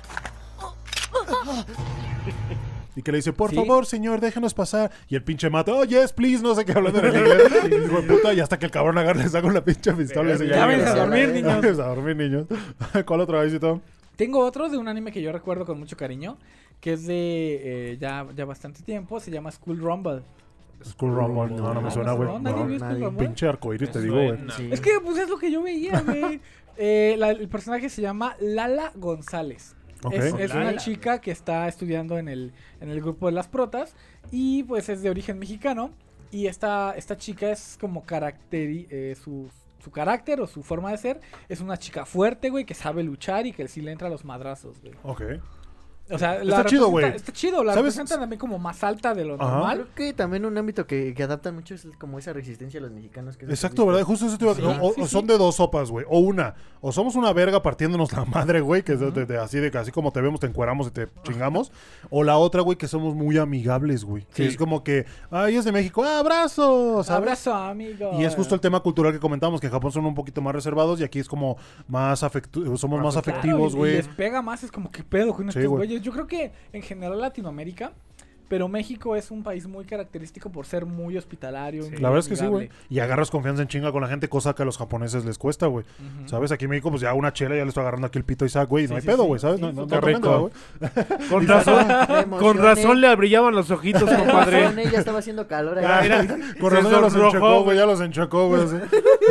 Y que le dice, por Sí. favor, señor, déjenos pasar. Y el pinche Matt, oh, yes, please, no sé qué, hablando en inglés. Y, hijo de puta, y hasta que el cabrón agarra, le saca una pinche pistola. y se Ya váyanse a ya, dormir, ya, niños. Váyanse a dormir, niños. ¿Cuál otra vez, Tom? Tengo otro de un anime que yo recuerdo con mucho cariño, que es de eh, ya, ya bastante tiempo, se llama School Rumble. School Rumble. No, no me suena, güey. ¿No? ¿Nadie No. vio School nadie. Rumble? Pinche arcoíris, te Me digo, güey. suena. Sí. Es que pues es lo que yo veía, güey. Eh, la- el personaje se llama Lala González. Ok. Es, es una Lala. chica que está estudiando en el, en el grupo de las protas y pues es de origen mexicano. Y esta, esta chica es como caracteri eh, su, su carácter o su forma de ser. Es una chica fuerte, güey, que sabe luchar y que sí le entra a los madrazos, güey. Ok. O sea, la Está chido, representa- güey. Está chido, la ¿Sabes? representan también como más alta de lo Ajá. normal. Creo que también un ámbito que, que adaptan mucho es como esa resistencia a los mexicanos. Que es lo que Exacto, he visto. ¿verdad? Justo eso te iba a Sí, o, sí, o sí. son de dos sopas, güey. O una. O somos una verga partiéndonos la madre, güey. Que es de, de- de- así de que así como te vemos, te encueramos y te chingamos. O la otra, güey, que somos muy amigables, güey. Que Sí. es como que, ay, es de México, ¡ah, abrazo! ¿sabes? Abrazo, amigo. Y es justo el tema cultural que comentamos, que en Japón son un poquito más reservados y aquí es como más afectu somos más Claro, afectivos, y- y güey. les pega más, es como que pedo con Sí, estos güey. güeyes. Yo creo que en general Latinoamérica, pero México es un país muy característico por ser muy hospitalario. muy La verdad es que sí, güey. amigable. Y agarras confianza en chinga con la gente, cosa que a los japoneses les cuesta, güey. Ujú. ¿Sabes? Aquí en México, pues ya una chela ya le estoy agarrando aquí el pito a Isaac, güey. y Sí, no hay sí, pedo, sí. güey, ¿sabes? Sí, No, no, qué no tomen rico. nada, güey. Con razón, Me con emocioné. razón le brillaban los ojitos, compadre. Razón, eh, ya estaba haciendo calor. Ah, ahí. mira, con razón Se ya los sonrojó, enchocó, güey. güey. Ya los enchocó, güey. sí.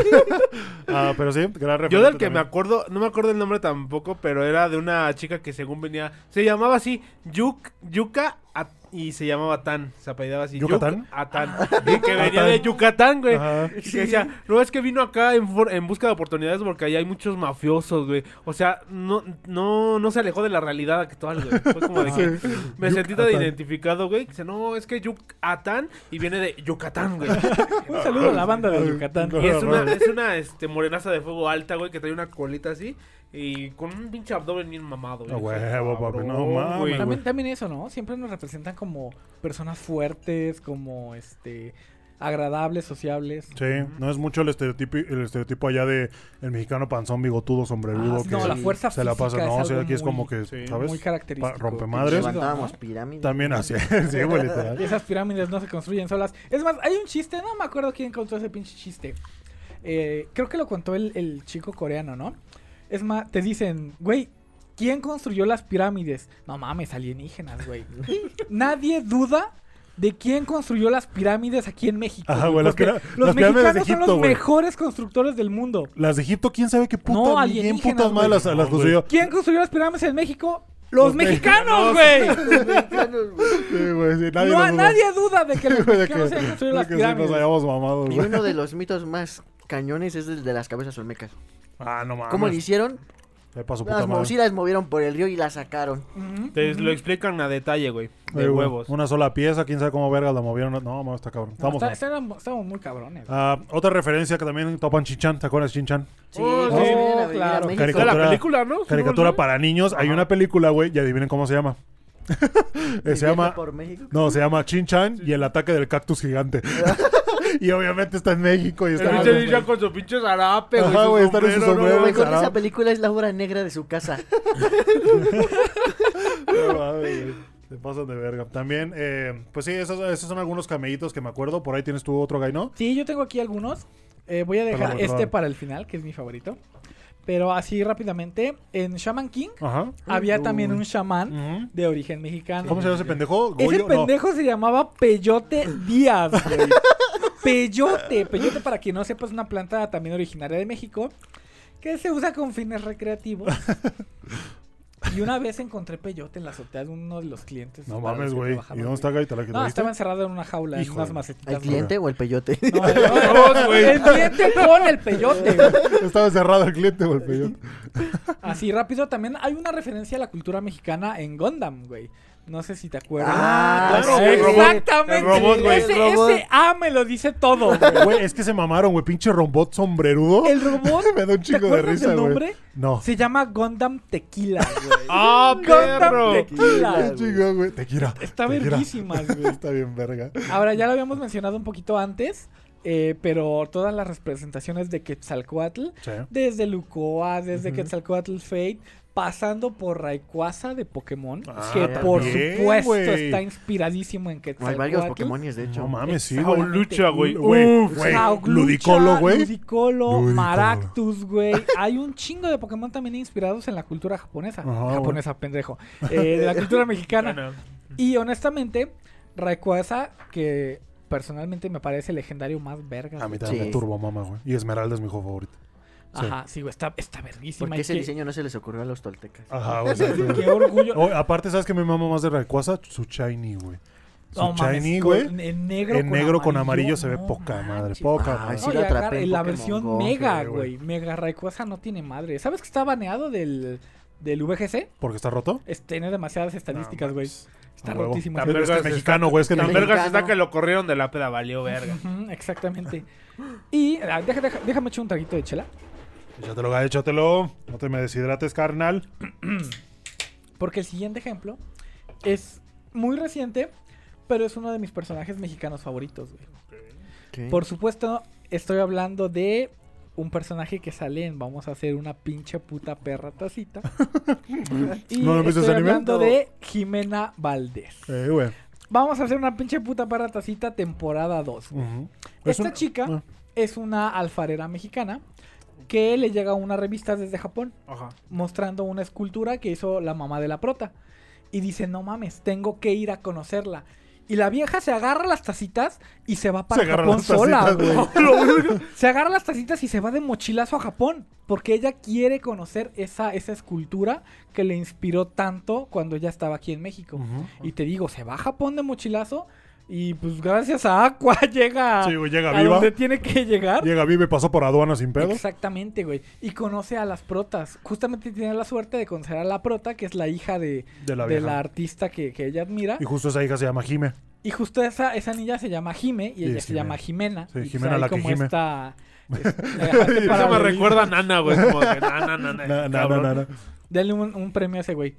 Ah, pero sí, gran referente Yo del que me también. acuerdo, no me acuerdo el nombre tampoco, pero era de una chica que según venía, se llamaba así, Yuk, Yuka At- y se llamaba Tan, se apellidaba así. ¿Yucatán? Yuk Atan. Y que venía de Yucatán, güey. Ajá. Y que decía, no, es que vino acá en, for- en busca de oportunidades porque allá hay muchos mafiosos, güey. O sea, no, no, no se alejó de la realidad actual, güey. Fue como de que Sí. me sentí tan Yucatán. identificado, güey. que Dice, no, es que Yucatán y viene de Yucatán, güey. Un saludo a la banda de Yucatán. Ay, Y es una, es una este, morenaza de fuego alta, güey, que trae una colita así y con un pinche abdomen bien mamado. A güey. Dije, huevo, papi, no cabrón, mames, güey. También, también eso, ¿no? Siempre nos representan como personas fuertes, como este agradables, sociables. Sí, no es mucho el estereotipo, el estereotipo allá de el mexicano panzón, bigotudo, sombrerudo. Ah, que no, la fuerza se la pasa. física No, es sí, algo aquí es como muy- que, sí, ¿sabes? muy característico. Pa- rompemadres. Chido, Levantábamos ¿no? pirámides. También así. Sí, güey, literal. Y esas pirámides no se construyen solas. Es más, hay un chiste, no me acuerdo quién contó ese pinche chiste. Eh, creo que lo contó el, el chico coreano, ¿no? Es más, te dicen, güey, ¿quién construyó las pirámides? No mames, alienígenas, güey. Nadie duda de quién construyó las pirámides aquí en México. Ajá, güey, güey, las porque pira- los las pirámides de mexicanos son Egipto, los güey. mejores constructores del mundo. Las de Egipto, quién sabe qué puta, No, ni bien alienígenas, putas madres las, güey. las No, construyó. ¿Quién construyó las pirámides en México? Los, Los mexicanos, mexicanos. güey. Mexicanos, güey. Sí, güey, sí, nadie No, lo duda. nadie duda de que los Güey, de mexicanos que- hayan construido de las que sí nos pirámides. hayamos mamado, Y güey. uno de los mitos más cañones es el de las cabezas olmecas. Ah, no mames. ¿Cómo lo hicieron? Sepa su puta Las madre. mo- sí las movieron por el río y las sacaron. Ujú, Te ujú. lo explican a detalle, güey. De Eh, güey, huevos. Una sola pieza, quién sabe cómo vergas la movieron. No, no, está cabrón. No, Estamos. está- mal. estábamos, estábamos muy cabrones. Ah, otra referencia que también topan Chinchan, ¿te acuerdas de Chinchan? Sí, Oh, no sí. se vienen a Oh, vivir claro. a México. Caricatura. De la película, ¿no? Caricatura ¿no? para niños. Hay Ajá. una película, güey, y adivinen cómo se llama. Eh, ¿Viaje se llama. por México? No, se llama Chinchan y el ataque del cactus gigante. Y obviamente está en México y El está pinche en ninja con su pinche zarape, güey. Ajá, su güey, está en su sombrero, sombrero, Lo ¿no? güey. mejor de esa Sarao. película es la obra negra de su casa. No mames, güey. Se pasan de verga. También, eh, pues sí, esos, esos son algunos cameitos que me acuerdo. Por ahí tienes tú otro guy, ¿no? Sí, yo tengo aquí algunos. Eh, voy a dejar Perdón, este perdón. para el final, que es mi favorito. Pero así rápidamente, en Shaman King Ajá. había Uy. también un chamán Ujú. de origen mexicano. ¿Cómo se llama ese pendejo? Ese Goyo, no. pendejo se llamaba Peyote Díaz, güey. Peyote. Peyote, para quien no sepa, es una planta también originaria de México que se usa con fines recreativos. Y una vez encontré peyote en la azotea de uno de los clientes. No para mames, los que güey. ¿Y trabajaba, dónde está, güey. güey? ¿Te la No, trajiste? estaba encerrado en una jaula, Hijo en unas de- macetitas. ¿El cliente o el peyote? No, no, no, güey. el cliente con el peyote, güey. Estaba encerrado el cliente, güey. peyote. Así rápido, también hay una referencia a la cultura mexicana en Gundam, güey. No sé si te acuerdas. Ah, claro, sí. güey, robot. Exactamente. El robot, güey. Ese, El robot. ese A me lo dice todo, güey. Güey, es que se mamaron, güey. Pinche robot sombrerudo. El robot, Me da un ¿te chingo de acuerdas risa, del güey. nombre? No. Se llama Gundam Tequila, güey. ¡Ah, Gundam perro! Tequila. Qué chingón, güey. Te quiero. Está te quiero. verguísimas, güey. Está bien, verga. Ahora, ya lo habíamos mencionado un poquito antes, eh, pero todas las representaciones de Quetzalcóatl, Sí. desde Lucoa, desde Ujú. Quetzalcóatl Fate, pasando por Rayquaza de Pokémon, Ah, que por también, supuesto güey. está inspiradísimo en Hay Quetzalcóatl. varios Pokémones, de hecho. No mames, sí, güey. Saulucha, güey. Güey, Uf. güey. Sauglucha, Ludicolo, güey. Ludicolo, Ludicolo. Maractus, güey. Hay un chingo de Pokémon también inspirados en la cultura japonesa. Ajá, japonesa, pendejo. Eh, de la cultura mexicana. Bueno, Y honestamente, Rayquaza, que personalmente me parece el legendario más verga. A mí güey. también Sí. me turbo mama, güey. Y Esmeralda es mi juego favorito. Sí. Ajá, sí, güey, está, está verguísima. Porque y ese qué- diseño no se les ocurrió a los toltecas. Ajá, güey. exacto. Qué orgullo. Oh, aparte, ¿sabes qué me mama más de Rayquaza? Su shiny, güey. Su No mames, shiny, con- güey. En negro, En negro con amarillo se ve no poca madre. manches. Poca Ay, madre. sí No, lo y atrapé agarra- en la Pokémon versión Go, Mega, sí, güey. güey. Mega Rayquaza no tiene madre. ¿Sabes que está baneado del, del V G C. ¿Porque está roto? Es, tiene demasiadas estadísticas, güey. Está A huevo. rotísimo. Tan Es que vergas es mexicano, güey. Es que Tan no- Mexicano. vergas está que lo corrieron de la peda, valió verga. Ujú, exactamente. Y ah, deja- deja- déjame echar un traguito de chela. Échatelo, Gaby, échatelo. No te me deshidrates, carnal. Porque el siguiente ejemplo es muy reciente, pero es uno de mis personajes mexicanos favoritos, güey. ¿Qué? Por supuesto, estoy hablando de un personaje que sale en Vamos a hacer una pinche puta perra tacita. Y ¿No lo viste estoy ese anime? hablando de Jimena Valdés. Eh, güey. Vamos a hacer una pinche puta perra tacita temporada dos. Ujú. Es Esta un- chica ah. es una alfarera mexicana que le llega una revista desde Japón Ajá. mostrando una escultura que hizo la mamá de la prota. Y dice, no mames, tengo que ir a conocerla. Y la vieja se agarra las tacitas y se va para Se agarra Japón las sola, tacitas. güey. Se agarra las tacitas y se va de mochilazo a Japón. Porque ella quiere conocer esa, esa escultura que le inspiró tanto cuando ella estaba aquí en México. Ujú. Y te digo, se va a Japón de mochilazo y pues gracias a Aqua llega, Sí, güey, llega a viva. donde tiene que llegar. Llega vive y pasó por aduana sin pedo. Exactamente, güey. Y conoce a las protas. Justamente tiene la suerte de conocer a la prota, que es la hija de, De la de vieja. la artista que, que ella admira. Y justo esa hija se llama Jime. Y justo esa, esa niña se llama Jime y Y ella es se Jimena. llama Jimena. Sí, Y pues Jimena ahí la que como gime. esta- es- Eso me paralelismo. recuerda a Nana, güey. Como que Nana, Nana. Na- na- na- cabrón. na- na. Denle un, un premio a ese güey.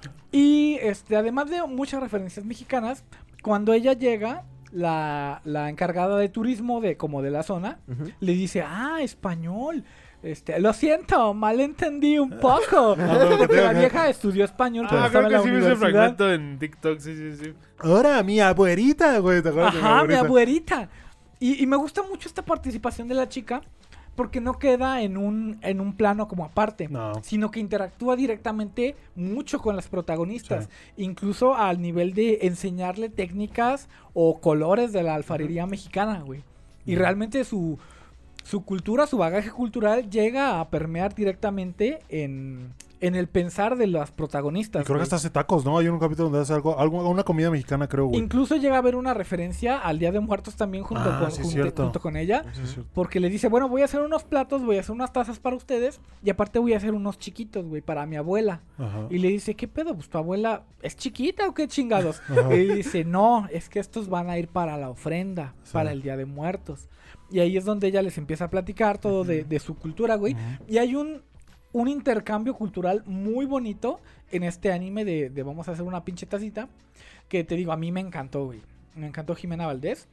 Y este, además de muchas referencias mexicanas, cuando ella llega, la, la encargada de turismo de como de la zona Ujú. le dice, ah, español. Este, lo siento, malentendí un poco. Porque la vieja estudió español. pero Ah, estaba creo en que la sí vi ese universidad. fragmento en TikTok, sí, sí, sí. Ahora, mi abuelita, güey. ¿Te acuerdas de Ajá, mi abuelita? abuelita. Y, y me gusta mucho esta participación de la chica porque no queda en un, en un plano como aparte, No. sino que interactúa directamente mucho con las protagonistas, incluso al nivel de enseñarle técnicas o colores de la alfarería mexicana, güey. Y Ujú. realmente su, su cultura, su bagaje cultural llega a permear directamente en, en el pensar de las Y protagonistas. creo que güey. hasta hace tacos, ¿no? Hay un capítulo donde hace algo, algo una comida mexicana, creo, güey. Incluso llega a haber una referencia al Día de Muertos también junto, Ah, con, sí, junte- cierto. junto con ella. Sí, es cierto. Porque le dice, bueno, voy a hacer unos platos, voy a hacer unas tazas para ustedes. Y aparte voy a hacer unos chiquitos, güey, para mi abuela. Ajá. Y le dice, ¿qué pedo? Pues tu abuela es chiquita o qué chingados. Ajá. Y dice, no, es que estos van a ir para la ofrenda, Sí. para el Día de Muertos. Y ahí es donde ella les empieza a platicar todo de, de su cultura, güey. Ujú. Y hay un, un intercambio cultural muy bonito en este anime de, de vamos a hacer una pinche tacita. Que te digo, a mí me encantó, güey. Me encantó Jimena Valdés.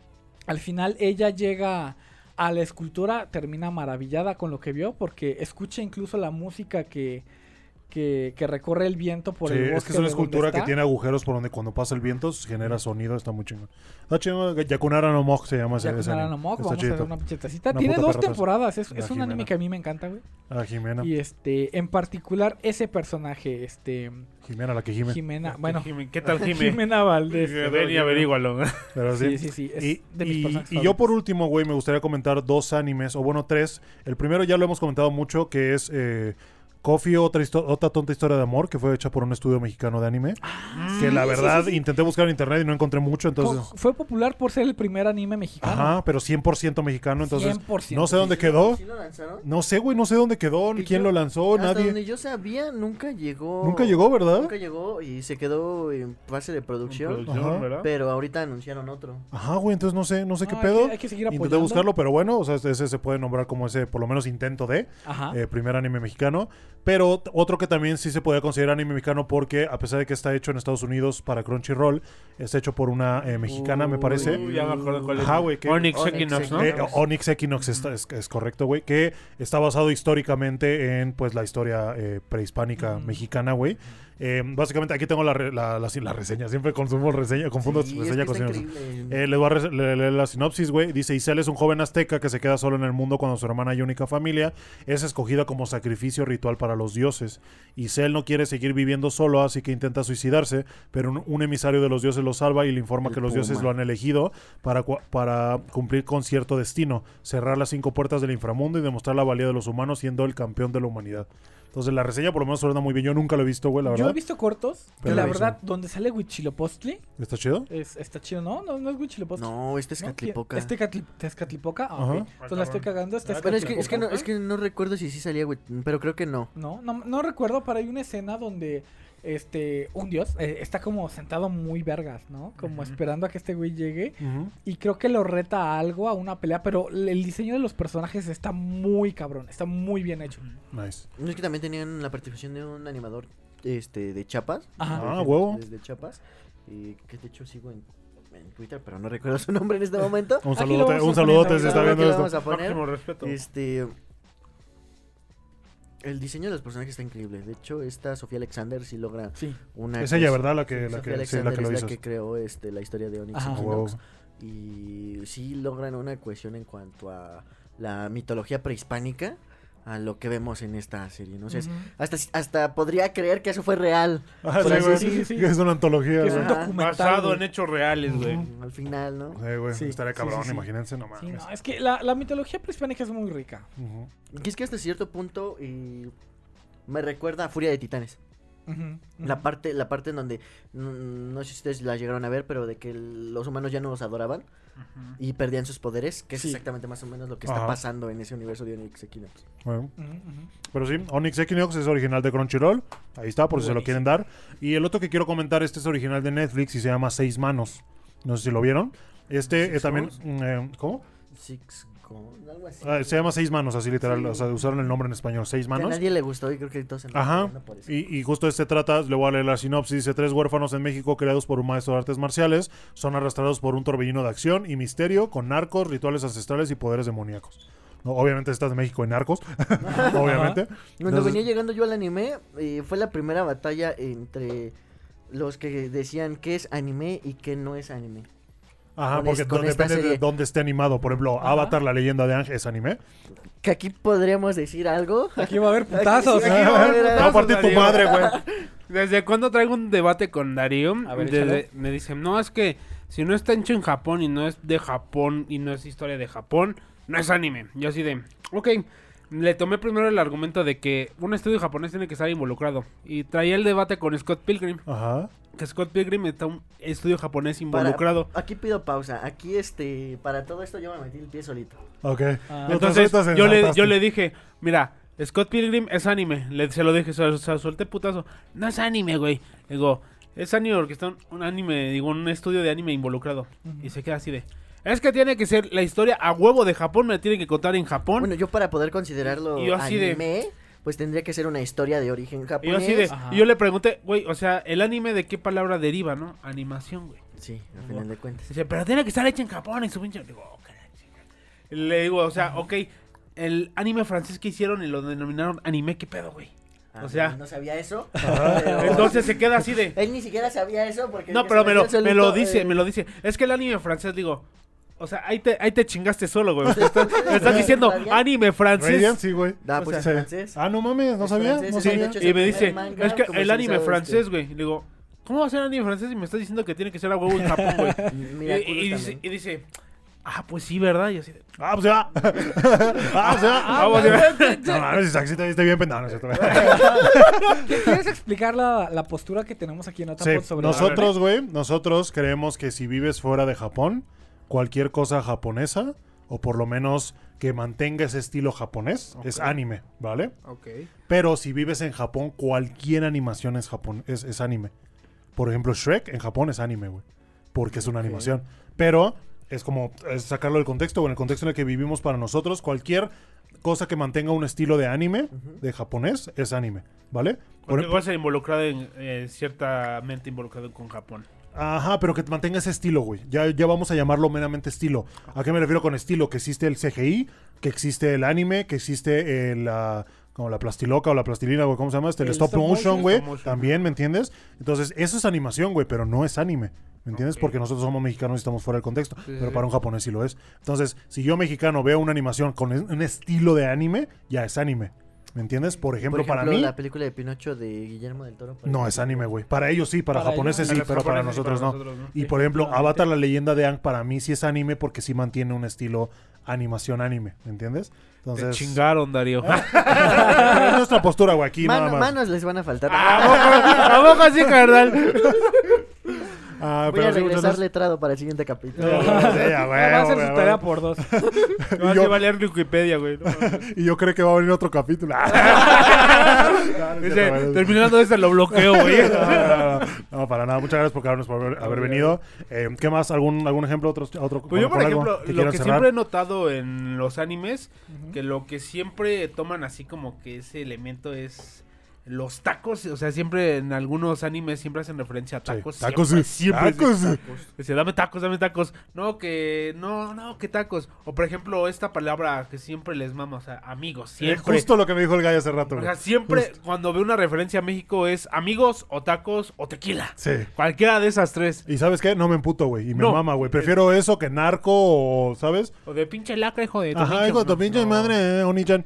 Al final ella llega a la escultura, termina maravillada con lo que vio, porque escucha incluso la música que, que, que recorre el viento por Sí, el bosque. es que es una de donde escultura que está. tiene agujeros por donde cuando pasa el viento genera sonido, está muy chingón. Está chingón, Yakunara no Mok se llama ese, ese Yakunara anime. no Mok, Está vamos a chido. hacer una pinche tacita. Una Tiene puta dos perra taza. temporadas, es, La es un Jimena. anime que a mí me encanta, güey. Ah, Jimena. Y este, en particular, ese personaje, este, Jimena, la que gime. Jimena, bueno, Jime, ¿qué tal, Jime? Jimena Valdés. Ven y averígualo. Pero Sí, sí. sí, sí, es Y, de mis y- personajes y yo por favoritos. último, güey, me gustaría comentar dos animes, o bueno, tres. El primero ya lo hemos comentado mucho, que es eh, Coffee, otra, histo- otra tonta historia de amor, que fue hecha por un estudio mexicano de anime. que la sí, verdad sí, sí. intenté buscar en internet y no encontré mucho, entonces... Co- Fue popular por ser el primer anime mexicano. Ajá, pero cien por ciento mexicano, entonces... cien por ciento. No sé dónde quedó. ¿Sí lo lanzaron? No sé, güey, no sé dónde quedó, Que quién yo- lo lanzó, Hasta nadie. donde yo sabía, nunca llegó. Nunca llegó, ¿verdad? Nunca llegó y se quedó en fase de producción. Producción, Ajá. ¿verdad? Pero ahorita anunciaron otro. Ajá, güey, entonces no sé, no sé No, qué hay pedo. que- hay que seguir Intenté apoyando. buscarlo, pero bueno, o sea, ese se puede nombrar como ese, por lo menos intento de Ajá. eh, primer anime mexicano. Pero t- otro que también sí se podía considerar anime mexicano porque, a pesar de que está hecho en Estados Unidos para Crunchyroll, está hecho por una eh, mexicana, me parece. Uy, ya me acuerdo cuál es. Ajá, güey, que- Onyx Onyx Equinox, ¿no? Eh, Onyx Equinox está- es, es correcto, güey. Que está basado históricamente en pues la historia eh, prehispánica Mm. mexicana, güey. Eh, básicamente aquí tengo la, re- la, la, la reseña. Siempre consumo reseña, confundo Sí, es reseña que con está sinopsis. increíble. Eh, les voy a re- le- leer la sinopsis, güey. Dice, Isel es un joven azteca que se queda solo en el mundo cuando su hermana y única familia es escogida como sacrificio ritual para los dioses. Isel no quiere seguir viviendo solo, así que intenta suicidarse, pero un, un emisario de los dioses lo salva y le informa El que los dioses Puma. lo han elegido para, cua- para cumplir con cierto destino, cerrar las cinco puertas del inframundo y demostrar la valía de los humanos siendo el campeón de la humanidad. Entonces la reseña por lo menos suena muy bien. Yo nunca lo he visto, güey, la verdad. Yo he visto cortos. Que Pero la no he verdad, donde sale Huitzilopochtli, ¿Está chido? es, está chido, ¿no? No, no es Huitzilopochtli. No, este es ¿No? Catlipoca. ¿Este Catli- Tezcatlipoca? Ah, Ajá. ok. Entonces la estoy cagando. Este es Bueno, es que, es, que no, Catlipoca. es que no recuerdo si sí salía, güey, pero creo que no. No, no, no recuerdo, pero hay una escena donde este un dios eh, está como sentado muy vergas, ¿no? Como esperando a que este güey llegue. Ujú. Y creo que lo reta a algo, a una pelea, pero el diseño de los personajes está muy cabrón, está muy bien hecho. Nice. No es que también tenían la participación de un animador este de Chiapas. Ajá. de- Ah, huevo. Desde Chiapas. Y que de hecho sigo en, en Twitter, pero no recuerdo su nombre en este momento. Un Aquí lo saludote, vamos a un poner saludote ahorita. si está Claro que viendo lo esto. vamos a poner. Máximo respeto. Este. El diseño de los personajes está increíble. De hecho, esta Sofía Alexander sí logra Sí. una. Es ella, cosa- ¿verdad? La que, sí, la Sofía que, sí, la Alexander que lo es hizo. la que creó este, la historia de Onyx Ajá. Equinox. Huevo. Y sí logran una cohesión en cuanto a la mitología prehispánica a lo que vemos en esta serie, ¿no? O sea, es- Ujú. hasta, hasta podría creer que eso fue real. Ah, Por sí, así güey. decir. sí. Que es una antología, Que es güey. un Ajá. documental. Basado güey. en hechos reales, güey. Al final, ¿no? Sí, güey. Sí, Estaría sí, cabrón, sí, sí. imagínense, no Sí, mames. no, es que la, la mitología prehispánica es muy rica. Ujú. Y es que hasta cierto punto y me recuerda a Furia de Titanes. Ujú, ujú. La parte la parte en donde, mm, no sé si ustedes la llegaron a ver, pero de que el- los humanos ya no los adoraban y perdían sus poderes, que es Sí. exactamente más o menos lo que está Ajá. pasando en ese universo de Onyx Equinox. Bueno. Ujú, ujú. Pero sí, Onyx Equinox es original de Crunchyroll. Ahí está, por si se lo Buenísimo. quieren dar. Y el otro que quiero comentar, este es original de Netflix y se llama Seis Manos. No sé si lo vieron. Este ¿Six eh, también... Manos? mm, eh, ¿Cómo? Six Gun, algo así. Ah, se llama Seis Manos, así literal. Sí. O sea, usaron el nombre en español, Seis Que a Manos. nadie le gustó y creo que todos se andaban Ajá. peleando por eso. Y, y justo este trata, le voy a leer la sinopsis, dice: tres huérfanos en México creados por un maestro de artes marciales son arrastrados por un torbellino de acción y misterio con narcos, rituales ancestrales y poderes demoníacos. No, obviamente estás de México en narcos, obviamente. Cuando Entonces- venía llegando yo al anime, eh, fue la primera batalla entre los que decían qué es anime y qué no es anime. Ajá, con porque es- con no- esta depende de serie. dónde esté animado. Por ejemplo, Ajá. Avatar, la leyenda de Aang, es anime. Que aquí podríamos decir algo. Aquí va a haber putazos. Aquí va a haber Va a algo. partir tu Darío. madre, güey. ¿Desde cuándo traigo un debate con Darío? A ver, Desde- échalo. me dicen, no, es que si no está hecho en Japón y no es de Japón y no es historia de Japón, no es anime. Yo así de, ok, le tomé primero el argumento de que un estudio japonés tiene que estar involucrado. Y traía el debate con Scott Pilgrim, Ajá. que Scott Pilgrim está un estudio japonés Para- involucrado. aquí pido pausa. Aquí, este, para todo esto yo me metí el pie solito. Ok. Ah. Tú Entonces solitas yo le, ensartaste. yo le dije, mira, Scott Pilgrim es anime. Le, se lo dije, se, se lo solté putazo. No es anime, güey. Digo, es anime porque está un, un anime, digo, un estudio de anime involucrado. Y se queda así de, es que tiene que ser la historia a huevo de Japón, me la tienen que contar en Japón. Bueno, yo para poder considerarlo Y yo así de- anime, pues tendría que ser una historia de origen y yo japonés. así de, Ajá. y yo le pregunté, güey, o sea, el anime de qué palabra deriva, ¿no? Animación, güey. Sí, al final de cuentas. Dice, pero tiene que estar hecha en Japón, en su pinche. Digo, ok, chingada. Le digo, o sea, ok, el anime francés que hicieron y lo denominaron anime, ¿qué pedo, güey? Ah, O sea- no sabía eso. Ajá. pero- Entonces se queda así de. Él ni siquiera sabía eso porque... No, que pero se me lo, metió me solito, lo dice, eh, me lo dice. Es que el anime francés, digo. O sea, ahí te, ahí te chingaste solo, güey. Me estás, me estás diciendo ¿Sabían? anime francés. Radiant, sí, güey. Ah, o pues sea, es francés. Ah, no mames, no Es sabía. francés, No es sabía. de hecho, Y me el dice, primer manga es que el comercializado, anime este. francés, güey. Le digo, ¿cómo va a ser anime francés y me estás diciendo que tiene que ser a huevo en Japón, güey? Mira, y, y Kudos dice, también. y dice, ah, pues sí, ¿verdad? Y así de, Ah, pues ya. Ah, pues ya. vamos, ya. No mames, Isaac, sí te viste bien pendejo. No, es cierto. ¿Quieres explicar la, la postura que tenemos aquí en Sí, Otapod sobre nosotros, güey, nosotros creemos que si vives fuera de Japón, cualquier cosa japonesa, o por lo menos que mantenga ese estilo japonés, es Ok. anime, ¿vale? Ok. Pero si vives en Japón, cualquier animación es, Japón, es, es anime. Por ejemplo, Shrek en Japón es anime, güey. Porque es una Ok. animación. Pero es como es sacarlo del contexto, o en el contexto en el que vivimos para nosotros, cualquier cosa que mantenga un estilo de anime, de japonés, es anime, ¿vale? Por Porque ejemplo- vas a involucrado en, eh, ciertamente involucrado con Japón. Ajá, pero que mantenga ese estilo, güey. Ya, ya vamos a llamarlo meramente estilo. ¿A qué me refiero con estilo? Que existe el C G I, que existe el anime, que existe el, la, como la plastiloca o la plastilina, güey, ¿cómo se llama? Este, el, El stop, stop motion, motion. güey. Stop motion. También, ¿me entiendes? Entonces, eso es animación, güey, pero no es anime. ¿Me entiendes? Ok. Porque nosotros somos mexicanos y estamos fuera del contexto. Sí, pero sí. para un japonés sí lo es. Entonces, si yo mexicano veo una animación con un estilo de anime, ya es anime. ¿Me entiendes? Por ejemplo, Por ejemplo, para mí... la película de Pinocho de Guillermo del Toro. por No, ejemplo. es anime, güey. Para ellos sí, para, Para japoneses ellos. sí, pero para japoneses y nosotros no. nosotros no. Y por ejemplo, Definitivamente. Avatar, la leyenda de Aang, para mí sí es anime porque sí mantiene un estilo animación anime, ¿me entiendes? Te Entonces... chingaron, Darío. es nuestra postura, güey, aquí Mano- nada más. manos les van a faltar. ¿A poco así, carnal? Ah, Voy a sí, regresar muchachos. letrado para el siguiente capítulo. Sí, a Va a hacer huevo, su güey, tarea a por dos. No, Y yo... yo- va a leer Wikipedia, güey. No, huevo. Y yo creo que va a venir otro capítulo. Dice, terminando este lo bloqueo, güey. No, no, no, no, para nada. Muchas gracias por, habernos- por haber, haber venido. Eh, ¿Qué más? ¿Algún, algún ejemplo? Otro, otro, Pues yo, con por algo ejemplo, que lo quieran que cerrar? siempre he notado en los animes, que lo que siempre toman así como que ese elemento es los tacos. O sea, siempre en algunos animes siempre hacen referencia a Sí, tacos. tacos, siempre, sí. siempre. Tacos, sí. Dice, dame tacos, dame tacos. No, que, no, no, que tacos. O por ejemplo, esta palabra que siempre les mama, o sea, amigos, Eh, siempre. justo lo que me dijo el gallo hace rato. O güey. sea, siempre Justo. cuando veo una referencia a México es amigos o tacos o tequila. Sí. Cualquiera de esas tres. ¿Y sabes qué? No me emputo, güey. Y me No. mama, güey. Prefiero eso que narco o, ¿sabes? O de pinche lacra, hijo de tu Ajá, pinche- hijo de tu no, pinche no. madre, eh, Oni-chan.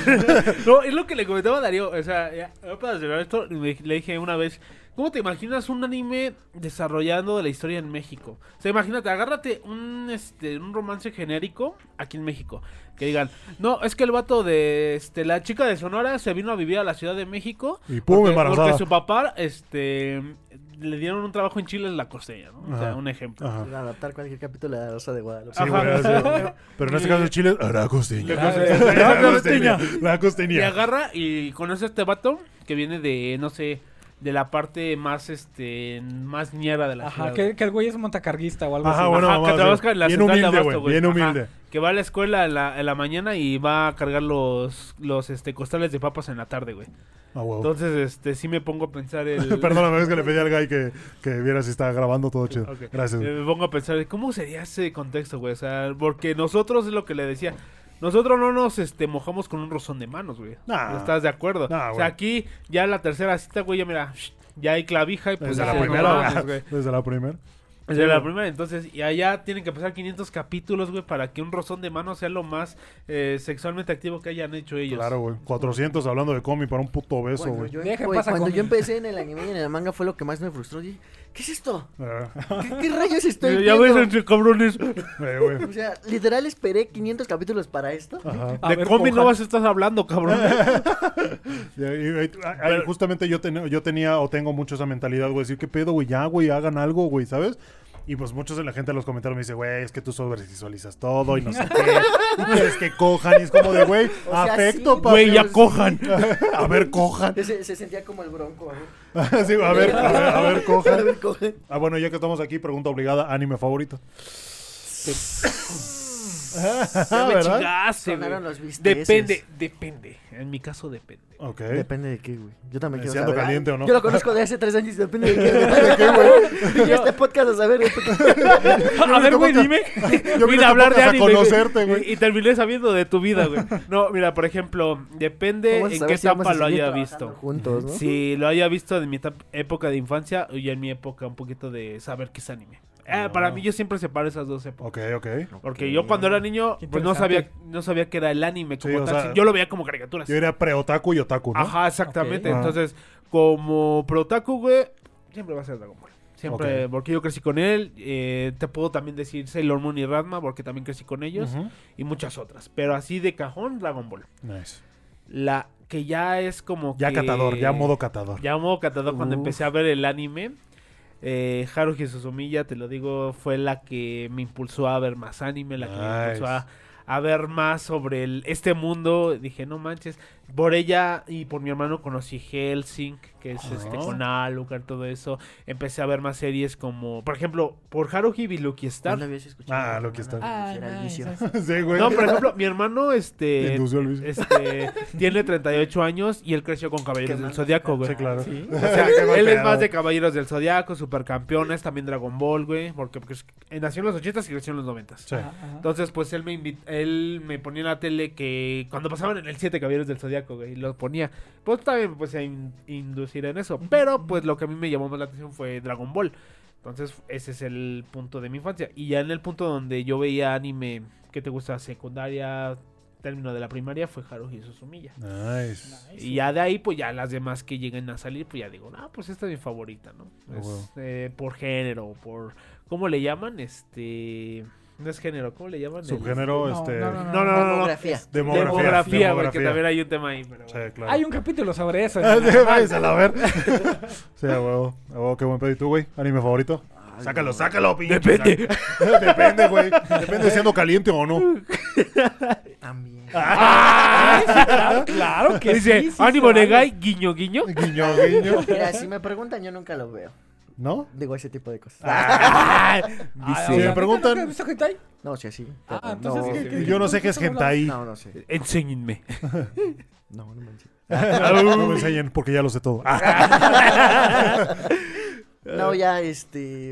No, es lo que le comentaba a Darío. O sea, ya, ya para cerrar esto, le, le dije una vez: ¿cómo te imaginas un anime desarrollando la historia en México? O sea, imagínate, agárrate un este un romance genérico aquí en México. Que digan, no, es que el vato de este la chica de Sonora se vino a vivir a la Ciudad de México. Y pum, porque, embarazada. porque su papá este le dieron un trabajo en Chile en la costeña, ¿no? O sea, Ajá. un ejemplo. Ajá. Adaptar cualquier capítulo de la Rosa de Guadalupe. Sí, Ajá. güey, sí. Pero en este caso Chile, la costeña. La La costeña. costeña. La Y costeña. agarra y conoce a este vato que viene de, no sé, de la parte más, este, más ñera de la Ajá, ciudad. que, que el güey es montacarguista o algo Ajá, así. bueno, Ajá, mamá, que trabaja sí. en la Bien central de humilde, abasto, güey. Bien Ajá, humilde. que va a la escuela en la, en la mañana y va a cargar los, los este, costales de papas en la tarde, güey. Ah, huevo. Entonces, este, sí me pongo a pensar el... Perdóname, es que le pedí al guy que, que viera si estaba grabando todo chido. Ok. Gracias. Eh, me pongo a pensar, ¿cómo sería ese contexto, güey? O sea, porque nosotros, es lo que le decía, nosotros no nos este, mojamos con un rozón de manos, güey. Nah. ¿Estás de acuerdo? Nah, o güey. sea, aquí ya la tercera cita, güey, ya mira, ya hay clavija y pues... Desde ya la no primera, mames, güey. Desde la primera. Desde la primera, entonces, y allá tienen que pasar quinientos capítulos, güey, para que un rozón de mano sea lo más eh, sexualmente activo que hayan hecho ellos. Claro, güey. cuatrocientos hablando de cómic para un puto beso, Cuando güey. yo, Deja en güey, paz a cuando Comi. yo empecé en el anime y en el manga fue lo que más me frustró. Dije, ¿qué es esto? Ah, ¿Qué, qué rayos estoy Ya ves, viendo? entre cabrones. eh, güey. O sea, literal esperé quinientos capítulos para esto. Ajá. A De ver, cómic no Gohan. vas a estar hablando, cabrón. Y- y- y- ahí justamente yo, ten- yo tenía o tengo mucho esa mentalidad, güey. Decir, ¿qué pedo, güey? Ya, güey, hagan algo, güey, ¿sabes? Y pues muchos de la gente en los comentarios me dice, güey, es que tú sobrevisualizas todo y no sé qué. Y quieres que cojan. Y es como de, güey, O sea, afecto, sí, papi. Güey, ya sí. cojan. A ver, cojan. Se, se sentía como el bronco. ¿no? Sí, a ver, a ver, a ver, A cojan. ver, coge. Ah, bueno, ya que estamos aquí, pregunta obligada, anime favorito. Ya me ¿verdad? Chingaste, güey. Sonaron los bisteces. Depende, depende. En mi caso depende. Ok. Depende de qué, güey. Yo también quiero Siendo saber. caliente Ay, o no. Yo lo conozco de hace tres años. Depende de qué. Depende de qué, güey. Y este podcast a saber. A ver, güey, dime. Yo Vine a hablar de a anime, güey. conocerte, güey. Y, y terminé sabiendo de tu vida, güey. No, mira, por ejemplo, depende Vamos a en saber qué si vamos a etapa lo seguir haya trabajando visto. juntos, ¿no? Si lo haya visto en mi etap- época de infancia y en mi época un poquito de saber qué es anime. Eh, Ah. Para mí yo siempre separo esas dos épocas. Ok, ok. Porque yo cuando era niño, Qué pues no sabía, interesante. no sabía que era el anime como Sí, o tal. sea, Yo lo veía como caricaturas. Yo era pre-otaku y otaku, ¿no? Ajá, exactamente. Ok. Entonces, como Protaku, güey, siempre va a ser Dragon Ball. Siempre, Ok. porque yo crecí con él. eh, te puedo también decir Sailor Moon y Ranma, porque también crecí con ellos. Ujú. Y muchas otras. Pero así de cajón, Dragon Ball. Nice. La que ya es como Ya que- catador, ya modo catador. Ya modo catador cuando Uf. empecé a ver el anime. Eh, Haruhi Suzumiya, te lo digo, fue la que me impulsó a ver más anime, la que me Nice. impulsó a, a ver más sobre el, este mundo. Dije, no manches. Por ella y por mi hermano conocí Hellsing, que es este Ah. con Alucard, todo eso. Empecé a ver más series como, por ejemplo, por Haruhi vi Lucky No Star. lo habías escuchado. Ah, Lucky Star. Ah, Era el nice, vicio. nice. Sí, güey. No, por ejemplo, mi hermano Te este, indució el vicio. este tiene treinta y ocho años y él creció con Caballeros Qué del mal. Zodiaco, güey. Sí, claro. Sí. O sea, Qué mal él es pedo. más de Caballeros del Zodiaco, Supercampeones, también Dragon Ball, güey, porque, porque es- eh, nació en los ochentas y creció en los noventas. Sí. Ajá, ajá. Entonces, pues él me invit- él me ponía en la tele que cuando pasaban en el siete Caballeros del Zodiaco, güey, y los ponía. Pues también pues a in- inducir en eso, pero pues lo que a mí me llamó más la atención fue Dragon Ball. Entonces, ese es el punto de mi infancia. Y ya en el punto donde yo veía anime, ¿qué te gusta? Secundaria, término de la primaria fue Haruhi Suzumiya. Nice. Nice. Y ya de ahí, pues ya las demás que lleguen a salir, pues ya digo, ah, pues esta es mi favorita, ¿no? Ah, Es, huevo. eh, por género, por... ¿Cómo le llaman? Este... No es género, ¿cómo le llaman? El- Subgénero, No, este. no, no, No, no, no, no. Demografía. Demografía. Demografía, güey, que demografía. también hay un tema ahí, pero Sí, bueno. claro. Hay un capítulo sobre eso. Ah, ¿no? sí, váyanse a la ver. Sí, a huevo. A huevo, qué buen pedo. ¿Y tú, güey? ¿Anime favorito? Ay, Sácalo, no. sácalo, pinche. Depende. Sac- Depende, güey. Depende de siendo caliente o no. También. Ay, sí, claro, claro que Dice, sí. sí ánimo se vale. Negai, guiño, guiño. Guiño, guiño. Mira, si me preguntan, yo nunca lo veo. ¿No? Digo ese tipo de cosas. Ah, Dice, Si me ¿neta preguntan- nunca has visto hentai? No, sí, así. Ah, pero entonces, no, ¿qué- qué- Yo no sé qué es hentai. No, no sé. enséñenme. No, no manches. No me enseñen porque ya lo sé todo. Ah, No, ya, este...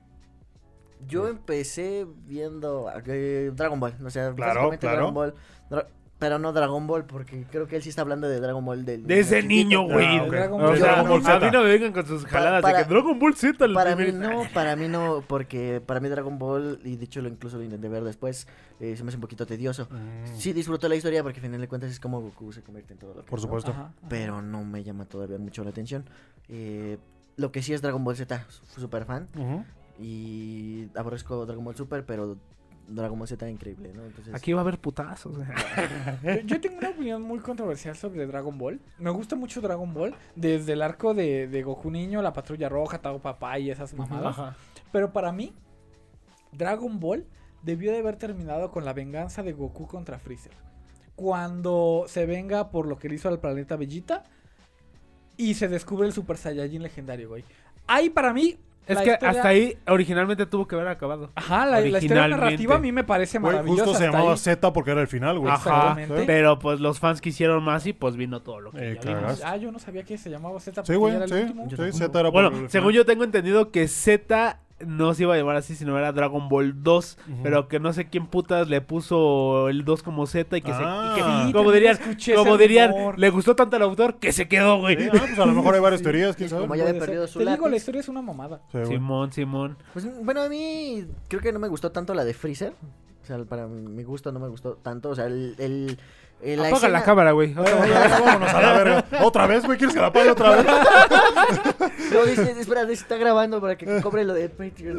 Yo empecé viendo eh, Dragon Ball. O sea, Claro, básicamente claro. Dragon Ball. Dra- pero no Dragon Ball, porque creo que él sí está hablando de Dragon Ball del... Desde del niño, chiquito. güey. Ah, ok. Dragon O Ball. sea, Dragon Ball a mí Z. no me vengan con sus jaladas para- de que Dragon Ball Z el Para mí primer- no, para mí no, porque para mí Dragon Ball, y de hecho lo incluso lo intenté ver después, eh, se me hace un poquito tedioso. Mm, Sí disfruto la historia porque al final de cuentas es como Goku se convierte en todo lo que Por es, ¿no? supuesto. Ajá, ajá. Pero no me llama todavía mucho la atención. Eh, lo que sí es Dragon Ball Z, fui super fan. Ujú. Y aborrezco Dragon Ball Super, pero Dragon Ball Z increíble, ¿no? Entonces, Aquí va a haber putazos. Yo, yo tengo una opinión muy controversial sobre Dragon Ball. Me gusta mucho Dragon Ball. Desde el arco de, de Goku Niño, la Patrulla Roja, Tao Papá y esas mamadas. Ajá. Pero para mí, Dragon Ball debió de haber terminado con la venganza de Goku contra Freezer. Cuando se venga por lo que le hizo al planeta Vegeta y se descubre el Super Saiyajin legendario, güey. Ahí para mí... Es la que historia- hasta ahí originalmente tuvo que haber acabado. Ajá, la, la historia Originalmente. narrativa a mí me parece Güey, maravillosa. justo se hasta llamaba ahí. Z porque era el final, güey. Ajá, Exactamente. pero pues los fans quisieron más y pues vino todo lo que Eh, ya claro. vimos. Ah, yo no sabía que se llamaba Z. Sí, porque güey, era el sí. último. Yo Sí, tampoco. Z era por Bueno, el según final. yo tengo entendido que Z no se iba a llamar así, sino era Dragon Ball dos, Ujú. pero que no sé quién putas le puso el dos como Z y que Ah. se... y que- Sí, como también dirían, escuché como ese dirían, rumor. le gustó tanto al autor que se quedó, güey. Sí, ah, pues a lo mejor hay varias teorías, quién sabe. Como ya había Puede ser. perdido su Te digo, la lápiz. historia es una mamada. Sí, güey. Simón, Simón. Pues, bueno, a mí creo que no me gustó tanto la de Freezer. O sea, para mi gusto no me gustó tanto. O sea, el... el, el- la Apaga la escena- cámara, güey. Eh, ya, vámonos a la verga. ¿Otra vez, güey? ¿Quieres que la apague otra vez? No, dice, espera, dice, está grabando para que cobre lo de Patreon.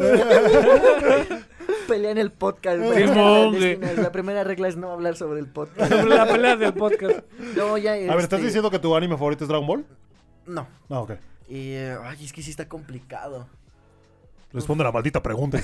Pelea en el podcast. güey. Simón, La- güey. La primera regla es no hablar sobre el podcast. Sobre la pelea del podcast. No, ya, A ver, ¿estás este, diciendo que tu anime favorito es Dragon Ball? No. No, ok. Y, eh, ay, es que sí está complicado. Responde la maldita pregunta.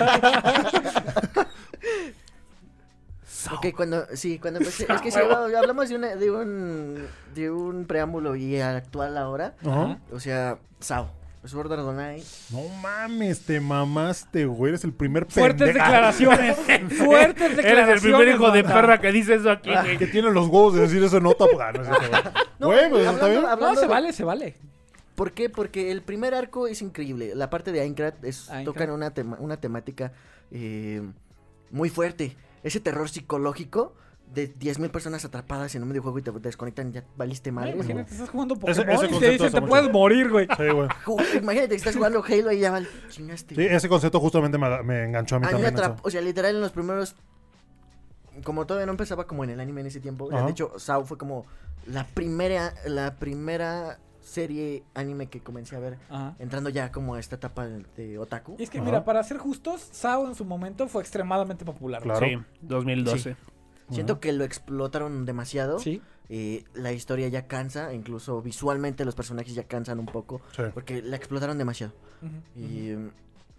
Ok, cuando, sí, cuando empecé, es que si hablamos, hablamos de, una, de, un, de un preámbulo y actual ahora, Ajá. o sea, Sao, Sword Art Online, No mames, te mamaste, güey. Eres el primer Fuertes pendejo declaraciones. Fuertes declaraciones. Eres el primer hijo de Manta. perra que dice eso aquí, Ah, güey. que tiene los huevos de decir eso en nota. Pues, ah, no es cierto, güey. No, Güey, pues está hablando- bien. No, hablando se de- vale, se vale. ¿Por qué? Porque el primer arco es increíble. La parte de Aincrad es, Aincrad. tocan una, tema- una temática eh, muy fuerte. Ese terror psicológico de diez mil personas atrapadas en un videojuego y te desconectan, ya valiste Güey, madre. imagínate, estás jugando Ese- Pokémon ese y te concepto dicen, está te muy puedes chido. morir, güey. Sí, güey. Ju- Imagínate que estás jugando Halo y ya val- chingaste. Sí, ese concepto justamente me, me enganchó a mí A mí me también. atrapó, o sea, literal en los primeros, como todavía no empezaba como en el anime en ese tiempo, o sea, Ajá. de hecho Sao fue como la primera, la primera serie anime que comencé a ver, Ajá. entrando ya como a esta etapa de, de otaku. Y es que, Ajá. mira, para ser justos, Sao en su momento fue extremadamente popular. Claro. Sí, dos mil doce. Siento Ajá. que lo explotaron demasiado. Sí. eh, la historia ya cansa, incluso visualmente los personajes ya cansan un poco, Sí. porque la explotaron demasiado. Ujú, Y mm,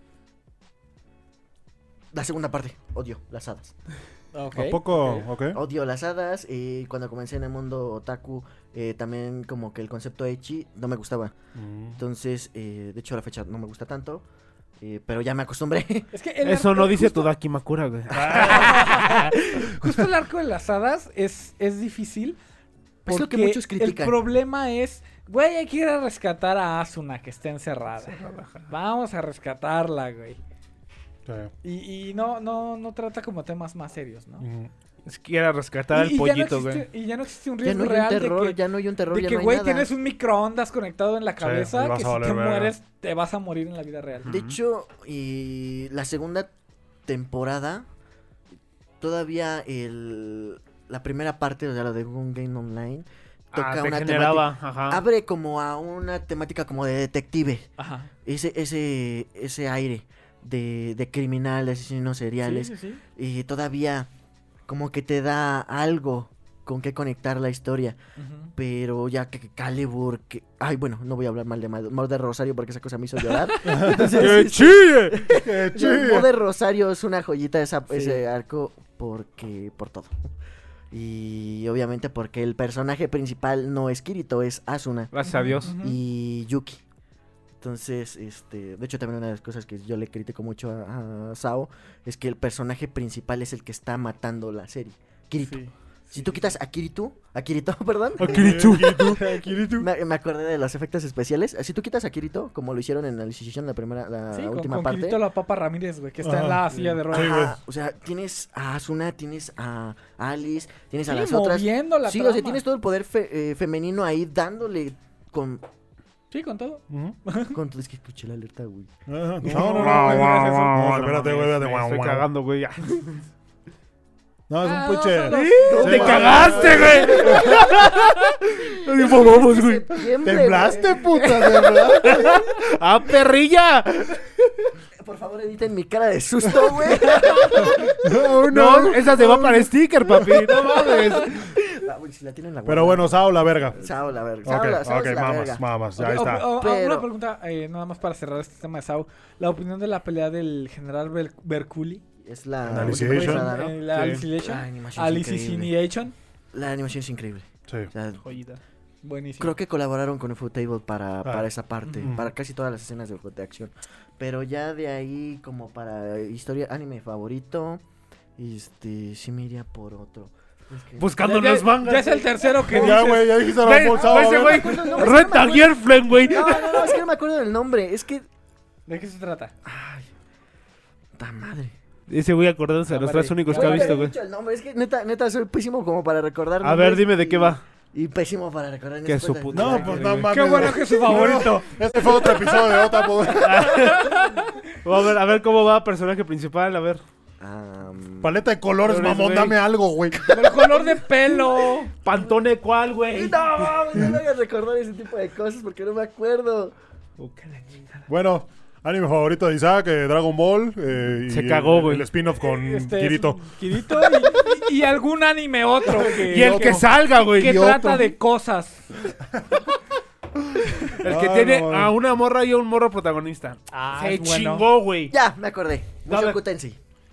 la segunda parte, odio las hadas. ujú. Ok, ¿A poco? ok. Ok. Odio las hadas. Y cuando comencé en el mundo otaku, eh, también como que el concepto ecchi no me gustaba. Mm. Entonces, eh, de hecho a la fecha no me gusta tanto. eh, pero ya me acostumbré. Es que el Eso arco- no dice justo- tu Dakimakura, güey. Justo el arco de las hadas es, es difícil. Es lo que porque muchos critican. El problema es, güey, hay que ir a rescatar a Asuna que está encerrada. Vamos a rescatarla, güey. Sí. Y, y no, no, no trata como temas más serios, ¿no? Mm. Es que era rescatar Y- al y ya no pollito, existe- güey. Y ya no existe un Ya riesgo no hay un real terror, de que, ya no hay un terror, de ya que, no hay güey, nada. tienes un microondas conectado en la cabeza y vas que a si valer te verga. mueres te vas a morir en la vida real. De hecho, y la segunda temporada, todavía el, la primera parte, o sea, lo de Gun Game Online, toca Ah, te una generaba, temática, ajá. abre como a una temática como de detective, Ajá. ese ese ese aire de, de criminales, asesinos seriales, Sí, sí, sí. y todavía como que te da algo con qué conectar la historia. Ujú. Pero ya que Calibur, que... Ay, bueno, no voy a hablar mal de Mother Rosario porque esa cosa me hizo llorar. Entonces, ¡Que este, chille! ¡Que no, chille! Mother Rosario es una joyita esa, Sí. ese arco porque... por todo. Y obviamente porque el personaje principal no es Kirito, es Asuna Gracias a Dios. Ujú. y Yuki. Entonces, este, de hecho también una de las cosas que yo le critico mucho a, a Sao es que el personaje principal es el que está matando la serie, Kirito. Sí. Si tú quitas a Kirito, a Kirito, perdón. A Kirito. Kirito. Me, me acordé de los efectos especiales. Si tú quitas a Kirito, como lo hicieron en la Alicization, la primera, la Sí, con, última con parte. Kirito la Papa Ramírez, güey, que está Ajá. en la silla de ruedas. Sí, güey. Ajá, o sea, tienes a Asuna, tienes a Alice, tienes a Sí, las otras. moviendo la Sí, o sea, trama. tienes todo el poder fe- eh, femenino ahí dándole con. Sí, con todo. Ujú. con es que escuché la alerta, güey. Ah, No, no, no. no, No, no, no, no, No, espérate, mames, güey, espérate. me guau, estoy guau. cagando, güey. ya. No, es Ah, un no, pinche. son los- Sí, ¡Te güey. cagaste, güey! Vamos, güey. Septiembre, Temblaste, güey. puta, temblaste. ¡Ah, perrilla! Por favor, editen mi cara de susto, güey. No, No, esa se va para sticker, papi. No mames. Ah, güey, si la tienen la Pero guarda. bueno, Sao, la verga. Sao, la verga. Sao, Ok, la, Sao ok, es la mamas, verga. mamas, ya Ok, está. o- o- Pero- Una pregunta, eh, nada más para cerrar este tema de Sao. La opinión de la pelea del general Ber- Berculi. Es la Alicization. última temporada, ¿no? Eh, la Sí. Alicization. La animación es increíble. Alicization. La animación es increíble. Sí. O sea, Joyita. Buenísimo. creo que colaboraron con Ufotable para, para esa parte, ujú. para casi todas las escenas de, de acción. Pero ya de ahí, como para historia, anime favorito, este, sí me iría por otro. Es que- Buscando Ya- los ya- mangas. Ya es el tercero que Ya, dices. güey, ya dijiste Ve, Dragon Ball Sao. ese a güey, ver. No, no, no, Renta no, Girlfriend, güey. No, no, no, es que no me acuerdo del nombre. Es que. ¿De qué se trata? Ay, ¡ta madre! Ese güey acordándose de No, los vale. tres únicos Ya que ha vale. visto, güey. Mucho el nombre. Es que neta, neta, soy pésimo como para recordar. A ver, nombres dime de y- qué va. Y pésimo para recordar. Que esas su cosas. puta No, pues no mames. Qué bueno que es su favorito. Este fue otro episodio de Otra. A ver, a ver cómo va personaje principal, a ver. Am, Paleta de colores, Colores, mamón, güey. dame algo, güey. El color de pelo. Pantone, ¿cuál, güey? No, mames, no me hagas recordar ese tipo de cosas porque no me acuerdo. Bueno, anime favorito de Isaac, eh, Dragon Ball. eh, y Se cagó, el- güey. El spin-off con Este, Kirito. Kirito y, y- y algún anime otro que, Y el que salga, güey. que y trata otro. de cosas. El que Ah, tiene no, a una morra y a un morro protagonista. Ah, Se es bueno. chingó, güey. Ya, me acordé. Dame. Mushoku Tensei.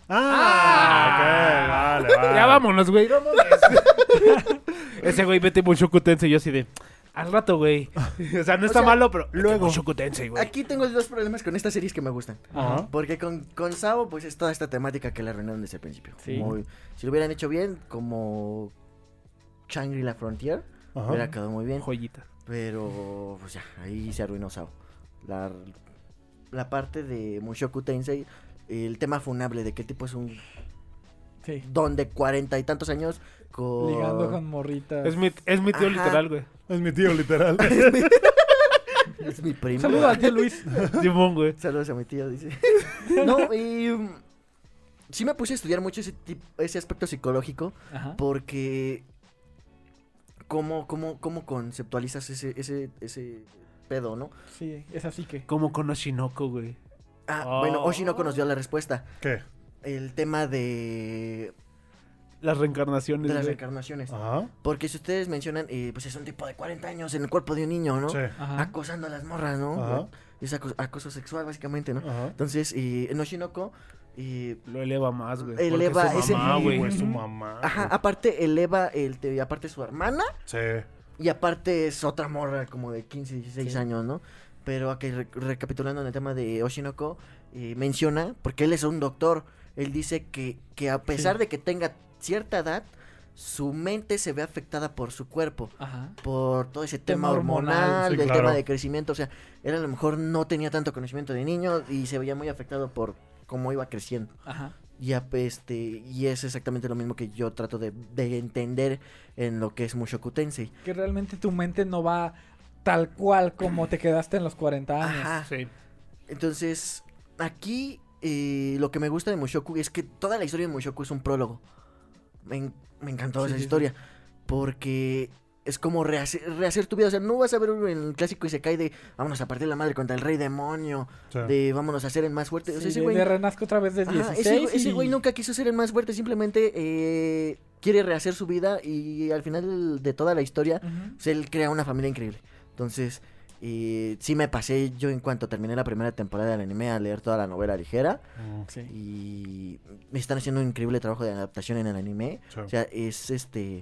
Ah, ok, vale, vale. Ya vámonos, güey. No mames. Ese güey vete Mushoku Tensei. Yo así de. Al rato, güey. O sea, no está sea, malo, pero luego. Mushoku Tensei, güey. Aquí tengo dos problemas con estas series que me gustan. Ajá. Porque con, con Sao, pues es toda esta temática que le arruinaron desde el principio. Sí. Muy- si lo hubieran hecho bien, como Shangri-La Frontier, Ajá. hubiera quedado muy bien. Joyita. Pero, pues ya, ahí se arruinó Sao. La, la parte de Mushoku Tensei, el tema funable de que el tipo es un Sí. don de cuarenta y tantos años con... Ligando con morritas. Es mi, es mi tío Ajá. literal, güey. Es mi tío, literal. Es mi primo. Saludos a ti, Luis. Simón, güey. Saludos a mi tío, dice. No, y... um, sí me puse a estudiar mucho ese, tip- ese aspecto psicológico Ajá. porque... ¿Cómo, cómo, cómo conceptualizas ese, ese, ese pedo, no? Sí, es así que. Como con Oshinoko, güey. Ah, Oh. bueno, Oshinoko nos dio la respuesta. ¿Qué? El tema de, Las reencarnaciones, de las güey. reencarnaciones. Ajá. Porque si ustedes mencionan, eh, pues es un tipo de cuarenta años en el cuerpo de un niño, ¿no? Sí. Ajá. Acosando a las morras, ¿no? Ajá. Es aco- acoso sexual, básicamente, ¿no? Ajá. Entonces, eh, en Oshinoko, eh, Lo eleva más, güey. Eleva Porque es su ese- mamá, Sí, güey. güey, su mamá. ajá, güey. aparte eleva, el, te- aparte su hermana, Sí. y aparte es otra morra como de quince, dieciséis Sí. años, ¿no? Pero aquí, re- recapitulando en el tema de Oshinoko, eh, menciona, porque él es un doctor, él dice que, que a pesar Sí. de que tenga cierta edad, su mente se ve afectada por su cuerpo, Ajá. por todo ese tema, Tema hormonal. hormonal, Sí, del claro. tema de crecimiento, o sea, él a lo mejor no tenía tanto conocimiento de niño y se veía muy afectado por cómo iba creciendo. Ajá. Y, a- este, y es exactamente lo mismo que yo trato de, de entender en lo que es Mushoku Tensei. Que realmente tu mente no va tal cual como te quedaste en los cuarenta años. Ajá. Sí. Entonces, aquí eh, lo que me gusta de Mushoku es que toda la historia de Mushoku es un prólogo. Me, en- me encantó Sí, esa sí, sí. historia. Porque es como rehacer, rehacer tu vida. O sea, no vas a ver el clásico Isekai de vámonos a partir la madre contra el rey demonio. Sí. De vámonos a hacer el más fuerte. O sea, Sí, ese de, güey. de renazco otra vez de Ajá, dieciséis. ese, güey- ese y- güey nunca quiso ser el más fuerte. Simplemente eh, quiere rehacer su vida. Y al final de toda la historia, Ujú. pues, él crea una familia increíble. Entonces, eh, sí me pasé yo en cuanto terminé la primera temporada del anime a leer toda la novela ligera. Mm, Sí. Y me están haciendo un increíble trabajo de adaptación en el anime. sí. O sea, es este.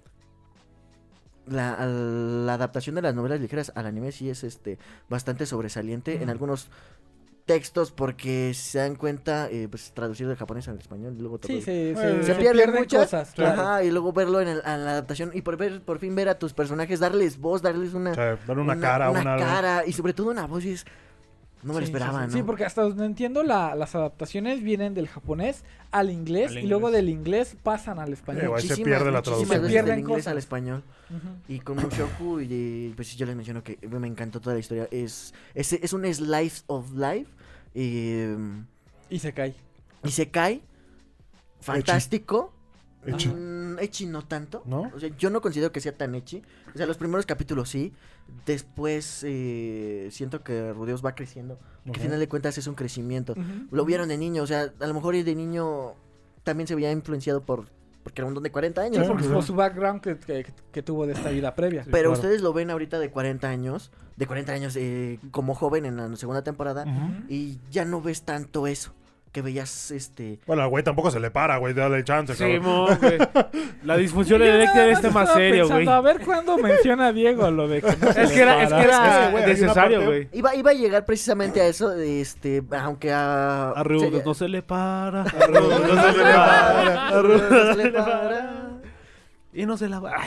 La, al- la adaptación de las novelas ligeras al anime sí es este bastante sobresaliente en Ujú. algunos textos porque se dan cuenta, eh, pues traducir del japonés al español y luego todo. Sí, se, Eh, se, se se pierden pierden muchas, cosas. Sí. Claro. Ajá, y luego verlo en, el- en la adaptación y por ver, por fin ver a tus personajes, darles voz, darles una, O sea, darle una, cara, una una... cara y sobre todo una voz y es no me lo Sí, esperaba, sí, sí. ¿no? Sí, porque hasta donde entiendo la- las adaptaciones vienen del japonés al inglés Al y luego inglés. del inglés pasan al español. Eh, güey, se Muchísimas, pierde la muchísimas traducción. veces Pierden del inglés cosas. al español. Ujú. Y con Mushoku, y pues yo les menciono que me encantó toda la historia. Es, es, es un slice of life. eh, Y se cae. y se cae. Fantástico. Echi. Mm, ecchi no tanto. ¿No? O sea, yo no considero que sea tan ecchi. O sea, los primeros capítulos sí. Después eh, siento que Rudeus va creciendo. Que Ujú. al final de cuentas es un crecimiento. Ujú. Lo vieron de niño. O sea, a lo mejor de niño también se veía influenciado por... Porque era un don de cuarenta años. Sí, porque Ujú. por su background que, que, que tuvo de esta vida previa. Pero claro. ustedes lo ven ahorita de cuarenta años, de cuarenta años eh, como joven en la segunda temporada, Ujú. y ya no ves tanto eso, que veías este... Bueno, al güey tampoco se le para, güey, dale chance, Sí, cabrón. mo, güey. La disfunción Yo nada eréctil más es tema estaba serio, pensando, güey. A ver cuándo menciona a Diego lo de que no se Es le que era, es que para. era Es que, güey, hay una necesario, parte- güey. Iba, iba a llegar precisamente a eso, este, aunque a... A Rudos sería- no se le para. A Rudos no se le para. A Rudos no se le para. Y no se la va.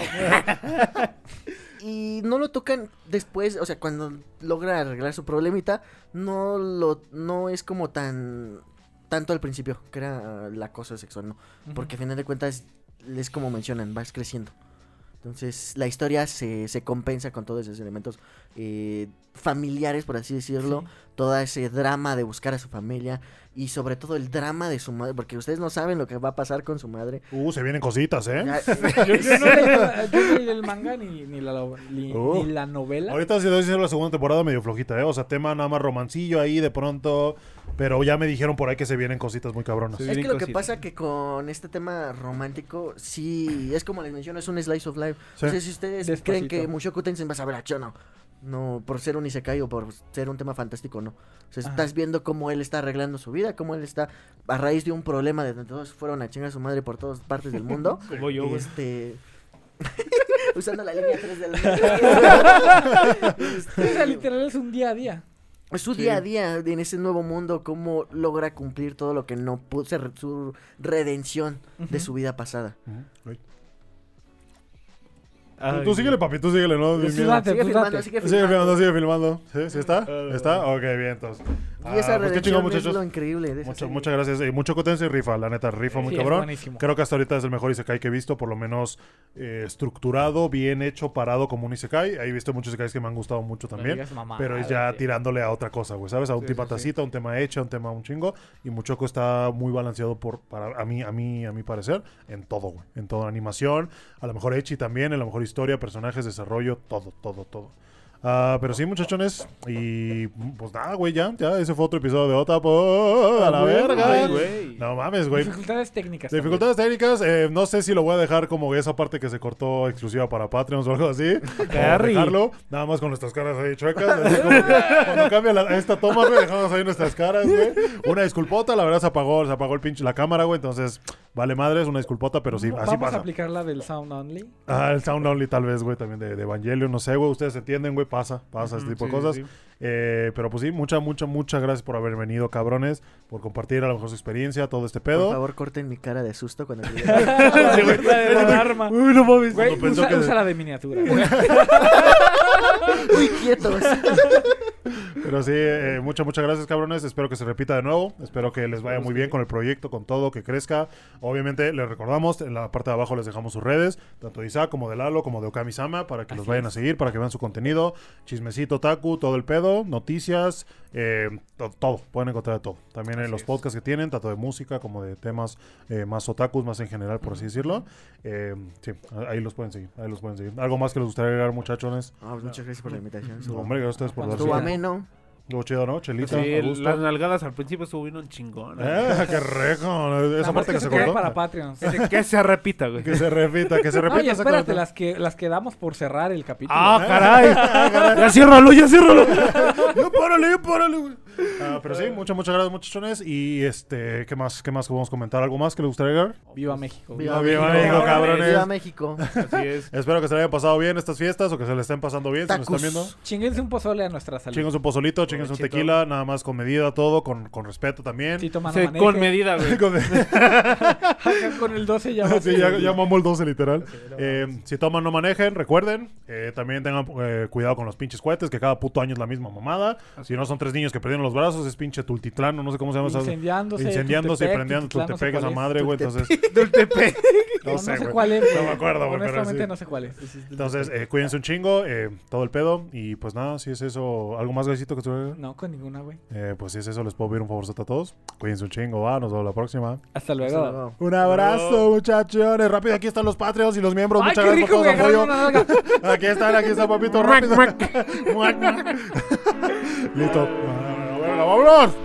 Y no lo tocan después, o sea, cuando logra arreglar su problemita, no lo, no es como tan, tanto al principio, que era el acoso sexual, ¿no? Porque a final de cuentas, es como mencionan, vas creciendo. Entonces, la historia se, se compensa con todos esos elementos eh, familiares, por así decirlo. Sí. Todo ese drama de buscar a su familia. Y sobre todo el drama de su madre, porque ustedes no saben lo que va a pasar con su madre. Uh, se vienen cositas, ¿eh? Ya- Yo, yo no leí, yo no leí el manga ni, ni, la, ni, Uh. ni la novela. Ahorita sí estoy diciendo la segunda temporada medio flojita, ¿eh? O sea, tema nada más romancillo ahí de pronto. Pero ya me dijeron por ahí que se vienen cositas muy cabronas. Sí. Es que Vienen lo que cositas. pasa que con este tema romántico, sí, es como les menciono, es un slice of life. Sí. O sea, si ustedes Despacito. creen que Mushoku Tensei vas a ver a Chono, no, por ser un isekai o por ser un tema fantástico, no. O sea, Ajá. estás viendo cómo él está arreglando su vida, cómo él está a raíz de un problema de donde todos fueron a chingar a su madre por todas partes del mundo. Como yo, güey. Este... usando la línea tres del O sea, literal es un día a día. Es su día a día en ese nuevo mundo, cómo logra cumplir todo lo que no pudo, ser su redención de Ujú. su vida pasada. Ujú, güey. Ay, Tú, tú síguele, papi, tú síguele, ¿no? Sin Sí, miedo. date, Sigue pues filmando, date. sigue Sigue filmando. filmando, sigue filmando. ¿Sí? ¿Sí está? Ah, ¿Está? Ok, bien, entonces. Y esa Ah, pues qué redención chingón, es muchachos. lo increíble de esa Muchas, serie. muchas gracias. Y mucho Cotense y rifa, la neta, rifa muy Sí, es cabrón. buenísimo. Creo que hasta ahorita es el mejor Isekai que he visto, por lo menos eh, estructurado, bien hecho, parado como un Isekai. He visto muchos Isekais que me han gustado mucho No también. digas mamá, Pero es a ya ver, tirándole a otra cosa, güey, ¿sabes? A un Sí, tema sí, sí. tacita, un tema hecha, un tema un chingo. Y Muchoco está muy balanceado por, para, a mí, a mí, a mi parecer, en todo, güey. En toda animación, a lo mejor Echi también, a lo mejor historia, personajes, desarrollo, todo, todo, todo. Ah, pero sí, muchachones. Y pues nada, güey, ya, ya. Ese fue otro episodio de Otapo. A la verga. Ay, güey. No mames, güey. Dificultades técnicas. Dificultades técnicas, eh, no sé si lo voy a dejar como esa parte que se cortó exclusiva para Patreons o algo así. O Carry. dejarlo, nada más con nuestras caras ahí chuecas. Así como que cuando cambia la- esta toma, güey, dejamos ahí nuestras caras, güey. Una disculpota, la verdad se apagó, se apagó el pinche la cámara, güey. Entonces, vale madres, una disculpota, pero sí, Vamos así a pasa. aplicar la del sound only. Ah, el sound only tal vez, güey, también de, de Evangelion, no sé, güey, ustedes entienden, güey, pasa, pasa este tipo Sí, de cosas. sí, sí. Eh, pero pues sí, muchas, muchas, muchas gracias por haber venido, cabrones, por compartir a lo mejor su experiencia, todo este Por pedo. favor, corten mi cara de susto cuando llegue. Sí, güey, la de la alarma. Uy, no mames. Güey, Cuando pensó usa, que- usa la de miniatura. güey. Muy quietos. Pero sí, eh, muchas, muchas gracias, cabrones. Espero que se repita de nuevo. Espero que les vaya muy bien con el proyecto, con todo, que crezca. Obviamente, les recordamos, en la parte de abajo les dejamos sus redes, tanto de Isaac como de Lalo, como de Okami-sama, para que Así los vayan es. a seguir, para que vean su contenido. Chismecito, taku, todo el pedo, noticias, eh, to- todo. Pueden encontrar de todo. También en Así los es. podcasts que tienen, tanto de música como de temas eh, más otakus, más en general, por así decirlo. Eh, sí, ahí los pueden seguir. Ahí los pueden seguir. ¿Algo más que les gustaría agregar, muchachones? Ah, pues muchas gracias por la invitación. No, hombre, gracias a ustedes por Cuando darse. Estuvo sigan. ameno. Estuvo chido, ¿no? Chelita, Sí, a gusto. las nalgadas al principio estuvieron chingón. Eh, qué rico. Nada Esa más parte que se quede cortó. para Patreons. Que se, que se repita, güey. Que se repita, que se repita. Oye, esa espérate, cosa. las que, las que damos por cerrar el capítulo. Ah, caray. Ya ciérralo, ya ciérralo. Ya párale, ya párale, güey. Ah, pero sí, muchas, muchas gracias, muchachones. Y este, ¿qué más? ¿Qué más podemos comentar? ¿Algo más que les gustaría agregar? Viva México. Viva Viva México, México, cabrones. Viva México. Así es. Espero que se le hayan pasado bien estas fiestas o que se le estén pasando bien si nos Tacos. están viendo. Chinguense un pozole a nuestra salud. Chinguense un pozolito, chinguense un Provechito. tequila, nada más con medida, todo, con, con respeto también. Sí, toma, no Sí, maneje. con medida, güey. Con- Acá con el doce ya va. Sí, ya, ya mamó el doce literal. Eh, si toman, no manejen, recuerden. eh, también tengan eh, cuidado con los pinches cohetes, que cada puto año es la misma mamada. Si no son tres niños que perdieron los brazos, es pinche Tultitlán, o no sé cómo se llama. esa- Incendiándose. Incendiándose y Tultepec, prendiendo Tultitlán, no sé Tultepec, esa cuál es. madre, güey. Entonces, No, no sé güey. cuál es. No me acuerdo, güey, pero Honestamente sí. no sé cuál es. Sí, sí, sí. Entonces, eh, cuídense un chingo, eh, todo el pedo. Y pues nada, si es eso, ¿algo más, Gaisito, que estuviera? No, con ninguna, güey. Eh, pues si es eso, les puedo pedir un favorzote a todos. Cuídense un chingo, va, nos vemos la próxima. Hasta Hasta luego. luego. Un abrazo, muchachones. Rápido, aquí están los Patreons y los miembros. Ay, Muchas qué gracias rico, por todo güey. su Agarrando apoyo. una nalga. Aquí están, aquí está, papito, rápido. Listo. Bueno, vámonos.